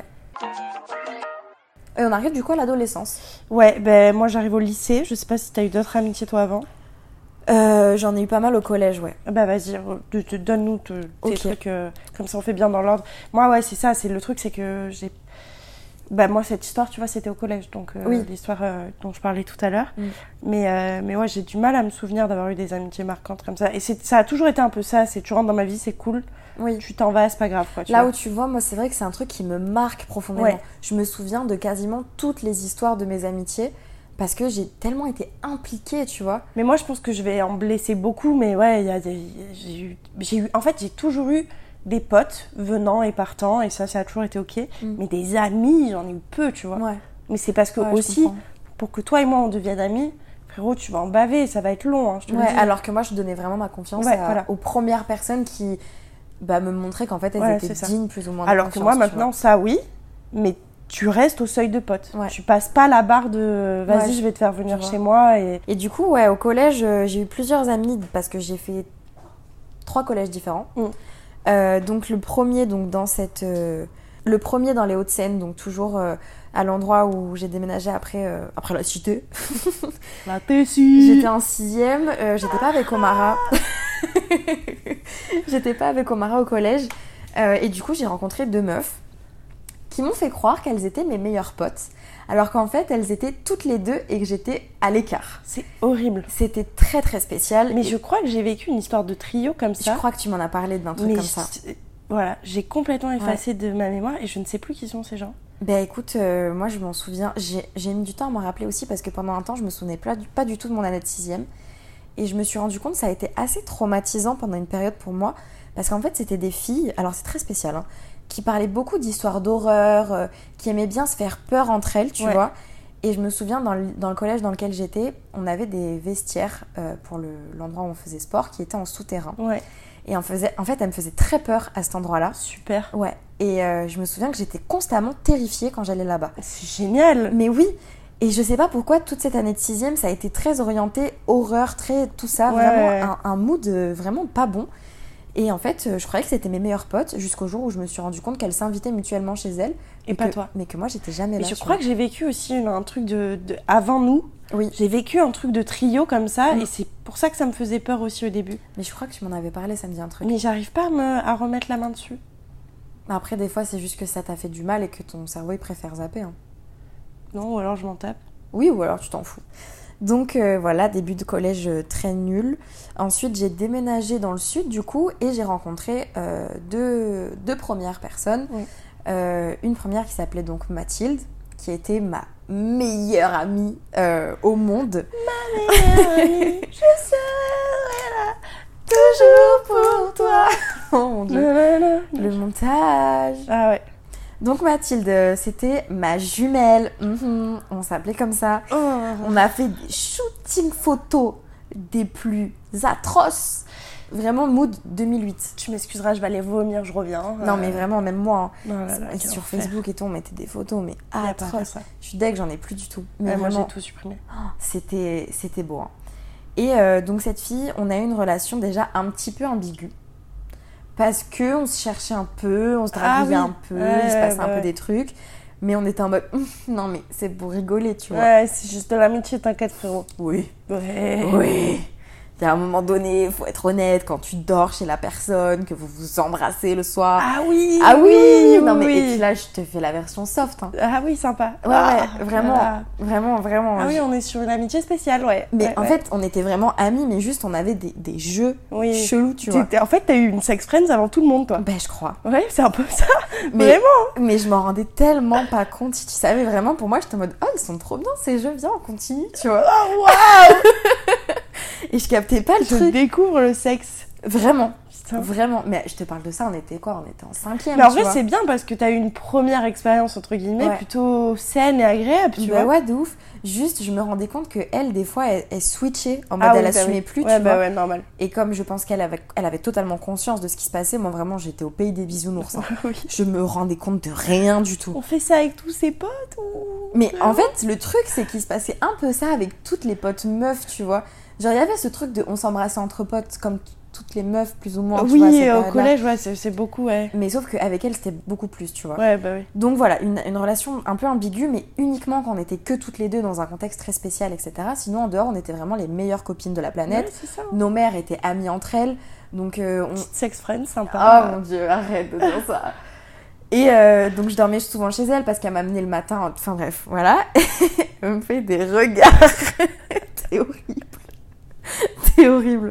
[SPEAKER 2] Et on arrive du coup à l'adolescence.
[SPEAKER 1] Ouais, ben moi j'arrive au lycée, je sais pas si t'as eu d'autres amitiés toi avant.
[SPEAKER 2] Euh, j'en ai eu pas mal au collège, ouais.
[SPEAKER 1] Bah vas-y, re- de- de- donne-nous te- tes
[SPEAKER 2] Ok.
[SPEAKER 1] trucs, euh, comme ça on fait bien dans l'ordre. Moi ouais, c'est ça, c'est le truc, c'est que j'ai... Bah moi cette histoire, tu vois, c'était au collège, donc euh,
[SPEAKER 2] Oui.
[SPEAKER 1] l'histoire euh, dont je parlais tout à l'heure.
[SPEAKER 2] Mm.
[SPEAKER 1] Mais, euh, mais ouais, j'ai du mal à me souvenir d'avoir eu des amitiés marquantes comme ça. Et c'est, ça a toujours été un peu ça, c'est tu rentres dans ma vie, c'est cool,
[SPEAKER 2] Oui.
[SPEAKER 1] tu t'en vas, c'est pas grave, quoi. Tu
[SPEAKER 2] Là
[SPEAKER 1] vois.
[SPEAKER 2] où tu vois, moi c'est vrai que c'est un truc qui me marque profondément.
[SPEAKER 1] Ouais.
[SPEAKER 2] Je me souviens de quasiment toutes les histoires de mes amitiés parce que j'ai tellement été impliquée, tu vois.
[SPEAKER 1] Mais moi je pense que je vais en blesser beaucoup, mais ouais, il y a des... j'ai eu... j'ai eu... En fait, j'ai toujours eu des potes venant et partant, et ça, ça a toujours été ok.
[SPEAKER 2] Mm.
[SPEAKER 1] Mais des amis, j'en ai eu peu, tu vois.
[SPEAKER 2] Ouais.
[SPEAKER 1] Mais c'est parce que
[SPEAKER 2] Ouais, je
[SPEAKER 1] aussi,
[SPEAKER 2] comprends.
[SPEAKER 1] pour que toi et moi on devienne amis, frérot, tu vas en baver, ça va être long, hein, je te
[SPEAKER 2] Ouais,
[SPEAKER 1] le dis.
[SPEAKER 2] alors que moi je donnais vraiment ma confiance
[SPEAKER 1] Ouais,
[SPEAKER 2] à-
[SPEAKER 1] voilà.
[SPEAKER 2] aux premières personnes qui bah, me montraient qu'en fait elles
[SPEAKER 1] Ouais,
[SPEAKER 2] étaient
[SPEAKER 1] c'est ça.
[SPEAKER 2] dignes plus ou moins de
[SPEAKER 1] Alors que moi
[SPEAKER 2] confiance, tu
[SPEAKER 1] maintenant, ça oui, mais tu restes au seuil de pote.
[SPEAKER 2] Ouais.
[SPEAKER 1] Tu passes pas la barre de vas-y,
[SPEAKER 2] Ouais,
[SPEAKER 1] je vais te faire venir
[SPEAKER 2] je vois.
[SPEAKER 1] chez moi. Et...
[SPEAKER 2] vois. Et du coup, ouais, au collège, euh, j'ai eu plusieurs amis parce que j'ai fait trois collèges différents.
[SPEAKER 1] Mm.
[SPEAKER 2] Euh, donc le premier, donc dans cette, euh, le premier dans les Hauts-de-Seine, donc toujours euh, à l'endroit où j'ai déménagé après, euh, après la cité.
[SPEAKER 1] La Tessie.
[SPEAKER 2] J'étais en sixième, euh, j'étais pas avec Omara. J'étais pas avec Omara au collège. Euh, et du coup, j'ai rencontré deux meufs qui m'ont fait croire qu'elles étaient mes meilleures potes. Alors qu'en fait, elles étaient toutes les deux et que j'étais à l'écart.
[SPEAKER 1] C'est horrible.
[SPEAKER 2] C'était très très spécial.
[SPEAKER 1] Mais
[SPEAKER 2] Et
[SPEAKER 1] je crois que j'ai vécu une histoire de trio comme
[SPEAKER 2] je
[SPEAKER 1] ça.
[SPEAKER 2] crois que tu m'en as parlé d'un truc
[SPEAKER 1] mais
[SPEAKER 2] comme ça.
[SPEAKER 1] je- Voilà, j'ai complètement effacé de ma mémoire et je ne sais plus qui sont ces gens.
[SPEAKER 2] Ben écoute, euh, moi je m'en souviens. J'ai, j'ai mis du temps à m'en rappeler aussi parce que pendant un temps, je me souvenais pas du, pas du tout de mon année de sixième. Et je me suis rendu compte que ça a été assez traumatisant pendant une période pour moi. Parce qu'en fait, c'était des filles, alors c'est très spécial, hein, qui parlaient beaucoup d'histoires d'horreur, euh, qui aimaient bien se faire peur entre elles, tu
[SPEAKER 1] Ouais.
[SPEAKER 2] vois. Et je me souviens, dans le, dans le collège dans lequel j'étais, on avait des vestiaires euh, pour le, l'endroit où on faisait sport qui étaient en souterrain.
[SPEAKER 1] Ouais,
[SPEAKER 2] Et on faisait, en fait, elle me faisait très peur à cet endroit-là.
[SPEAKER 1] super.
[SPEAKER 2] Ouais. Et euh, je me souviens que j'étais constamment terrifiée quand j'allais là-bas.
[SPEAKER 1] C'est génial.
[SPEAKER 2] Mais oui. Et je sais pas pourquoi toute cette année de sixième, ça a été très orienté horreur, très tout ça,
[SPEAKER 1] Ouais,
[SPEAKER 2] vraiment
[SPEAKER 1] ouais.
[SPEAKER 2] un, un mood euh, vraiment pas bon. Et en fait, euh, je croyais que c'était mes meilleures potes jusqu'au jour où je me suis rendu compte qu'elles s'invitaient mutuellement chez elles.
[SPEAKER 1] Et
[SPEAKER 2] mais
[SPEAKER 1] pas
[SPEAKER 2] que-
[SPEAKER 1] toi.
[SPEAKER 2] Mais que moi, j'étais jamais
[SPEAKER 1] Mais
[SPEAKER 2] là.
[SPEAKER 1] je
[SPEAKER 2] tu
[SPEAKER 1] crois
[SPEAKER 2] vois.
[SPEAKER 1] que j'ai vécu aussi une- un truc de, de... Avant nous,
[SPEAKER 2] Oui.
[SPEAKER 1] j'ai vécu un truc de trio comme ça
[SPEAKER 2] Mm.
[SPEAKER 1] et c'est pour ça que ça me faisait peur aussi au début.
[SPEAKER 2] Mais je crois que tu m'en avais parlé, ça me dit un truc.
[SPEAKER 1] Mais j'arrive pas à, me... à remettre la main dessus.
[SPEAKER 2] Après, des fois, c'est juste que ça t'a fait du mal et que ton cerveau, il préfère zapper. hein.
[SPEAKER 1] Non, ou alors je m'en tape.
[SPEAKER 2] Oui, ou alors tu t'en fous. Donc euh, voilà, début de collège euh, très nul. Ensuite, j'ai déménagé dans le sud du coup et j'ai rencontré euh, deux, deux premières personnes.
[SPEAKER 1] Oui.
[SPEAKER 2] Euh, une première qui s'appelait donc Mathilde, qui était ma meilleure amie euh, au monde.
[SPEAKER 1] Je serai là, toujours pour toi.
[SPEAKER 2] Oh mon dieu.
[SPEAKER 1] Nanana.
[SPEAKER 2] Le montage.
[SPEAKER 1] Ah ouais.
[SPEAKER 2] Donc Mathilde, euh, c'était ma jumelle. Mhm, on s'appelait comme ça.
[SPEAKER 1] Oh.
[SPEAKER 2] On a fait des shootings photos des plus atroces. Vraiment mood deux mille huit.
[SPEAKER 1] Tu m'excuseras, je vais aller vomir, je reviens.
[SPEAKER 2] Non
[SPEAKER 1] Euh,
[SPEAKER 2] mais vraiment, même moi, hein.
[SPEAKER 1] non, là, là,
[SPEAKER 2] Et
[SPEAKER 1] quel
[SPEAKER 2] sur
[SPEAKER 1] enfer.
[SPEAKER 2] Facebook et tout, on mettait des photos, mais
[SPEAKER 1] Y a pas
[SPEAKER 2] atroces.
[SPEAKER 1] ça.
[SPEAKER 2] Je suis deg, j'en ai plus du tout. Mais
[SPEAKER 1] Ouais, moi
[SPEAKER 2] vraiment,
[SPEAKER 1] j'ai tout supprimé.
[SPEAKER 2] c'était, c'était beau. hein. Et euh, donc cette fille, on a eu une relation déjà un petit peu ambiguë. Parce que on se cherchait un peu, on se dragouillait
[SPEAKER 1] Ah oui.
[SPEAKER 2] un peu,
[SPEAKER 1] Ouais,
[SPEAKER 2] il se passait
[SPEAKER 1] ouais,
[SPEAKER 2] un peu
[SPEAKER 1] ouais.
[SPEAKER 2] des trucs. Mais on était en mode, hum, non mais c'est pour rigoler, tu vois.
[SPEAKER 1] Ouais, c'est juste de l'amitié, t'inquiète frérot.
[SPEAKER 2] Oui.
[SPEAKER 1] Ouais.
[SPEAKER 2] Oui. Il y a un moment donné, faut être honnête, quand tu dors chez la personne, que vous vous embrassez le soir.
[SPEAKER 1] Ah oui.
[SPEAKER 2] Ah oui, Non mais
[SPEAKER 1] oui.
[SPEAKER 2] et puis là, je te fais la version soft. Hein.
[SPEAKER 1] Ah oui, sympa.
[SPEAKER 2] Ouais,
[SPEAKER 1] Ah,
[SPEAKER 2] ouais, vraiment,
[SPEAKER 1] ah.
[SPEAKER 2] vraiment, vraiment.
[SPEAKER 1] Ah oui,
[SPEAKER 2] Je-
[SPEAKER 1] on est sur une amitié spéciale, ouais.
[SPEAKER 2] Mais
[SPEAKER 1] Ouais,
[SPEAKER 2] en
[SPEAKER 1] ouais.
[SPEAKER 2] fait, on était vraiment amis, mais juste on avait des, des jeux
[SPEAKER 1] Oui.
[SPEAKER 2] chelous, tu vois.
[SPEAKER 1] T'étais- En fait, t'as eu une sex friends avant tout le monde, toi.
[SPEAKER 2] Ben, je crois.
[SPEAKER 1] Ouais, c'est un peu ça.
[SPEAKER 2] Mais,
[SPEAKER 1] Vraiment.
[SPEAKER 2] mais je m'en rendais tellement pas compte. Si tu savais vraiment, pour moi, j'étais en mode, oh, ils sont trop bien ces jeux, viens, on continue, tu vois.
[SPEAKER 1] Oh, waouh.
[SPEAKER 2] Et je captais pas le
[SPEAKER 1] Je
[SPEAKER 2] truc.
[SPEAKER 1] découvre le sexe.
[SPEAKER 2] Vraiment,
[SPEAKER 1] Putain.
[SPEAKER 2] vraiment. Mais je te parle de ça, on était quoi? On était en cinquième.
[SPEAKER 1] Mais en
[SPEAKER 2] tu
[SPEAKER 1] vrai,
[SPEAKER 2] vois.
[SPEAKER 1] c'est bien parce que t'as eu une première expérience, entre guillemets,
[SPEAKER 2] Ouais.
[SPEAKER 1] plutôt saine et agréable, tu
[SPEAKER 2] bah
[SPEAKER 1] vois.
[SPEAKER 2] ouais, de ouf. Juste, je me rendais compte que elle, des fois, elle, elle switchait en mode
[SPEAKER 1] Ah oui,
[SPEAKER 2] elle
[SPEAKER 1] bah
[SPEAKER 2] assumait
[SPEAKER 1] oui.
[SPEAKER 2] plus,
[SPEAKER 1] Ouais,
[SPEAKER 2] tu
[SPEAKER 1] bah
[SPEAKER 2] vois.
[SPEAKER 1] ouais, normal.
[SPEAKER 2] Et comme je pense qu'elle avait, elle avait totalement conscience de ce qui se passait, moi vraiment, j'étais au pays des bisounours. hein.
[SPEAKER 1] Oui.
[SPEAKER 2] Je me rendais compte de rien du tout.
[SPEAKER 1] On fait ça avec tous ses potes ou...
[SPEAKER 2] Mais en fait, le truc, c'est qu'il se passait un peu ça avec toutes les potes meufs, tu vois. Genre, il y avait ce truc de on s'embrassait entre potes, comme t- toutes les meufs, plus ou moins. tu vois,
[SPEAKER 1] Oui,
[SPEAKER 2] cette
[SPEAKER 1] au
[SPEAKER 2] période-là.
[SPEAKER 1] collège, ouais, c'est, c'est beaucoup, ouais.
[SPEAKER 2] Mais sauf qu'avec elle, c'était beaucoup plus, tu vois.
[SPEAKER 1] Ouais, bah oui.
[SPEAKER 2] Donc voilà, une, une relation un peu ambiguë, mais uniquement quand on était que toutes les deux dans un contexte très spécial, et cetera. Sinon, en dehors, on était vraiment les meilleures copines de la planète.
[SPEAKER 1] Ouais, c'est ça.
[SPEAKER 2] Nos mères étaient amies entre elles. Donc, euh, on...
[SPEAKER 1] Petite sex friend,
[SPEAKER 2] Oh
[SPEAKER 1] sympa.
[SPEAKER 2] mon dieu, arrête de dire ça. Et euh, donc je dormais souvent chez elle parce qu'elle m'amenait le matin. Enfin bref, voilà. Elle me fait des regards. T'es horrible. T'es horrible.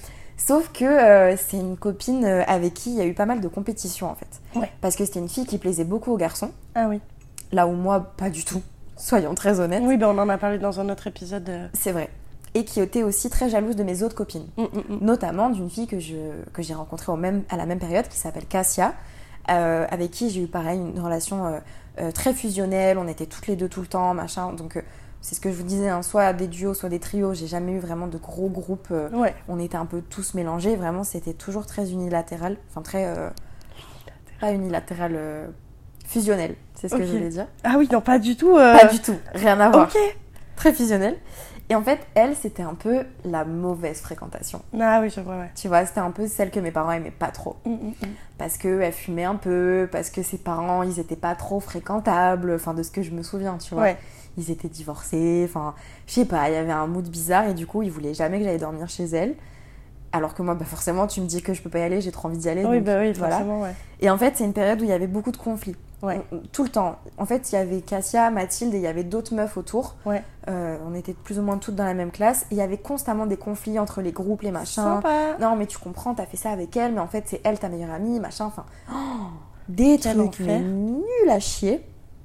[SPEAKER 2] Sauf que euh, c'est une copine euh, avec qui il y a eu pas mal de compétition en fait.
[SPEAKER 1] Ouais.
[SPEAKER 2] Parce que c'était une fille qui plaisait beaucoup aux garçons.
[SPEAKER 1] Ah oui.
[SPEAKER 2] Là où moi, pas du tout. Soyons très honnêtes.
[SPEAKER 1] Oui, bah on en a parlé dans un autre épisode. euh.
[SPEAKER 2] C'est vrai. Et qui était aussi très jalouse de mes autres copines.
[SPEAKER 1] Mm, mm, mm.
[SPEAKER 2] Notamment d'une fille que, je, que j'ai rencontrée au même, à la même période qui s'appelle Cassia, euh, avec qui j'ai eu pareil une relation euh, euh, très fusionnelle, on était toutes les deux tout le temps, machin, donc euh, c'est ce que je vous disais, hein, soit des duos, soit des trios, j'ai jamais eu vraiment de gros groupes, euh,
[SPEAKER 1] Ouais.
[SPEAKER 2] on était un peu tous mélangés, vraiment c'était toujours très unilatéral, enfin très, euh, pas unilatéral, euh, fusionnel, c'est ce
[SPEAKER 1] Ok.
[SPEAKER 2] que je voulais dire.
[SPEAKER 1] Ah oui, non, pas du tout. euh.
[SPEAKER 2] Pas du tout, rien à voir,
[SPEAKER 1] Ok.
[SPEAKER 2] très fusionnel. Et en fait, elle, c'était un peu la mauvaise fréquentation.
[SPEAKER 1] Ah oui, je vois, ouais.
[SPEAKER 2] Tu vois, c'était un peu celle que mes parents aimaient pas trop.
[SPEAKER 1] Mm, mm, mm.
[SPEAKER 2] Parce qu'elle fumait un peu, parce que ses parents, ils étaient pas trop fréquentables, enfin de ce que je me souviens, tu vois.
[SPEAKER 1] Ouais.
[SPEAKER 2] Ils étaient divorcés, enfin, je sais pas, il y avait un mood bizarre et du coup, ils voulaient jamais que j'aille dormir chez elle. Alors que moi, bah forcément, tu me dis que je peux pas y aller, j'ai trop envie d'y aller.
[SPEAKER 1] Oui,
[SPEAKER 2] donc,
[SPEAKER 1] bah oui,
[SPEAKER 2] voilà.
[SPEAKER 1] forcément, ouais.
[SPEAKER 2] Et en fait, c'est une période où il y avait beaucoup de conflits.
[SPEAKER 1] Ouais.
[SPEAKER 2] On- Tout le temps. En fait, il y avait Cassia, Mathilde et il y avait d'autres meufs autour.
[SPEAKER 1] Ouais.
[SPEAKER 2] Euh, on était plus ou moins toutes dans la même classe. Et il y avait constamment des conflits entre les groupes, les machins.
[SPEAKER 1] Sympa.
[SPEAKER 2] Non, mais tu comprends, t'as fait ça avec elle, mais en fait, c'est elle ta meilleure amie, machin. Enfin, oh, des
[SPEAKER 1] Quel
[SPEAKER 2] trucs mais
[SPEAKER 1] enfer.
[SPEAKER 2] nuls à chier.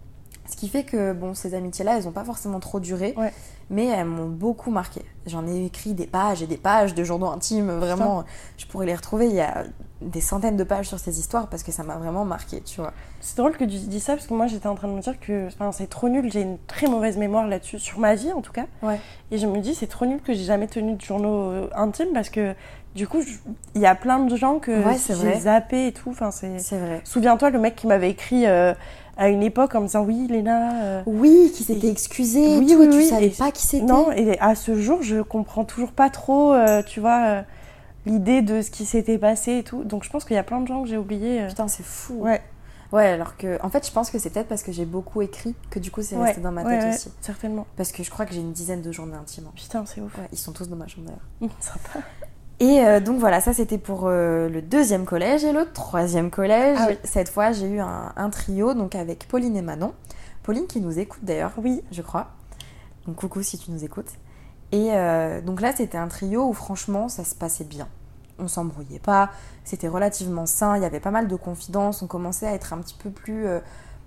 [SPEAKER 2] Ce qui fait que, bon, ces amitiés-là, elles ont pas forcément trop duré.
[SPEAKER 1] Ouais.
[SPEAKER 2] Mais elles m'ont beaucoup marqué. J'en ai écrit des pages et des pages de journaux intimes. Vraiment, je pourrais les retrouver. Il y a des centaines de pages sur ces histoires parce que ça m'a vraiment marqué, tu vois.
[SPEAKER 1] C'est drôle que tu dis ça parce que moi j'étais en train de me dire que enfin, c'est trop nul, j'ai une très mauvaise mémoire là-dessus, sur ma vie en tout cas.
[SPEAKER 2] Ouais.
[SPEAKER 1] Et je me dis c'est trop nul que j'ai jamais tenu de journaux euh, intimes parce que du coup je- il y a plein de gens que
[SPEAKER 2] Ouais, c'est
[SPEAKER 1] j'ai
[SPEAKER 2] vrai.
[SPEAKER 1] zappé et tout. Enfin, c'est...
[SPEAKER 2] C'est vrai.
[SPEAKER 1] Souviens-toi le mec qui m'avait écrit euh, à une époque en me disant oui Léna. euh,
[SPEAKER 2] Oui, qui s'était excusé.
[SPEAKER 1] Oui,
[SPEAKER 2] Oui,
[SPEAKER 1] oui,
[SPEAKER 2] tu
[SPEAKER 1] oui,
[SPEAKER 2] savais
[SPEAKER 1] et-
[SPEAKER 2] pas qui c'était.
[SPEAKER 1] Non, et à ce jour je comprends toujours pas trop, euh, tu vois, euh, l'idée de ce qui s'était passé et tout. Donc je pense qu'il y a plein de gens que j'ai oubliés. euh.
[SPEAKER 2] Putain, c'est fou.
[SPEAKER 1] Ouais.
[SPEAKER 2] Ouais, alors que, en fait, je pense que c'est peut-être parce que j'ai beaucoup écrit que du coup c'est
[SPEAKER 1] Ouais,
[SPEAKER 2] resté dans ma
[SPEAKER 1] ouais,
[SPEAKER 2] tête
[SPEAKER 1] ouais,
[SPEAKER 2] aussi.
[SPEAKER 1] certainement.
[SPEAKER 2] Parce que je crois que j'ai une dizaine de journées intimes.
[SPEAKER 1] Putain, c'est ouf.
[SPEAKER 2] Ouais, ils sont tous dans ma chambre d'ailleurs.
[SPEAKER 1] Hum, Sympa.
[SPEAKER 2] Et euh, donc voilà, ça c'était pour euh, le deuxième collège. Et le troisième collège,
[SPEAKER 1] Ah oui.
[SPEAKER 2] cette fois j'ai eu un, un trio donc avec Pauline et Manon. Pauline qui nous écoute d'ailleurs,
[SPEAKER 1] Oui.
[SPEAKER 2] je crois. Donc coucou si tu nous écoutes. Et euh, donc là c'était un trio où franchement ça se passait bien. On s'embrouillait pas, c'était relativement sain, il y avait pas mal de confidences, on commençait à être un petit peu plus euh,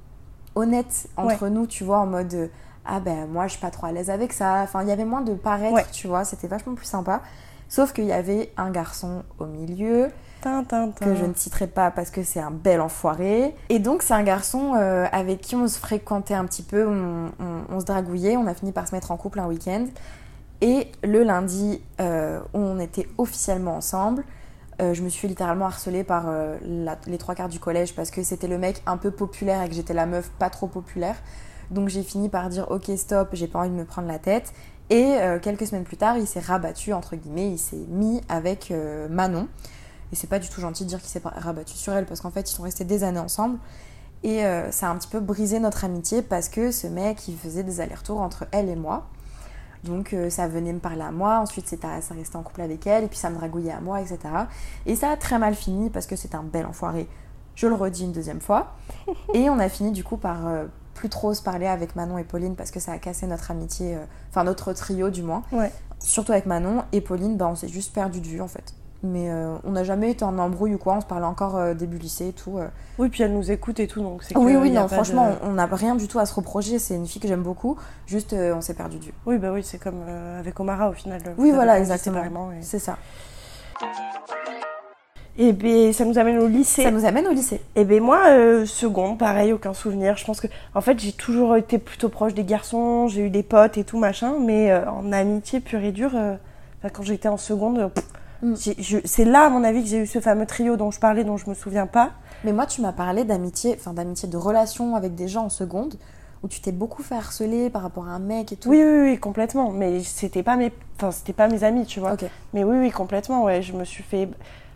[SPEAKER 2] honnête entre nous, tu vois, en mode euh, ah ben moi je suis pas trop à l'aise avec ça. Enfin, il y avait moins de paraître,
[SPEAKER 1] Ouais.
[SPEAKER 2] tu vois, c'était vachement plus sympa. Sauf qu'il y avait un garçon au milieu
[SPEAKER 1] Tin, tin, tin.
[SPEAKER 2] que je ne citerai pas parce que c'est un bel enfoiré. Et donc c'est un garçon euh, avec qui on se fréquentait un petit peu, on, on- on se dragouillait, on a fini par se mettre en couple un week-end. Et le lundi, euh, on était officiellement ensemble. Euh, je me suis littéralement harcelée par euh, la- les trois quarts du collège parce que c'était le mec un peu populaire et que j'étais la meuf pas trop populaire. Donc j'ai fini par dire ok stop, j'ai pas envie de me prendre la tête. Et euh, quelques semaines plus tard, il s'est rabattu, entre guillemets, il s'est mis avec euh, Manon. Et c'est pas du tout gentil de dire qu'il s'est pas rabattu sur elle parce qu'en fait ils sont restés des années ensemble. Et euh, ça a un petit peu brisé notre amitié parce que ce mec il faisait des allers-retours entre elle et moi. Donc euh, ça venait me parler à moi, ensuite c'est à- ça restait en couple avec elle, et puis ça me draguillait à moi, et cetera. Et ça a très mal fini parce que c'était un bel enfoiré. Je le redis une deuxième fois. Et on a fini du coup par euh, plus trop se parler avec Manon et Pauline parce que ça a cassé notre amitié, euh, enfin notre trio du moins.
[SPEAKER 1] Ouais.
[SPEAKER 2] Surtout avec Manon et Pauline, bah, on s'est juste perdu de vue en fait. Mais euh, on n'a jamais été en embrouille ou quoi, on se parlait encore euh, début lycée et tout. euh.
[SPEAKER 1] Oui, puis elle nous écoute et tout, donc c'est
[SPEAKER 2] Oui,
[SPEAKER 1] que
[SPEAKER 2] oui,
[SPEAKER 1] y a
[SPEAKER 2] non,
[SPEAKER 1] pas
[SPEAKER 2] franchement,
[SPEAKER 1] de-
[SPEAKER 2] on n'a rien du tout à se reprocher. C'est une fille que j'aime beaucoup, juste euh, on s'est perdu de vue.
[SPEAKER 1] Oui, bah oui, c'est comme euh, avec Omara au final.
[SPEAKER 2] Oui,
[SPEAKER 1] Vous
[SPEAKER 2] voilà,
[SPEAKER 1] avez grandi
[SPEAKER 2] exactement.
[SPEAKER 1] séparément et-
[SPEAKER 2] C'est ça.
[SPEAKER 1] Et ben ça nous amène au lycée.
[SPEAKER 2] Ça nous amène au lycée.
[SPEAKER 1] Et ben moi, euh, seconde, pareil, aucun souvenir. Je pense que, en fait, j'ai toujours été plutôt proche des garçons, j'ai eu des potes et tout, machin, mais euh, en amitié pure et dure, euh, quand j'étais en seconde, pff, mm. j'ai, je, c'est là, à mon avis, que j'ai eu ce fameux trio dont je parlais, dont je me souviens pas.
[SPEAKER 2] Mais moi, tu m'as parlé d'amitié, enfin d'amitié, de relation avec des gens en seconde, où tu t'es beaucoup fait harceler par rapport à un mec et tout.
[SPEAKER 1] Oui, oui, oui, complètement. Mais c'était pas mes, enfin, c'était pas mes amis, tu vois.
[SPEAKER 2] Okay.
[SPEAKER 1] Mais oui, oui, complètement, ouais. Je me suis fait...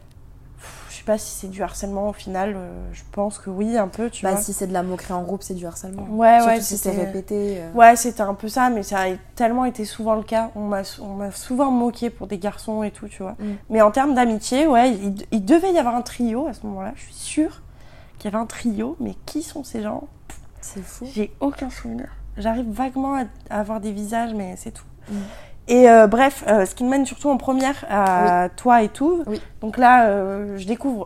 [SPEAKER 1] Je sais pas si c'est du harcèlement au final, euh, je pense que oui, un peu, tu
[SPEAKER 2] bah,
[SPEAKER 1] vois.
[SPEAKER 2] Bah si c'est de la moquerie en groupe, c'est du harcèlement.
[SPEAKER 1] Ouais,
[SPEAKER 2] Surtout
[SPEAKER 1] ouais,
[SPEAKER 2] si
[SPEAKER 1] c'était...
[SPEAKER 2] c'est répété. Euh...
[SPEAKER 1] Ouais, c'était un peu ça, mais ça a tellement été souvent le cas. On m'a, on m'a souvent moqué pour des garçons et tout, tu vois. Mm. Mais en termes d'amitié, ouais, il, il devait y avoir un trio à ce moment-là, je suis sûre qu'il y avait un trio, mais qui sont ces gens ?
[SPEAKER 2] C'est fou.
[SPEAKER 1] J'ai aucun souvenir. J'arrive vaguement à, à avoir des visages, mais c'est tout. Mm. Et euh, bref, euh, ce qui me mène surtout en première à oui. toi et tout.
[SPEAKER 2] Oui.
[SPEAKER 1] Donc là, euh, je découvre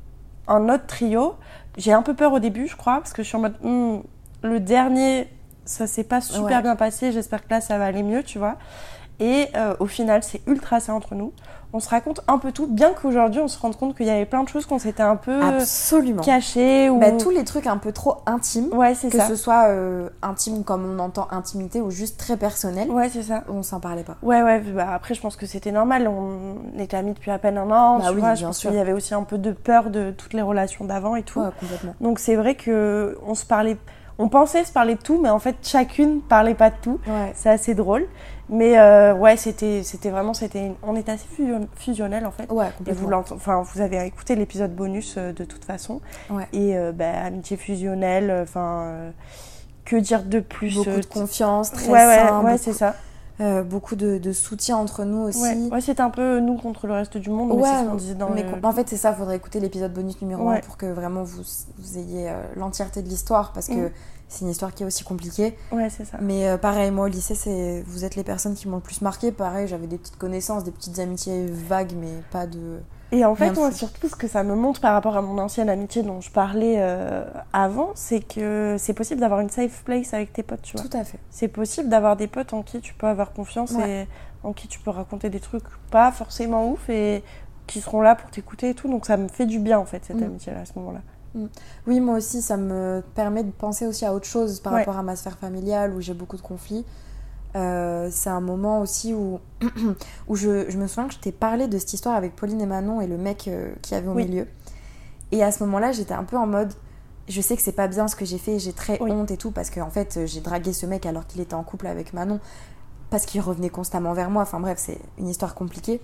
[SPEAKER 1] un autre trio. J'ai un peu peur au début, je crois, parce que je suis en mode, hm, le dernier, ça s'est pas super ouais. bien passé. J'espère que là, ça va aller mieux, tu vois. Et euh, au final, c'est ultra sain entre nous. On se raconte un peu tout, bien qu'aujourd'hui, on se rende compte qu'il y avait plein de choses qu'on s'était un peu
[SPEAKER 2] Absolument.
[SPEAKER 1] cachées. Ou...
[SPEAKER 2] Bah, tous les trucs un peu trop intimes,
[SPEAKER 1] ouais, c'est
[SPEAKER 2] que
[SPEAKER 1] ça.
[SPEAKER 2] ce soit euh, intime comme on entend intimité ou juste très personnel,
[SPEAKER 1] ouais, c'est ça.
[SPEAKER 2] On s'en parlait pas.
[SPEAKER 1] Ouais, ouais, bah, après, je pense que c'était normal. On était amis depuis à peine un an.
[SPEAKER 2] Bah,
[SPEAKER 1] tu
[SPEAKER 2] oui,
[SPEAKER 1] vois,
[SPEAKER 2] bien
[SPEAKER 1] je pense
[SPEAKER 2] sûr.
[SPEAKER 1] qu'il y avait aussi un peu de peur de toutes les relations d'avant et tout.
[SPEAKER 2] Ouais, complètement.
[SPEAKER 1] Donc, c'est vrai qu'on se parlait... On pensait se parler de tout, mais en fait, chacune parlait pas de tout.
[SPEAKER 2] Ouais.
[SPEAKER 1] C'est assez drôle. Mais euh, ouais, c'était, c'était vraiment... C'était, on était assez fusionnels, en fait.
[SPEAKER 2] Ouais,
[SPEAKER 1] et vous, enfin, vous avez écouté l'épisode bonus euh, de toute façon.
[SPEAKER 2] Ouais.
[SPEAKER 1] Et euh, bah, amitié fusionnelle, enfin... Euh, que dire de plus ?
[SPEAKER 2] Beaucoup de confiance, très
[SPEAKER 1] ouais,
[SPEAKER 2] sain.
[SPEAKER 1] Ouais, ouais,
[SPEAKER 2] beaucoup,
[SPEAKER 1] c'est ça.
[SPEAKER 2] Euh, beaucoup de, de soutien entre nous aussi.
[SPEAKER 1] Ouais, ouais c'était un peu nous contre le reste du monde.
[SPEAKER 2] Ouais,
[SPEAKER 1] mais c'est ce qu'on disait dans
[SPEAKER 2] mais
[SPEAKER 1] le...
[SPEAKER 2] en fait, c'est ça. Il faudrait écouter l'épisode bonus numéro
[SPEAKER 1] ouais.
[SPEAKER 2] un pour que vraiment vous, vous ayez euh, l'entièreté de l'histoire. Parce que... Mm. C'est une histoire qui est aussi compliquée.
[SPEAKER 1] Ouais, c'est ça.
[SPEAKER 2] Mais euh, pareil, moi au lycée, c'est... vous êtes les personnes qui m'ont le plus marqué. Pareil, j'avais des petites connaissances, des petites amitiés vagues, mais pas de...
[SPEAKER 1] Et en fait, moi, surtout, ce que ça me montre par rapport à mon ancienne amitié dont je parlais euh, avant, c'est que c'est possible d'avoir une safe place avec tes potes, tu vois.
[SPEAKER 2] Tout à fait.
[SPEAKER 1] C'est possible d'avoir des potes en qui tu peux avoir confiance ouais. et en qui tu peux raconter des trucs pas forcément ouf et qui seront là pour t'écouter et tout. Donc ça me fait du bien, en fait, cette mmh. amitié-là, à ce moment-là.
[SPEAKER 2] Oui, moi aussi, ça me permet de penser aussi à autre chose par
[SPEAKER 1] ouais.
[SPEAKER 2] rapport à ma sphère familiale où j'ai beaucoup de conflits. Euh, c'est un moment aussi où, où je, je me souviens que je t'ai parlé de cette histoire avec Pauline et Manon et le mec euh, qui avait au oui. milieu. Et à ce moment-là, j'étais un peu en mode, je sais que c'est pas bien ce que j'ai fait, j'ai très oui. honte et tout, parce qu'en fait, j'ai dragué ce mec alors qu'il était en couple avec Manon, parce qu'il revenait constamment vers moi. Enfin bref, c'est une histoire compliquée.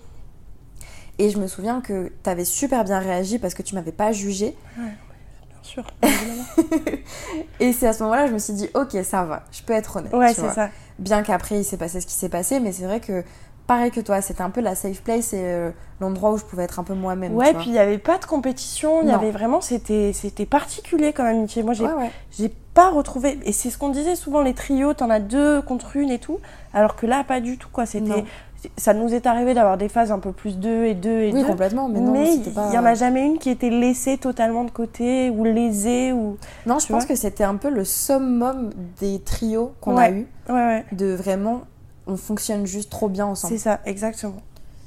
[SPEAKER 2] Et je me souviens que t'avais super bien réagi parce que tu m'avais pas jugée.
[SPEAKER 1] Ouais. Sûr,
[SPEAKER 2] et c'est à ce moment-là je me suis dit ok ça va, je peux être honnête.
[SPEAKER 1] Ouais,
[SPEAKER 2] tu
[SPEAKER 1] c'est
[SPEAKER 2] vois.
[SPEAKER 1] ça.
[SPEAKER 2] Bien qu'après il s'est passé ce qui s'est passé, mais c'est vrai que pareil que toi, c'était un peu la safe place et euh, l'endroit où je pouvais être un peu moi-même.
[SPEAKER 1] Ouais, puis il y avait pas de compétition, il y avait vraiment, c'était, c'était particulier comme amitié. Moi j'ai,
[SPEAKER 2] ouais, ouais.
[SPEAKER 1] j'ai pas retrouvé, et c'est ce qu'on disait souvent, les trios, t'en as deux contre une et tout, alors que là pas du tout quoi. C'était. Non. Ça nous est arrivé d'avoir des phases un peu plus deux et deux et
[SPEAKER 2] oui,
[SPEAKER 1] deux.
[SPEAKER 2] complètement, mais non,
[SPEAKER 1] mais
[SPEAKER 2] c'était pas...
[SPEAKER 1] il y en a jamais une qui était laissée totalement de côté ou lésée ou...
[SPEAKER 2] Non, je pense vois que c'était un peu le summum des trios qu'on
[SPEAKER 1] ouais.
[SPEAKER 2] a eu.
[SPEAKER 1] Ouais, ouais.
[SPEAKER 2] De vraiment, on fonctionne juste trop bien ensemble.
[SPEAKER 1] C'est ça, exactement.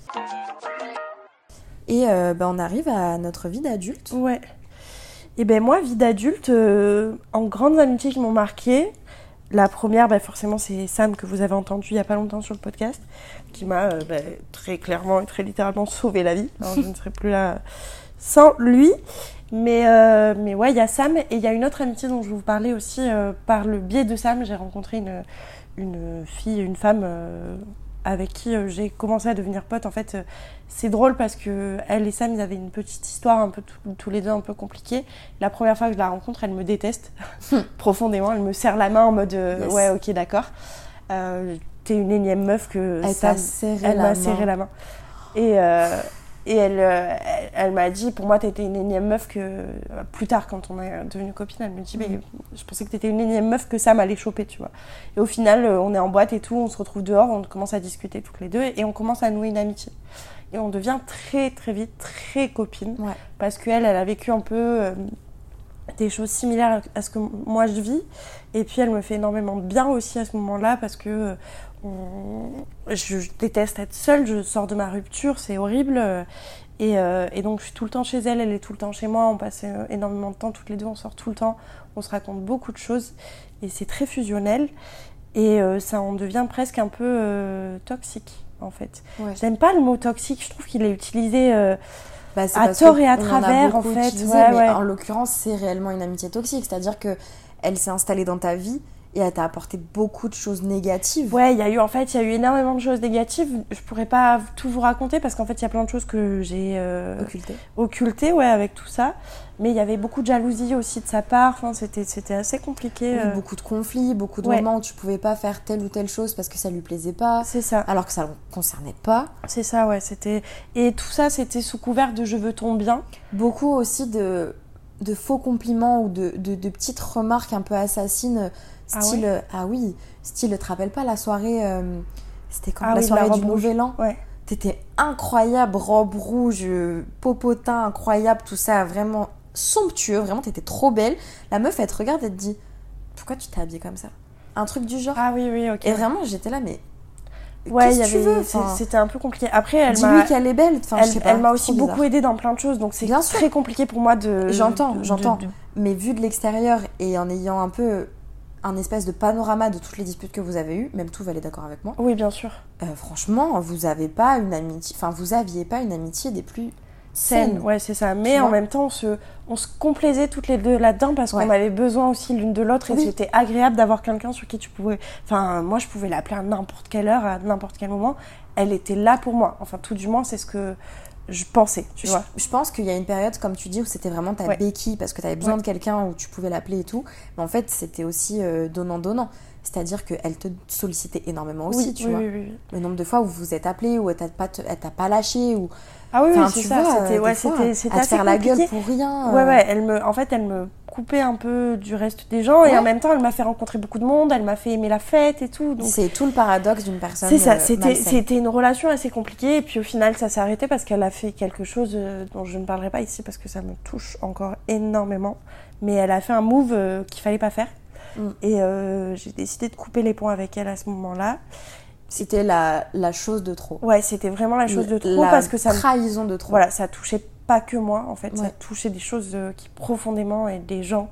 [SPEAKER 2] Et euh, ben, on arrive à notre vie d'adulte.
[SPEAKER 1] Ouais. Et ben moi, vie d'adulte, euh, en grandes amitiés qui m'ont marquée. La première, bah forcément, c'est Sam que vous avez entendu il n'y a pas longtemps sur le podcast, qui m'a euh, bah, très clairement et très littéralement sauvé la vie. Alors, je ne serais plus là sans lui. Mais, euh, mais ouais, il y a Sam et il y a une autre amitié dont je vais vous parler aussi. Euh, par le biais de Sam, j'ai rencontré une, une fille, une femme euh, avec qui euh, j'ai commencé à devenir pote. En fait, euh, c'est drôle parce que elle et Sam, ils avaient une petite histoire un peu t- tous les deux un peu compliquée. La première fois que je la rencontre, elle me déteste profondément. Elle me serre la main en mode euh, yes. ouais, ok, d'accord. Euh, t'es une énième meuf que
[SPEAKER 2] elle
[SPEAKER 1] Sam,
[SPEAKER 2] t'a serré
[SPEAKER 1] elle
[SPEAKER 2] la
[SPEAKER 1] m'a
[SPEAKER 2] main.
[SPEAKER 1] serré la main. Et euh, et elle, euh, elle, elle m'a dit, pour moi, t'étais une énième meuf que euh, plus tard, quand on est devenus copines, elle me dit, mais je pensais que t'étais une énième meuf que Sam allait choper, tu vois. Et au final, euh, on est en boîte et tout, on se retrouve dehors, on commence à discuter toutes les deux et on commence à nouer une amitié. Et on devient très très vite très copines
[SPEAKER 2] ouais.
[SPEAKER 1] parce qu'elle, elle a vécu un peu euh, des choses similaires à ce que moi je vis. Et puis elle me fait énormément de bien aussi à ce moment-là parce que euh, on... je, je déteste être seule, je sors de ma rupture, c'est horrible. Et, euh, et donc je suis tout le temps chez elle, elle est tout le temps chez moi, on passe euh, énormément de temps toutes les deux, on sort tout le temps, on se raconte beaucoup de choses et c'est très fusionnel et euh, ça en devient presque un peu euh, toxique en fait.
[SPEAKER 2] Ouais.
[SPEAKER 1] J'aime pas le mot toxique, je trouve qu'il est utilisé euh,
[SPEAKER 2] Bah, c'est
[SPEAKER 1] à
[SPEAKER 2] parce
[SPEAKER 1] tort et à
[SPEAKER 2] qu'on en a
[SPEAKER 1] travers en
[SPEAKER 2] beaucoup
[SPEAKER 1] fait.
[SPEAKER 2] utilisé,
[SPEAKER 1] Ouais,
[SPEAKER 2] mais
[SPEAKER 1] ouais.
[SPEAKER 2] en l'occurrence, c'est réellement une amitié toxique. C'est-à-dire que elle s'est installée dans ta vie et elle t'a apporté beaucoup de choses négatives.
[SPEAKER 1] Ouais, il y a eu en fait, il y a eu énormément de choses négatives. Je pourrais pas tout vous raconter parce qu'en fait, il y a plein de choses que j'ai euh,
[SPEAKER 2] Occultées.
[SPEAKER 1] occultées, ouais, avec tout ça. Mais il y avait beaucoup de jalousie aussi de sa part. Enfin, c'était, c'était assez compliqué.
[SPEAKER 2] Oui,
[SPEAKER 1] euh.
[SPEAKER 2] beaucoup de conflits, beaucoup de
[SPEAKER 1] Ouais.
[SPEAKER 2] moments où tu pouvais pas faire telle ou telle chose parce que ça lui plaisait pas,
[SPEAKER 1] C'est ça,
[SPEAKER 2] alors que ça ne concernait pas.
[SPEAKER 1] c'est ça, ouais. C'était et tout ça, c'était sous couvert de je veux ton bien.
[SPEAKER 2] Beaucoup aussi de, de faux compliments ou de, de, de petites remarques un peu assassines,
[SPEAKER 1] Ah
[SPEAKER 2] style
[SPEAKER 1] ouais
[SPEAKER 2] ah oui, style te rappelles pas la soirée, euh, c'était quand
[SPEAKER 1] Ah
[SPEAKER 2] la
[SPEAKER 1] oui, de la
[SPEAKER 2] soirée
[SPEAKER 1] robe
[SPEAKER 2] du
[SPEAKER 1] rouge.
[SPEAKER 2] Nouvel An.
[SPEAKER 1] Ouais.
[SPEAKER 2] T'étais incroyable, robe rouge, euh, popotin incroyable, tout ça vraiment somptueux, vraiment t'étais trop belle. La meuf elle te regarde et te dit pourquoi tu t'es habillée comme ça, un truc du genre.
[SPEAKER 1] Ah oui, oui, ok.
[SPEAKER 2] Et vraiment j'étais là mais
[SPEAKER 1] ouais, il
[SPEAKER 2] qu'est-ce
[SPEAKER 1] y
[SPEAKER 2] que tu
[SPEAKER 1] avait,
[SPEAKER 2] veux
[SPEAKER 1] c'est-
[SPEAKER 2] enfin,
[SPEAKER 1] c'était un peu compliqué. Après, elle
[SPEAKER 2] dis-lui
[SPEAKER 1] m'a,
[SPEAKER 2] qu'elle est belle, enfin,
[SPEAKER 1] elle,
[SPEAKER 2] je sais pas,
[SPEAKER 1] elle m'a aussi
[SPEAKER 2] trop
[SPEAKER 1] beaucoup
[SPEAKER 2] bizarre.
[SPEAKER 1] aidée dans plein de choses, donc c'est
[SPEAKER 2] Bien sûr.
[SPEAKER 1] très compliqué pour moi de.
[SPEAKER 2] J'entends,
[SPEAKER 1] de- de-
[SPEAKER 2] j'entends.
[SPEAKER 1] de-
[SPEAKER 2] Mais vu de l'extérieur et en ayant un peu un espèce de panorama de toutes les disputes que vous avez eues, même tout va aller d'accord avec moi,
[SPEAKER 1] Oui, bien sûr.
[SPEAKER 2] euh, franchement, vous avez pas une amitié, enfin vous aviez pas une amitié des plus saines.
[SPEAKER 1] Saine, ouais, c'est ça. Mais
[SPEAKER 2] Tu
[SPEAKER 1] en
[SPEAKER 2] vois.
[SPEAKER 1] même temps, on se, on se complaisait toutes les deux là-dedans parce
[SPEAKER 2] Ouais.
[SPEAKER 1] qu'on avait besoin aussi l'une de l'autre et
[SPEAKER 2] Oui.
[SPEAKER 1] c'était agréable d'avoir quelqu'un sur qui tu pouvais. Enfin, moi, je pouvais l'appeler à n'importe quelle heure, à n'importe quel moment. Elle était là pour moi. Enfin, tout du moins, c'est ce que je pensais, tu
[SPEAKER 2] Je,
[SPEAKER 1] vois.
[SPEAKER 2] je pense qu'il y a une période, comme tu dis, où c'était vraiment ta
[SPEAKER 1] Ouais.
[SPEAKER 2] béquille parce que tu avais besoin
[SPEAKER 1] Ouais.
[SPEAKER 2] de quelqu'un où tu pouvais l'appeler et tout. Mais en fait, c'était aussi euh, donnant-donnant. C'est-à-dire qu'elle te sollicitait énormément aussi,
[SPEAKER 1] oui,
[SPEAKER 2] tu
[SPEAKER 1] oui,
[SPEAKER 2] vois.
[SPEAKER 1] oui, oui, oui.
[SPEAKER 2] Le nombre de fois où vous vous êtes appelé, où elle t'a pas, te- elle t'a pas lâché, ou
[SPEAKER 1] Ah oui,
[SPEAKER 2] enfin,
[SPEAKER 1] oui, c'est
[SPEAKER 2] tu
[SPEAKER 1] ça.
[SPEAKER 2] vois,
[SPEAKER 1] C'était,
[SPEAKER 2] euh,
[SPEAKER 1] ouais,
[SPEAKER 2] des fois,
[SPEAKER 1] c'était, c'était
[SPEAKER 2] à te
[SPEAKER 1] assez
[SPEAKER 2] faire la
[SPEAKER 1] compliqué.
[SPEAKER 2] gueule pour rien.
[SPEAKER 1] Ouais,
[SPEAKER 2] euh,
[SPEAKER 1] ouais, elle me, en fait, elle me coupait un peu du reste des gens et
[SPEAKER 2] Ouais.
[SPEAKER 1] en même temps, elle m'a fait rencontrer beaucoup de monde, elle m'a fait aimer la fête et tout. Donc,
[SPEAKER 2] C'est tout le paradoxe d'une personne.
[SPEAKER 1] c'est ça,
[SPEAKER 2] euh,
[SPEAKER 1] c'était,
[SPEAKER 2] malsaine.
[SPEAKER 1] c'était une relation assez compliquée et puis au final, ça s'est arrêté parce qu'elle a fait quelque chose euh, dont je ne parlerai pas ici parce que ça me touche encore énormément. Mais elle a fait un move euh, qu'il fallait pas faire
[SPEAKER 2] Mm.
[SPEAKER 1] et euh, j'ai décidé de couper les ponts avec elle à ce moment-là.
[SPEAKER 2] C'était la, la chose de trop.
[SPEAKER 1] Ouais, c'était vraiment la chose de trop
[SPEAKER 2] La
[SPEAKER 1] parce que ça me
[SPEAKER 2] trahison de trop.
[SPEAKER 1] Voilà, ça touchait pas que moi, en fait. Ça
[SPEAKER 2] Ouais.
[SPEAKER 1] touchait des choses euh, qui profondément et des gens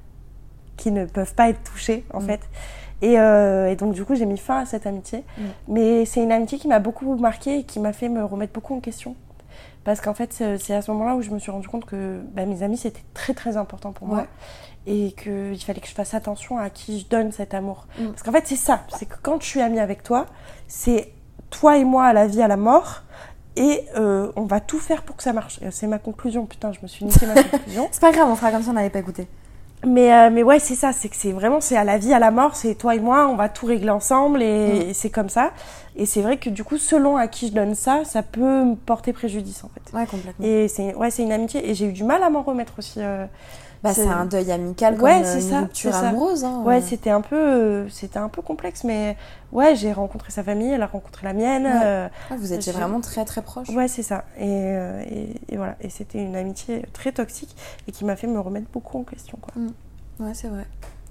[SPEAKER 1] qui ne peuvent pas être touchés, en
[SPEAKER 2] Mm.
[SPEAKER 1] fait. Et, euh, et donc, du coup, j'ai mis fin à cette amitié.
[SPEAKER 2] Mm.
[SPEAKER 1] Mais c'est une amitié qui m'a beaucoup marquée et qui m'a fait me remettre beaucoup en question. Parce qu'en fait, c'est c'est à ce moment-là où je me suis rendu compte que bah, mes amis, c'était très, très important pour moi.
[SPEAKER 2] Ouais.
[SPEAKER 1] Et qu'il fallait que je fasse attention à qui je donne cet amour.
[SPEAKER 2] Mm.
[SPEAKER 1] Parce qu'en fait, c'est ça. C'est que quand je suis amie avec toi, c'est toi et moi à la vie, à la mort. Et euh, on va tout faire pour que ça marche. Et c'est ma conclusion. Putain, je me suis niqué ma conclusion.
[SPEAKER 2] C'est pas grave, on fera comme si on n'avait pas écouté.
[SPEAKER 1] Mais, euh, mais ouais, c'est ça. C'est que c'est vraiment, c'est à la vie, à la mort. C'est toi et moi, on va tout régler ensemble. Et,
[SPEAKER 2] Mm.
[SPEAKER 1] et c'est comme ça. Et c'est vrai que du coup, selon à qui je donne ça, ça peut me porter préjudice, en fait.
[SPEAKER 2] Ouais, complètement.
[SPEAKER 1] Et c'est, ouais, c'est une amitié. Et j'ai eu du mal à m'en remettre aussi. euh,
[SPEAKER 2] Bah, c'est...
[SPEAKER 1] c'est-
[SPEAKER 2] un deuil amical comme
[SPEAKER 1] Ouais,
[SPEAKER 2] euh,
[SPEAKER 1] c'est
[SPEAKER 2] une
[SPEAKER 1] ça,
[SPEAKER 2] rupture
[SPEAKER 1] c'est ça.
[SPEAKER 2] amoureuse. Hein.
[SPEAKER 1] Ouais, c'était un peu, euh, c'était un peu complexe, mais ouais, j'ai rencontré sa famille, elle a rencontré la mienne.
[SPEAKER 2] Ouais.
[SPEAKER 1] euh,
[SPEAKER 2] Ouais, vous étiez
[SPEAKER 1] j'ai-
[SPEAKER 2] vraiment très très proches.
[SPEAKER 1] ouais, c'est ça. Et, euh, et, et voilà. Et c'était une amitié très toxique et qui m'a fait me remettre beaucoup en question, quoi.
[SPEAKER 2] Ouais, c'est vrai.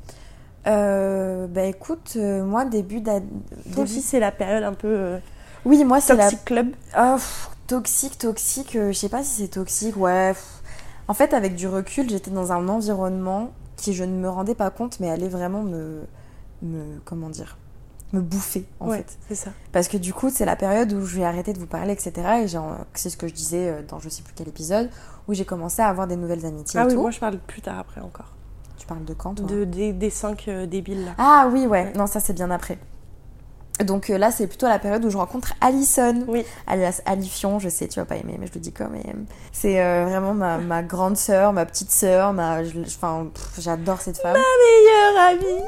[SPEAKER 2] Euh, bah écoute, euh, moi début d'a...
[SPEAKER 1] Toi
[SPEAKER 2] début-
[SPEAKER 1] aussi, c'est la période un peu euh,
[SPEAKER 2] Oui, moi c'est la
[SPEAKER 1] toxic club.
[SPEAKER 2] Ah, pff, toxique, toxique, euh, je sais pas si c'est toxique, ouais. pff. En fait, avec du recul, j'étais dans un environnement qui je ne me rendais pas compte, mais allait vraiment me, me comment dire, me bouffer en
[SPEAKER 1] Ouais,
[SPEAKER 2] fait.
[SPEAKER 1] c'est ça.
[SPEAKER 2] Parce que du coup, c'est la période où je vais arrêter de vous parler, et cetera. Et j'ai, c'est ce que je disais euh, dans je sais plus quel épisode, où j'ai commencé à avoir des nouvelles amitiés
[SPEAKER 1] Ah
[SPEAKER 2] et
[SPEAKER 1] oui,
[SPEAKER 2] tout.
[SPEAKER 1] moi je parle plus tard après encore.
[SPEAKER 2] Tu parles de quand toi
[SPEAKER 1] De, des, des cinq euh, débiles là.
[SPEAKER 2] Ah oui, ouais.
[SPEAKER 1] Ouais.
[SPEAKER 2] Non, ça c'est bien après. Donc euh, là, c'est plutôt la période où je rencontre Alison,
[SPEAKER 1] Oui.
[SPEAKER 2] alias Alifion, je sais, tu vas pas aimer, mais je le dis quand même. C'est euh, vraiment ma, ma grande sœur, ma petite sœur, ma, je- enfin, pff, j'adore cette femme.
[SPEAKER 1] Meilleure amie.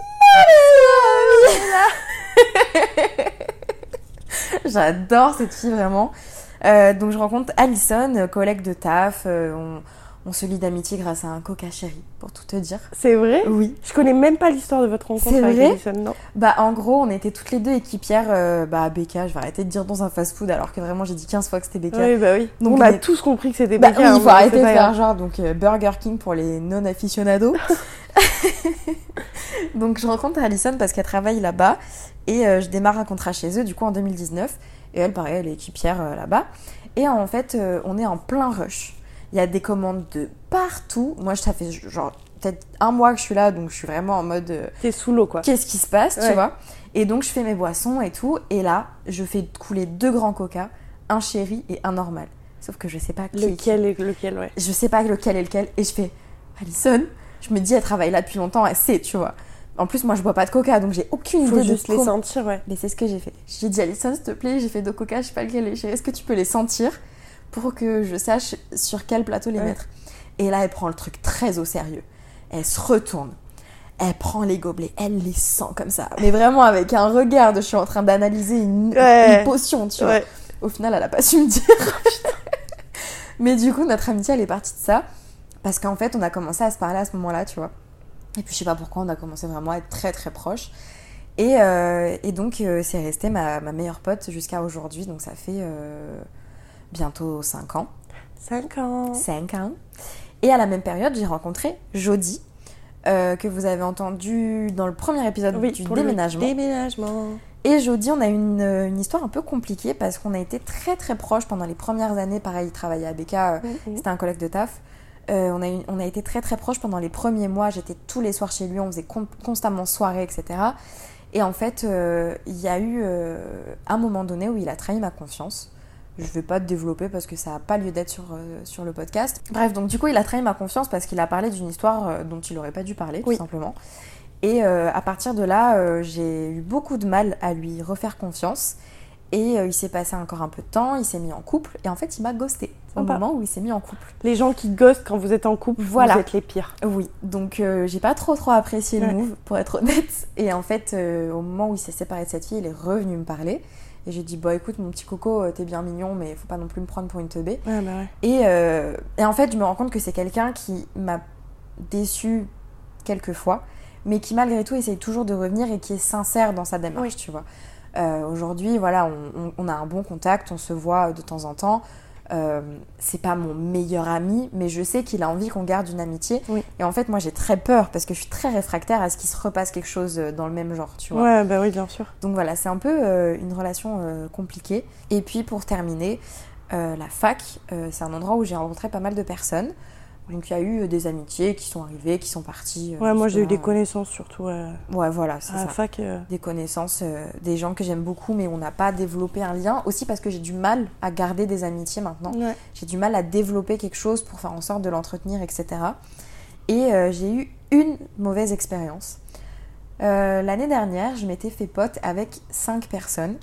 [SPEAKER 2] J'adore cette fille vraiment. Euh, donc je rencontre Alison, euh, collègue de taf, euh, on, on se lie d'amitié grâce à un coca chéri, pour tout te dire.
[SPEAKER 1] C'est vrai?
[SPEAKER 2] Oui.
[SPEAKER 1] Je connais même pas l'histoire de votre rencontre
[SPEAKER 2] C'est
[SPEAKER 1] avec
[SPEAKER 2] vrai
[SPEAKER 1] Alison, non?
[SPEAKER 2] Bah en gros, on était toutes les deux équipières, euh, bah à Becca, je vais arrêter de dire dans un fast-food alors que vraiment j'ai dit quinze fois que c'était Becca.
[SPEAKER 1] Oui, bah oui.
[SPEAKER 2] Donc,
[SPEAKER 1] on a
[SPEAKER 2] il est-
[SPEAKER 1] tous compris que c'était
[SPEAKER 2] Bah
[SPEAKER 1] Becca,
[SPEAKER 2] oui,
[SPEAKER 1] hein,
[SPEAKER 2] il faut
[SPEAKER 1] mais
[SPEAKER 2] arrêter
[SPEAKER 1] c'est
[SPEAKER 2] de
[SPEAKER 1] pas
[SPEAKER 2] faire
[SPEAKER 1] grave.
[SPEAKER 2] genre donc euh, Burger King pour les non-aficionados. Donc je rencontre Alison parce qu'elle travaille là-bas et euh, je démarre un contrat chez eux du coup en deux mille dix-neuf et elle pareil elle est équipière euh, là-bas Et en fait, euh, on est en plein rush. Il y a des commandes de partout. Moi, ça fait genre peut-être un mois que je suis là, donc je suis vraiment en mode... Euh,
[SPEAKER 1] T'es sous l'eau, quoi.
[SPEAKER 2] Qu'est-ce qui se passe,
[SPEAKER 1] ouais.
[SPEAKER 2] tu vois? Et donc, je fais mes boissons et tout. Et là, je fais couler deux grands coca, un chéri et un normal. Sauf que je sais pas qui
[SPEAKER 1] lequel est lequel, ouais.
[SPEAKER 2] Je sais pas lequel est lequel. Et je fais, Alison, je me dis, elle travaille là depuis longtemps, elle sait, tu vois. En plus, moi, je bois pas de coca, donc j'ai aucune
[SPEAKER 1] Faut
[SPEAKER 2] idée
[SPEAKER 1] juste
[SPEAKER 2] de
[SPEAKER 1] les
[SPEAKER 2] com-
[SPEAKER 1] sentir, ouais.
[SPEAKER 2] Mais c'est ce que j'ai fait. J'ai dit, Alison, s'il te plaît, j'ai fait deux coca, je sais pas lequel est. Est-ce que tu peux les sentir pour que je sache sur quel plateau les ouais. mettre? Et là, elle prend le truc très au sérieux. Elle se retourne. Elle prend les gobelets, elle les sent comme ça. Mais vraiment avec un regard de je suis en train d'analyser une, ouais. une potion, tu vois. Ouais. Au final, elle a pas su me dire. Mais du coup, notre amitié, elle est partie de ça. Parce qu'en fait, on a commencé à se parler à ce moment-là, tu vois. Et puis, je sais pas pourquoi, on a commencé vraiment à être très, très proches. Et, euh, et donc, euh, c'est resté ma, ma meilleure pote jusqu'à aujourd'hui. Donc, ça fait euh, bientôt cinq ans.
[SPEAKER 1] cinq ans.
[SPEAKER 2] cinq ans. Et à la même période, j'ai rencontré Jodie, euh, que vous avez entendu dans le premier épisode
[SPEAKER 1] oui,
[SPEAKER 2] du
[SPEAKER 1] pour
[SPEAKER 2] déménagement.
[SPEAKER 1] Le déménagement.
[SPEAKER 2] Et Jodie, on a eu une, une histoire un peu compliquée parce qu'on a été très très proches pendant les premières années. Pareil, il travaillait à B K, euh, mm-hmm. c'était un collègue de taf. Euh, on, a eu, on a été très très proches pendant les premiers mois. J'étais tous les soirs chez lui, on faisait con- constamment soirée, et cetera. Et en fait, euh, il y a eu euh, un moment donné où il a trahi ma confiance. Je ne vais pas te développer parce que ça n'a pas lieu d'être sur, euh, sur le podcast. Bref, donc du coup, il a trahi ma confiance parce qu'il a parlé d'une histoire euh, dont il n'aurait pas dû parler, tout oui. simplement. Et euh, à partir de là, euh, j'ai eu beaucoup de mal à lui refaire confiance. Et euh, il s'est passé encore un peu de temps, il s'est mis en couple. Et en fait, il m'a ghosté au
[SPEAKER 1] Sympa.
[SPEAKER 2] moment où il s'est mis en couple.
[SPEAKER 1] Les gens qui ghostent quand vous êtes en couple, voilà. Vous êtes les pires.
[SPEAKER 2] Oui, donc euh, j'ai pas trop trop apprécié ouais. le move, pour être honnête. Et en fait, euh, au moment où il s'est séparé de cette fille, il est revenu me parler. Et j'ai dit, bah écoute, mon petit coco, t'es bien mignon, mais faut pas non plus me prendre pour une teubée.
[SPEAKER 1] Ouais, bah ouais.
[SPEAKER 2] Et, euh, et en fait, je me rends compte que c'est quelqu'un qui m'a déçue quelques fois, mais qui malgré tout essaye toujours de revenir et qui est sincère dans sa démarche, oui. tu vois. Euh, aujourd'hui, voilà, on, on, on a un bon contact, on se voit de temps en temps. Euh, c'est pas mon meilleur ami, mais je sais qu'il a envie qu'on garde une amitié.
[SPEAKER 1] Oui.
[SPEAKER 2] Et en fait, moi, j'ai très peur parce que je suis très réfractaire à ce qu'il se repasse quelque chose dans le même genre, tu vois.
[SPEAKER 1] Ouais, bah oui, bien sûr.
[SPEAKER 2] Donc voilà, c'est un peu euh, une relation euh, compliquée. Et puis, pour terminer, euh, la fac, euh, c'est un endroit où j'ai rencontré pas mal de personnes. Donc il y a eu des amitiés qui sont arrivées, qui sont parties. Euh,
[SPEAKER 1] ouais, moi j'ai eu des connaissances surtout. Euh,
[SPEAKER 2] ouais, voilà, c'est
[SPEAKER 1] à
[SPEAKER 2] ça.
[SPEAKER 1] la fac. Euh...
[SPEAKER 2] Des connaissances, euh, des gens que j'aime beaucoup, mais on n'a pas développé un lien. Aussi parce que j'ai du mal à garder des amitiés maintenant.
[SPEAKER 1] Ouais.
[SPEAKER 2] J'ai du mal à développer quelque chose pour faire en sorte de l'entretenir, et cetera. Et euh, j'ai eu une mauvaise expérience. Euh, l'année dernière, je m'étais fait pote avec cinq personnes,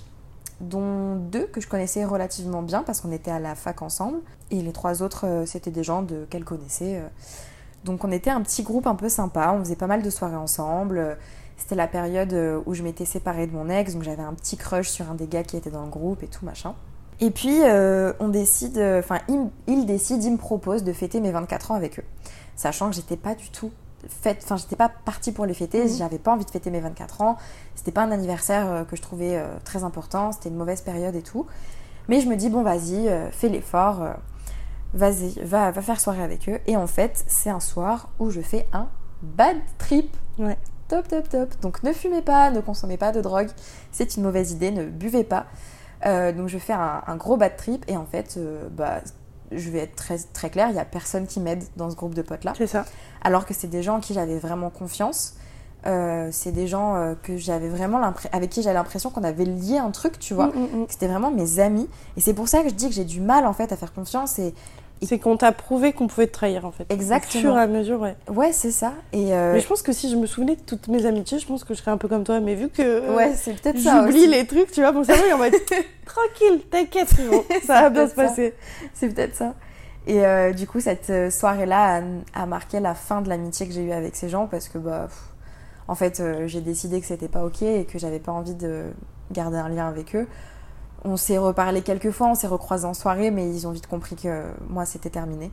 [SPEAKER 2] dont deux que je connaissais relativement bien parce qu'on était à la fac ensemble. Et les trois autres, euh, c'était des gens de, qu'elle connaissait. Euh. Donc on était un petit groupe un peu sympa, on faisait pas mal de soirées ensemble. C'était la période où je m'étais séparée de mon ex, donc j'avais un petit crush sur un des gars qui était dans le groupe et tout machin. Et puis euh, on décide, enfin il, il décide, il me propose de fêter mes vingt-quatre ans avec eux. Sachant que j'étais pas du tout faite, enfin j'étais pas partie pour les fêter, mmh. j'avais pas envie de fêter mes vingt-quatre ans. C'était pas un anniversaire que je trouvais euh, très important, c'était une mauvaise période et tout. Mais je me dis bon vas-y, euh, fais l'effort. Euh, Vas-y, va, va faire soirée avec eux. Et en fait, c'est un soir où je fais un bad trip.
[SPEAKER 1] Ouais.
[SPEAKER 2] Top, top, top. Donc ne fumez pas, ne consommez pas de drogue. C'est une mauvaise idée, ne buvez pas. Euh, donc je fais un, un gros bad trip. Et en fait, euh, bah, je vais être très, très claire, il n'y a personne qui m'aide dans ce groupe de potes-là.
[SPEAKER 1] C'est ça.
[SPEAKER 2] Alors que c'est des gens en qui j'avais vraiment confiance. Euh, c'est des gens euh, que j'avais vraiment avec qui j'avais l'impression qu'on avait lié un truc, tu vois.
[SPEAKER 1] Mmh, mmh.
[SPEAKER 2] C'était vraiment mes amis. Et c'est pour ça que je dis que j'ai du mal, en fait, à faire confiance et...
[SPEAKER 1] C'est qu'on t'a prouvé qu'on pouvait te trahir, en fait.
[SPEAKER 2] Exactement.
[SPEAKER 1] Au fur et à mesure, ouais.
[SPEAKER 2] Ouais, c'est ça. Et euh...
[SPEAKER 1] Mais je pense que si je me souvenais de toutes mes amitiés, je pense que je serais un peu comme toi. Mais vu que euh,
[SPEAKER 2] ouais, c'est peut-être ça
[SPEAKER 1] j'oublie
[SPEAKER 2] aussi.
[SPEAKER 1] les trucs, tu vois, mon cerveau, il est en mode tranquille, t'inquiète, frérot, ça va bien se passer.
[SPEAKER 2] C'est peut-être ça. Et euh, du coup, cette soirée-là a, a marqué la fin de l'amitié que j'ai eue avec ces gens parce que, bah, pff, en fait, euh, j'ai décidé que c'était pas ok et que j'avais pas envie de garder un lien avec eux. On s'est reparlé quelques fois, on s'est recroisés en soirée, mais ils ont vite compris que moi, c'était terminé.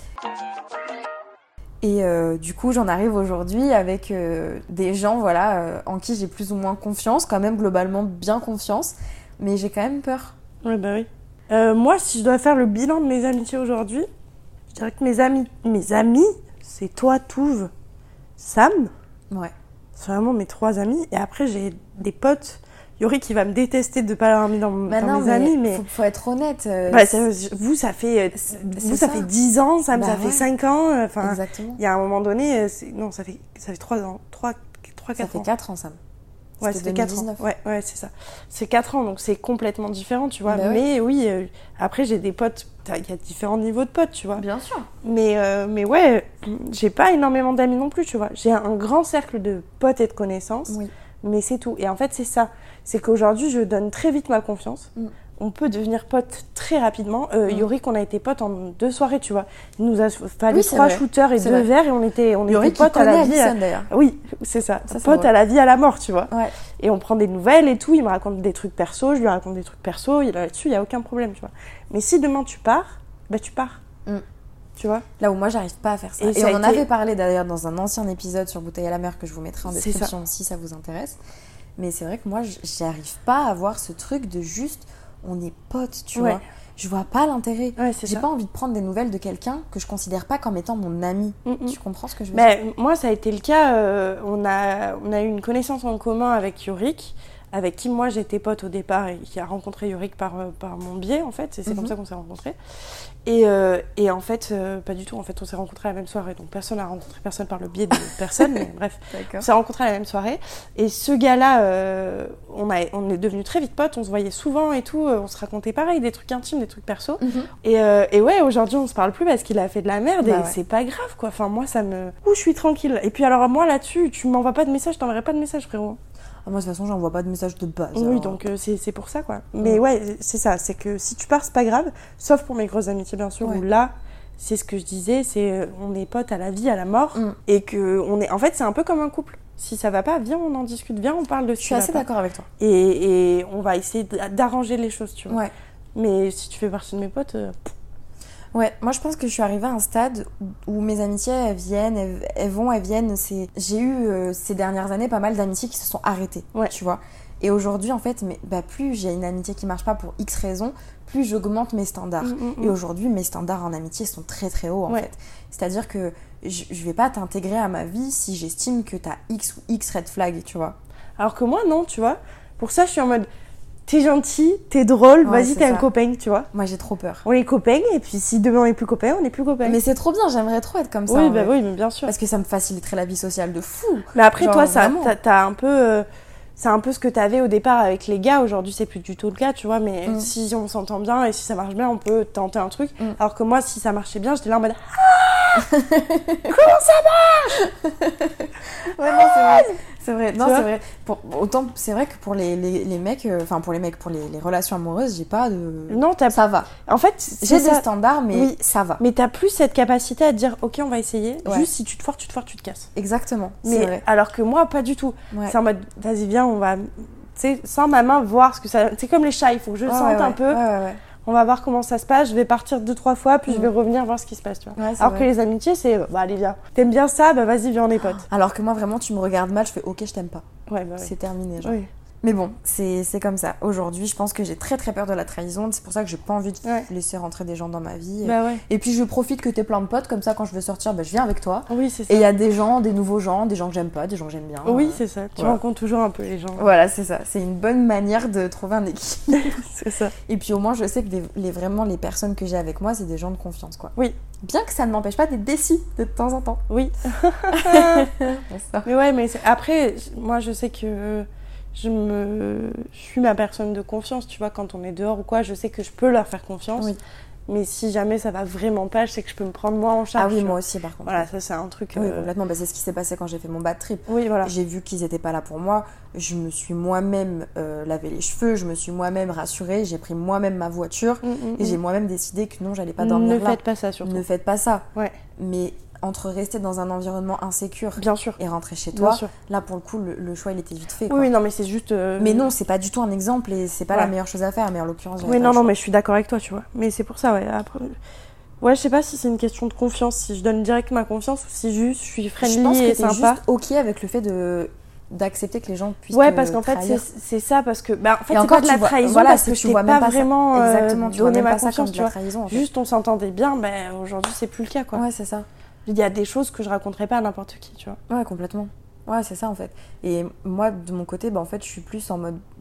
[SPEAKER 2] Et euh, du coup, j'en arrive aujourd'hui avec euh, des gens voilà, euh, en qui j'ai plus ou moins confiance, quand même globalement bien confiance, mais j'ai quand même peur.
[SPEAKER 1] Ouais, bah oui. Euh, moi, si je dois faire le bilan de mes amitiés aujourd'hui, je dirais que mes amis, mes amis c'est toi, Touve, Sam.
[SPEAKER 2] Ouais.
[SPEAKER 1] C'est vraiment mes trois amis. Et après, j'ai des potes Yorick qui va me détester de pas l'avoir mis dans,
[SPEAKER 2] Bah
[SPEAKER 1] dans
[SPEAKER 2] non,
[SPEAKER 1] mes
[SPEAKER 2] mais
[SPEAKER 1] amis, mais
[SPEAKER 2] faut, faut être honnête. Euh,
[SPEAKER 1] bah, ça, vous ça fait
[SPEAKER 2] c'est,
[SPEAKER 1] vous
[SPEAKER 2] c'est
[SPEAKER 1] ça,
[SPEAKER 2] ça
[SPEAKER 1] fait dix ans, Sam
[SPEAKER 2] bah
[SPEAKER 1] ça
[SPEAKER 2] ouais.
[SPEAKER 1] fait cinq ans, enfin
[SPEAKER 2] Exactement.
[SPEAKER 1] il y a un moment donné, c'est, non ça fait ça fait trois ans, trois trois
[SPEAKER 2] Ça
[SPEAKER 1] quatre
[SPEAKER 2] fait
[SPEAKER 1] ans.
[SPEAKER 2] quatre ans, Sam.
[SPEAKER 1] Ouais,
[SPEAKER 2] C'était
[SPEAKER 1] ça fait quatre ans. Ouais, ouais, c'est ça. C'est quatre ans, donc c'est complètement différent, tu vois.
[SPEAKER 2] Bah ouais.
[SPEAKER 1] Mais oui, euh, après, j'ai des potes, il y a différents niveaux de potes, tu vois.
[SPEAKER 2] Bien sûr.
[SPEAKER 1] Mais, euh, mais ouais, j'ai pas énormément d'amis non plus, tu vois. J'ai un grand cercle de potes et de connaissances,
[SPEAKER 2] Oui.
[SPEAKER 1] mais c'est tout. Et en fait, c'est ça. C'est qu'aujourd'hui, je donne très vite ma confiance.
[SPEAKER 2] Mm.
[SPEAKER 1] On peut devenir potes très rapidement. Euh,
[SPEAKER 2] Mm.
[SPEAKER 1] Yorick, on a été potes en deux soirées, tu vois. Il nous a fallu
[SPEAKER 2] Oui, c'est
[SPEAKER 1] trois
[SPEAKER 2] vrai.
[SPEAKER 1] shooters et
[SPEAKER 2] C'est
[SPEAKER 1] deux
[SPEAKER 2] vrai.
[SPEAKER 1] verres et on était, on
[SPEAKER 2] Yorick
[SPEAKER 1] était
[SPEAKER 2] qui
[SPEAKER 1] potes à la
[SPEAKER 2] connaît
[SPEAKER 1] vie.
[SPEAKER 2] Alison, d'ailleurs.
[SPEAKER 1] Oui, c'est ça.
[SPEAKER 2] Ça, c'est
[SPEAKER 1] potes
[SPEAKER 2] drôle.
[SPEAKER 1] à la vie, à la mort, tu vois.
[SPEAKER 2] Ouais.
[SPEAKER 1] Et on prend des nouvelles et tout. Il me raconte des trucs perso, je lui raconte des trucs perso. Il, là-dessus, il n'y a aucun problème, tu vois. Mais si demain tu pars, bah tu pars.
[SPEAKER 2] Mm.
[SPEAKER 1] Tu vois.
[SPEAKER 2] Là où moi, j'arrive pas à faire ça.
[SPEAKER 1] Et
[SPEAKER 2] Et,
[SPEAKER 1] ça
[SPEAKER 2] on
[SPEAKER 1] a
[SPEAKER 2] en
[SPEAKER 1] été-
[SPEAKER 2] avait parlé d'ailleurs dans un ancien épisode sur Bouteille à la mer que je vous mettrai en
[SPEAKER 1] C'est
[SPEAKER 2] description si ça vous intéresse. Mais c'est vrai que moi, j- j'arrive pas à avoir ce truc de juste on est potes, tu
[SPEAKER 1] Ouais.
[SPEAKER 2] vois. Je vois pas l'intérêt.
[SPEAKER 1] Ouais, c'est
[SPEAKER 2] J'ai
[SPEAKER 1] ça.
[SPEAKER 2] pas envie de prendre des nouvelles de quelqu'un que je considère pas comme étant mon ami.
[SPEAKER 1] Mm, mm.
[SPEAKER 2] Tu comprends ce que je veux dire?
[SPEAKER 1] Mais moi, ça a été le cas. euh, on, a, on a eu une connaissance en commun avec Yorick, avec qui moi j'étais pote au départ et qui a rencontré Yorick par, euh, par mon biais, en fait. Et c'est
[SPEAKER 2] Mhm.
[SPEAKER 1] comme ça qu'on s'est rencontrés. Et, euh, et en fait, euh, pas du tout. En fait, on s'est rencontrés à la même soirée. Donc personne n'a rencontré personne par le biais de personne. Mais bref, on
[SPEAKER 2] D'accord.
[SPEAKER 1] s'est rencontrés à la même soirée. Et ce gars-là, euh, on, a, on est devenus très vite potes. On se voyait souvent et tout. On se racontait pareil, des trucs intimes, des trucs perso.
[SPEAKER 2] Mhm.
[SPEAKER 1] Et, euh, et ouais, aujourd'hui, on se parle plus parce qu'il a fait de la merde
[SPEAKER 2] Bah
[SPEAKER 1] et
[SPEAKER 2] ouais.
[SPEAKER 1] c'est pas grave, quoi. Enfin, moi, ça me... Ouh, je suis tranquille. Et puis alors, moi, là-dessus, tu m'envoies pas de message, je t'enverrai pas de message, frérot.
[SPEAKER 2] Ah, moi, de toute façon, j'envoie pas de message de base.
[SPEAKER 1] Oui,
[SPEAKER 2] alors.
[SPEAKER 1] donc euh, c'est, c'est pour ça, quoi. Mais ouais, c'est ça. C'est que si tu pars, c'est pas grave. Sauf pour mes grosses amitiés, bien sûr,
[SPEAKER 2] Ouais.
[SPEAKER 1] où là... C'est ce que je disais, c'est euh, on est potes à la vie, à la mort,
[SPEAKER 2] Mm.
[SPEAKER 1] et que on est. En fait, c'est un peu comme un couple. Si ça va pas, viens, on en discute, viens, on parle de ce
[SPEAKER 2] Je
[SPEAKER 1] qui
[SPEAKER 2] suis
[SPEAKER 1] va
[SPEAKER 2] assez
[SPEAKER 1] pas.
[SPEAKER 2] d'accord avec toi.
[SPEAKER 1] Et, et on va essayer d'a- d'arranger les choses, tu vois.
[SPEAKER 2] Ouais.
[SPEAKER 1] Mais si tu fais partie de mes potes, euh,
[SPEAKER 2] Ouais, moi je pense que je suis arrivée à un stade où mes amitiés elles viennent, elles, elles vont, elles viennent. C'est... J'ai eu euh, ces dernières années pas mal d'amitiés qui se sont arrêtées,
[SPEAKER 1] Ouais.
[SPEAKER 2] tu vois. Et aujourd'hui en fait, mais, bah, plus j'ai une amitié qui marche pas pour X raisons, plus j'augmente mes standards.
[SPEAKER 1] Mm, mm, mm.
[SPEAKER 2] Et aujourd'hui mes standards en amitié sont très très hauts en
[SPEAKER 1] Ouais.
[SPEAKER 2] fait. C'est-à-dire que je, je vais pas t'intégrer à ma vie si j'estime que t'as X ou X red flag, tu vois.
[SPEAKER 1] alors que moi, non, tu vois. Pour ça, je suis en mode, t'es gentil, t'es drôle,
[SPEAKER 2] Ouais,
[SPEAKER 1] vas-y,
[SPEAKER 2] c'est
[SPEAKER 1] t'es un
[SPEAKER 2] ça.
[SPEAKER 1] copain, tu vois.
[SPEAKER 2] Moi j'ai trop peur.
[SPEAKER 1] On est copains, et puis si demain on est plus copains, on est plus copains.
[SPEAKER 2] Mais c'est trop bien, j'aimerais trop être comme ça.
[SPEAKER 1] oui,
[SPEAKER 2] en
[SPEAKER 1] bah
[SPEAKER 2] vrai.
[SPEAKER 1] oui, mais bien sûr.
[SPEAKER 2] Parce que ça me faciliterait la vie sociale de fou.
[SPEAKER 1] Mais après,
[SPEAKER 2] Genre,
[SPEAKER 1] toi, ça,
[SPEAKER 2] vraiment.
[SPEAKER 1] t'as, t'as un peu. euh, c'est un peu ce que t'avais au départ avec les gars. Aujourd'hui, c'est plus du tout le cas, tu vois. Mais
[SPEAKER 2] Mm.
[SPEAKER 1] si on s'entend bien et si ça marche bien, on peut tenter un truc.
[SPEAKER 2] Mm.
[SPEAKER 1] Alors que moi, si ça marchait bien, j'étais là en mode.
[SPEAKER 2] Ouais, non, c'est vrai. C'est vrai. Non,
[SPEAKER 1] Tu vois
[SPEAKER 2] c'est vrai. Pour, autant, c'est vrai que pour les, les, les mecs, euh, enfin, pour les mecs, pour les, les relations amoureuses, j'ai pas de.
[SPEAKER 1] Non, t'as.
[SPEAKER 2] Ça va.
[SPEAKER 1] En fait, c'est
[SPEAKER 2] J'ai des
[SPEAKER 1] ça.
[SPEAKER 2] standards, mais
[SPEAKER 1] Oui.
[SPEAKER 2] ça va.
[SPEAKER 1] Mais t'as plus cette capacité à te dire, ok, on va essayer.
[SPEAKER 2] Ouais.
[SPEAKER 1] Juste si tu te foires, tu te foires, tu te casses.
[SPEAKER 2] Exactement. C'est
[SPEAKER 1] Mais
[SPEAKER 2] vrai.
[SPEAKER 1] alors que moi, pas du tout.
[SPEAKER 2] Ouais.
[SPEAKER 1] C'est en mode, vas-y, viens, on va. Tu sais, sans ma main, voir ce que ça. C'est comme les chats, il faut que je le
[SPEAKER 2] Ouais,
[SPEAKER 1] sente
[SPEAKER 2] ouais,
[SPEAKER 1] un
[SPEAKER 2] ouais.
[SPEAKER 1] peu.
[SPEAKER 2] Ouais, ouais, ouais.
[SPEAKER 1] On va voir comment ça se passe. Je vais partir deux, trois fois, puis je
[SPEAKER 2] Mm.
[SPEAKER 1] vais revenir voir ce qui se passe, tu vois.
[SPEAKER 2] Ouais, c'est
[SPEAKER 1] Alors
[SPEAKER 2] vrai.
[SPEAKER 1] que les amitiés, c'est, bah allez, viens. T'aimes bien ça, bah vas-y, viens, on est potes.
[SPEAKER 2] Alors que moi, vraiment, tu me regardes mal, je fais ok, je t'aime pas.
[SPEAKER 1] Ouais, bah ouais.
[SPEAKER 2] C'est terminé. Genre.
[SPEAKER 1] Oui.
[SPEAKER 2] Mais bon, c'est c'est comme ça. Aujourd'hui, je pense que j'ai très très peur de la trahison. C'est pour ça que j'ai pas envie de
[SPEAKER 1] Ouais.
[SPEAKER 2] laisser rentrer des gens dans ma vie.
[SPEAKER 1] Bah ouais.
[SPEAKER 2] Et puis je profite que t'aies plein de potes, comme ça quand je veux sortir, bah, je viens avec toi.
[SPEAKER 1] Oui, c'est ça.
[SPEAKER 2] Et il y a des gens, des nouveaux gens, des gens que j'aime pas, des gens que j'aime bien.
[SPEAKER 1] Oui,
[SPEAKER 2] Euh,
[SPEAKER 1] c'est ça. Tu
[SPEAKER 2] voilà.
[SPEAKER 1] rencontres toujours un peu les gens.
[SPEAKER 2] Voilà, c'est ça. C'est une bonne manière de trouver un équilibre.
[SPEAKER 1] C'est ça.
[SPEAKER 2] Et puis au moins, je sais que les, les- vraiment les personnes que j'ai avec moi, c'est des gens de confiance, quoi.
[SPEAKER 1] Oui.
[SPEAKER 2] Bien que ça ne m'empêche pas d'être déçue de temps en temps.
[SPEAKER 1] Oui.
[SPEAKER 2] Bonsoir.
[SPEAKER 1] Mais ouais, mais c'est- après, moi, je sais que je me, je suis ma personne de confiance, tu vois, quand on est dehors ou quoi, je sais que je peux leur faire confiance.
[SPEAKER 2] Oui.
[SPEAKER 1] Mais si jamais ça va vraiment pas, je sais que je peux me prendre moi en charge.
[SPEAKER 2] Ah oui,
[SPEAKER 1] tu
[SPEAKER 2] moi
[SPEAKER 1] vois.
[SPEAKER 2] aussi, par contre.
[SPEAKER 1] Voilà, ça c'est un truc.
[SPEAKER 2] Oui,
[SPEAKER 1] euh,
[SPEAKER 2] complètement. Bah, c'est ce qui s'est passé quand j'ai fait mon bad trip.
[SPEAKER 1] Oui, voilà.
[SPEAKER 2] J'ai vu qu'ils étaient pas là pour moi. Je me suis moi-même euh, lavé les cheveux. Je me suis moi-même rassurée. J'ai pris moi-même ma voiture.
[SPEAKER 1] Mm, mm,
[SPEAKER 2] Et j'ai
[SPEAKER 1] mm.
[SPEAKER 2] moi-même décidé que non, j'allais pas dormir
[SPEAKER 1] Ne
[SPEAKER 2] là.
[SPEAKER 1] faites pas ça surtout.
[SPEAKER 2] Ne faites pas ça.
[SPEAKER 1] Ouais,
[SPEAKER 2] Mais entre rester dans un environnement insécure
[SPEAKER 1] bien sûr.
[SPEAKER 2] et rentrer chez
[SPEAKER 1] Bien
[SPEAKER 2] toi,
[SPEAKER 1] sûr.
[SPEAKER 2] là pour le coup, le, le choix il était vite fait.
[SPEAKER 1] Oui,
[SPEAKER 2] quoi.
[SPEAKER 1] oui, non, mais c'est juste. euh,
[SPEAKER 2] Mais non, c'est pas du tout un exemple et c'est pas
[SPEAKER 1] Ouais.
[SPEAKER 2] la meilleure chose à faire. Mais en l'occurrence, j'avais
[SPEAKER 1] Oui,
[SPEAKER 2] pas
[SPEAKER 1] non,
[SPEAKER 2] le
[SPEAKER 1] non,
[SPEAKER 2] choix.
[SPEAKER 1] mais je suis d'accord avec toi, tu vois. Mais c'est pour ça, ouais. Après, ouais, je sais pas si c'est une question de confiance, si je donne direct ma confiance ou si juste je suis friendly
[SPEAKER 2] Je pense
[SPEAKER 1] et
[SPEAKER 2] que t'es
[SPEAKER 1] sympa.
[SPEAKER 2] juste ok avec le fait de d'accepter que les gens puissent
[SPEAKER 1] Ouais,
[SPEAKER 2] te
[SPEAKER 1] parce qu'en fait,
[SPEAKER 2] trahir.
[SPEAKER 1] c'est c'est ça, parce que. Bah, en fait,
[SPEAKER 2] Et
[SPEAKER 1] c'est
[SPEAKER 2] encore,
[SPEAKER 1] pas de
[SPEAKER 2] tu
[SPEAKER 1] la
[SPEAKER 2] vois-
[SPEAKER 1] trahison
[SPEAKER 2] voilà,
[SPEAKER 1] parce
[SPEAKER 2] c'est
[SPEAKER 1] que
[SPEAKER 2] que
[SPEAKER 1] je
[SPEAKER 2] tu
[SPEAKER 1] t'ai
[SPEAKER 2] vois
[SPEAKER 1] pas
[SPEAKER 2] même pas ça.
[SPEAKER 1] vraiment euh,
[SPEAKER 2] Exactement, tu vois
[SPEAKER 1] donné
[SPEAKER 2] même
[SPEAKER 1] ma
[SPEAKER 2] pas ça
[SPEAKER 1] confiance,
[SPEAKER 2] comme
[SPEAKER 1] tu
[SPEAKER 2] de la
[SPEAKER 1] vois.
[SPEAKER 2] trahison. en fait.
[SPEAKER 1] Juste, on s'entendait bien, ben aujourd'hui, c'est plus le cas, quoi.
[SPEAKER 2] Ouais, c'est ça.
[SPEAKER 1] Il y a des choses que je raconterais pas à n'importe qui, tu vois.
[SPEAKER 2] Ouais, complètement. Ouais, c'est ça en fait. Et moi, de mon côté, bah, en fait, je suis plus en mode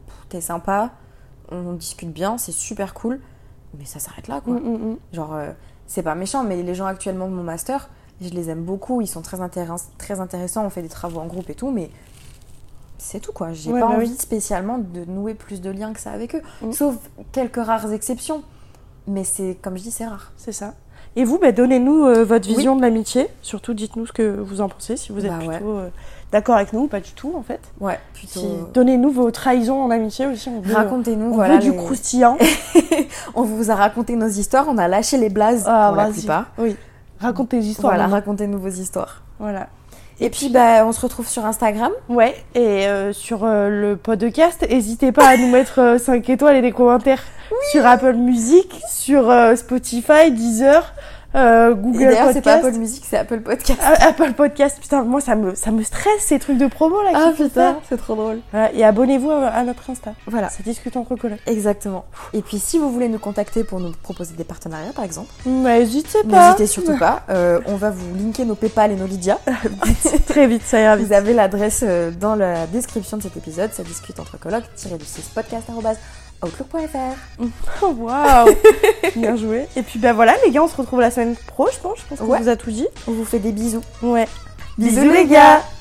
[SPEAKER 2] t'es sympa, on discute bien, c'est super cool, mais ça s'arrête là, quoi.
[SPEAKER 1] Mm, mm, mm.
[SPEAKER 2] Genre, euh, c'est pas méchant, mais les gens actuellement de mon master, je les aime beaucoup, ils sont très, intéress- très intéressants, on fait des travaux en groupe et tout, mais c'est tout, quoi. J'ai
[SPEAKER 1] Ouais,
[SPEAKER 2] pas
[SPEAKER 1] bah
[SPEAKER 2] envie
[SPEAKER 1] oui.
[SPEAKER 2] spécialement de nouer plus de liens que ça avec eux,
[SPEAKER 1] Mm.
[SPEAKER 2] sauf quelques rares exceptions. Mais c'est, comme je dis, c'est rare.
[SPEAKER 1] C'est ça. Et vous, bah, donnez-nous euh, votre vision de l'amitié. Surtout, dites-nous ce que vous en pensez, si vous êtes
[SPEAKER 2] Bah ouais.
[SPEAKER 1] plutôt euh, d'accord avec nous ou pas du tout, en fait.
[SPEAKER 2] Ouais, plutôt...
[SPEAKER 1] Si- Donnez-nous vos trahisons en amitié aussi. On veut,
[SPEAKER 2] Racontez-nous,
[SPEAKER 1] on
[SPEAKER 2] voilà.
[SPEAKER 1] veut du
[SPEAKER 2] les-
[SPEAKER 1] croustillant.
[SPEAKER 2] On vous a raconté nos histoires, on a lâché les blazes
[SPEAKER 1] Ah,
[SPEAKER 2] pour la
[SPEAKER 1] vas-y.
[SPEAKER 2] plupart.
[SPEAKER 1] Oui. Raconte tes histoires.
[SPEAKER 2] Voilà,
[SPEAKER 1] maman.
[SPEAKER 2] racontez-nous vos histoires.
[SPEAKER 1] Voilà.
[SPEAKER 2] Et, puis, bah, on se retrouve sur Instagram.
[SPEAKER 1] Ouais, et euh, sur euh, le podcast, n'hésitez pas à nous mettre euh, cinq étoiles et des commentaires sur Apple Music, sur euh, Spotify, Deezer, euh, Google
[SPEAKER 2] Et d'ailleurs, c'est pas
[SPEAKER 1] Podcast.
[SPEAKER 2] Apple Music, c'est Apple Podcast.
[SPEAKER 1] Ah, Apple Podcast, putain, moi ça me, ça me stresse ces trucs de promo là.
[SPEAKER 2] Ah
[SPEAKER 1] qui font
[SPEAKER 2] putain,
[SPEAKER 1] ça.
[SPEAKER 2] c'est trop drôle.
[SPEAKER 1] Voilà, et abonnez-vous à, à notre Insta.
[SPEAKER 2] Voilà,
[SPEAKER 1] Ça discute entre collègues.
[SPEAKER 2] exactement. Et puis, si vous voulez nous contacter pour nous proposer des partenariats, par exemple,
[SPEAKER 1] Mais n'hésitez pas.
[SPEAKER 2] n'hésitez surtout pas. Euh, on va vous linker nos PayPal et nos Lydia.
[SPEAKER 1] Très vite, ça ira vite.
[SPEAKER 2] Vous avez l'adresse euh, dans la description de cet épisode. Ça discute entre colocs, tiré du six podcast arobase outlook point f r.
[SPEAKER 1] Oh, waouh. Bien joué. Et puis bah voilà les gars, on se retrouve la semaine pro, je pense. Je pense qu'on
[SPEAKER 2] Ouais.
[SPEAKER 1] vous a tout dit.
[SPEAKER 2] On vous fait des bisous.
[SPEAKER 1] Ouais.
[SPEAKER 2] Bisous, les gars.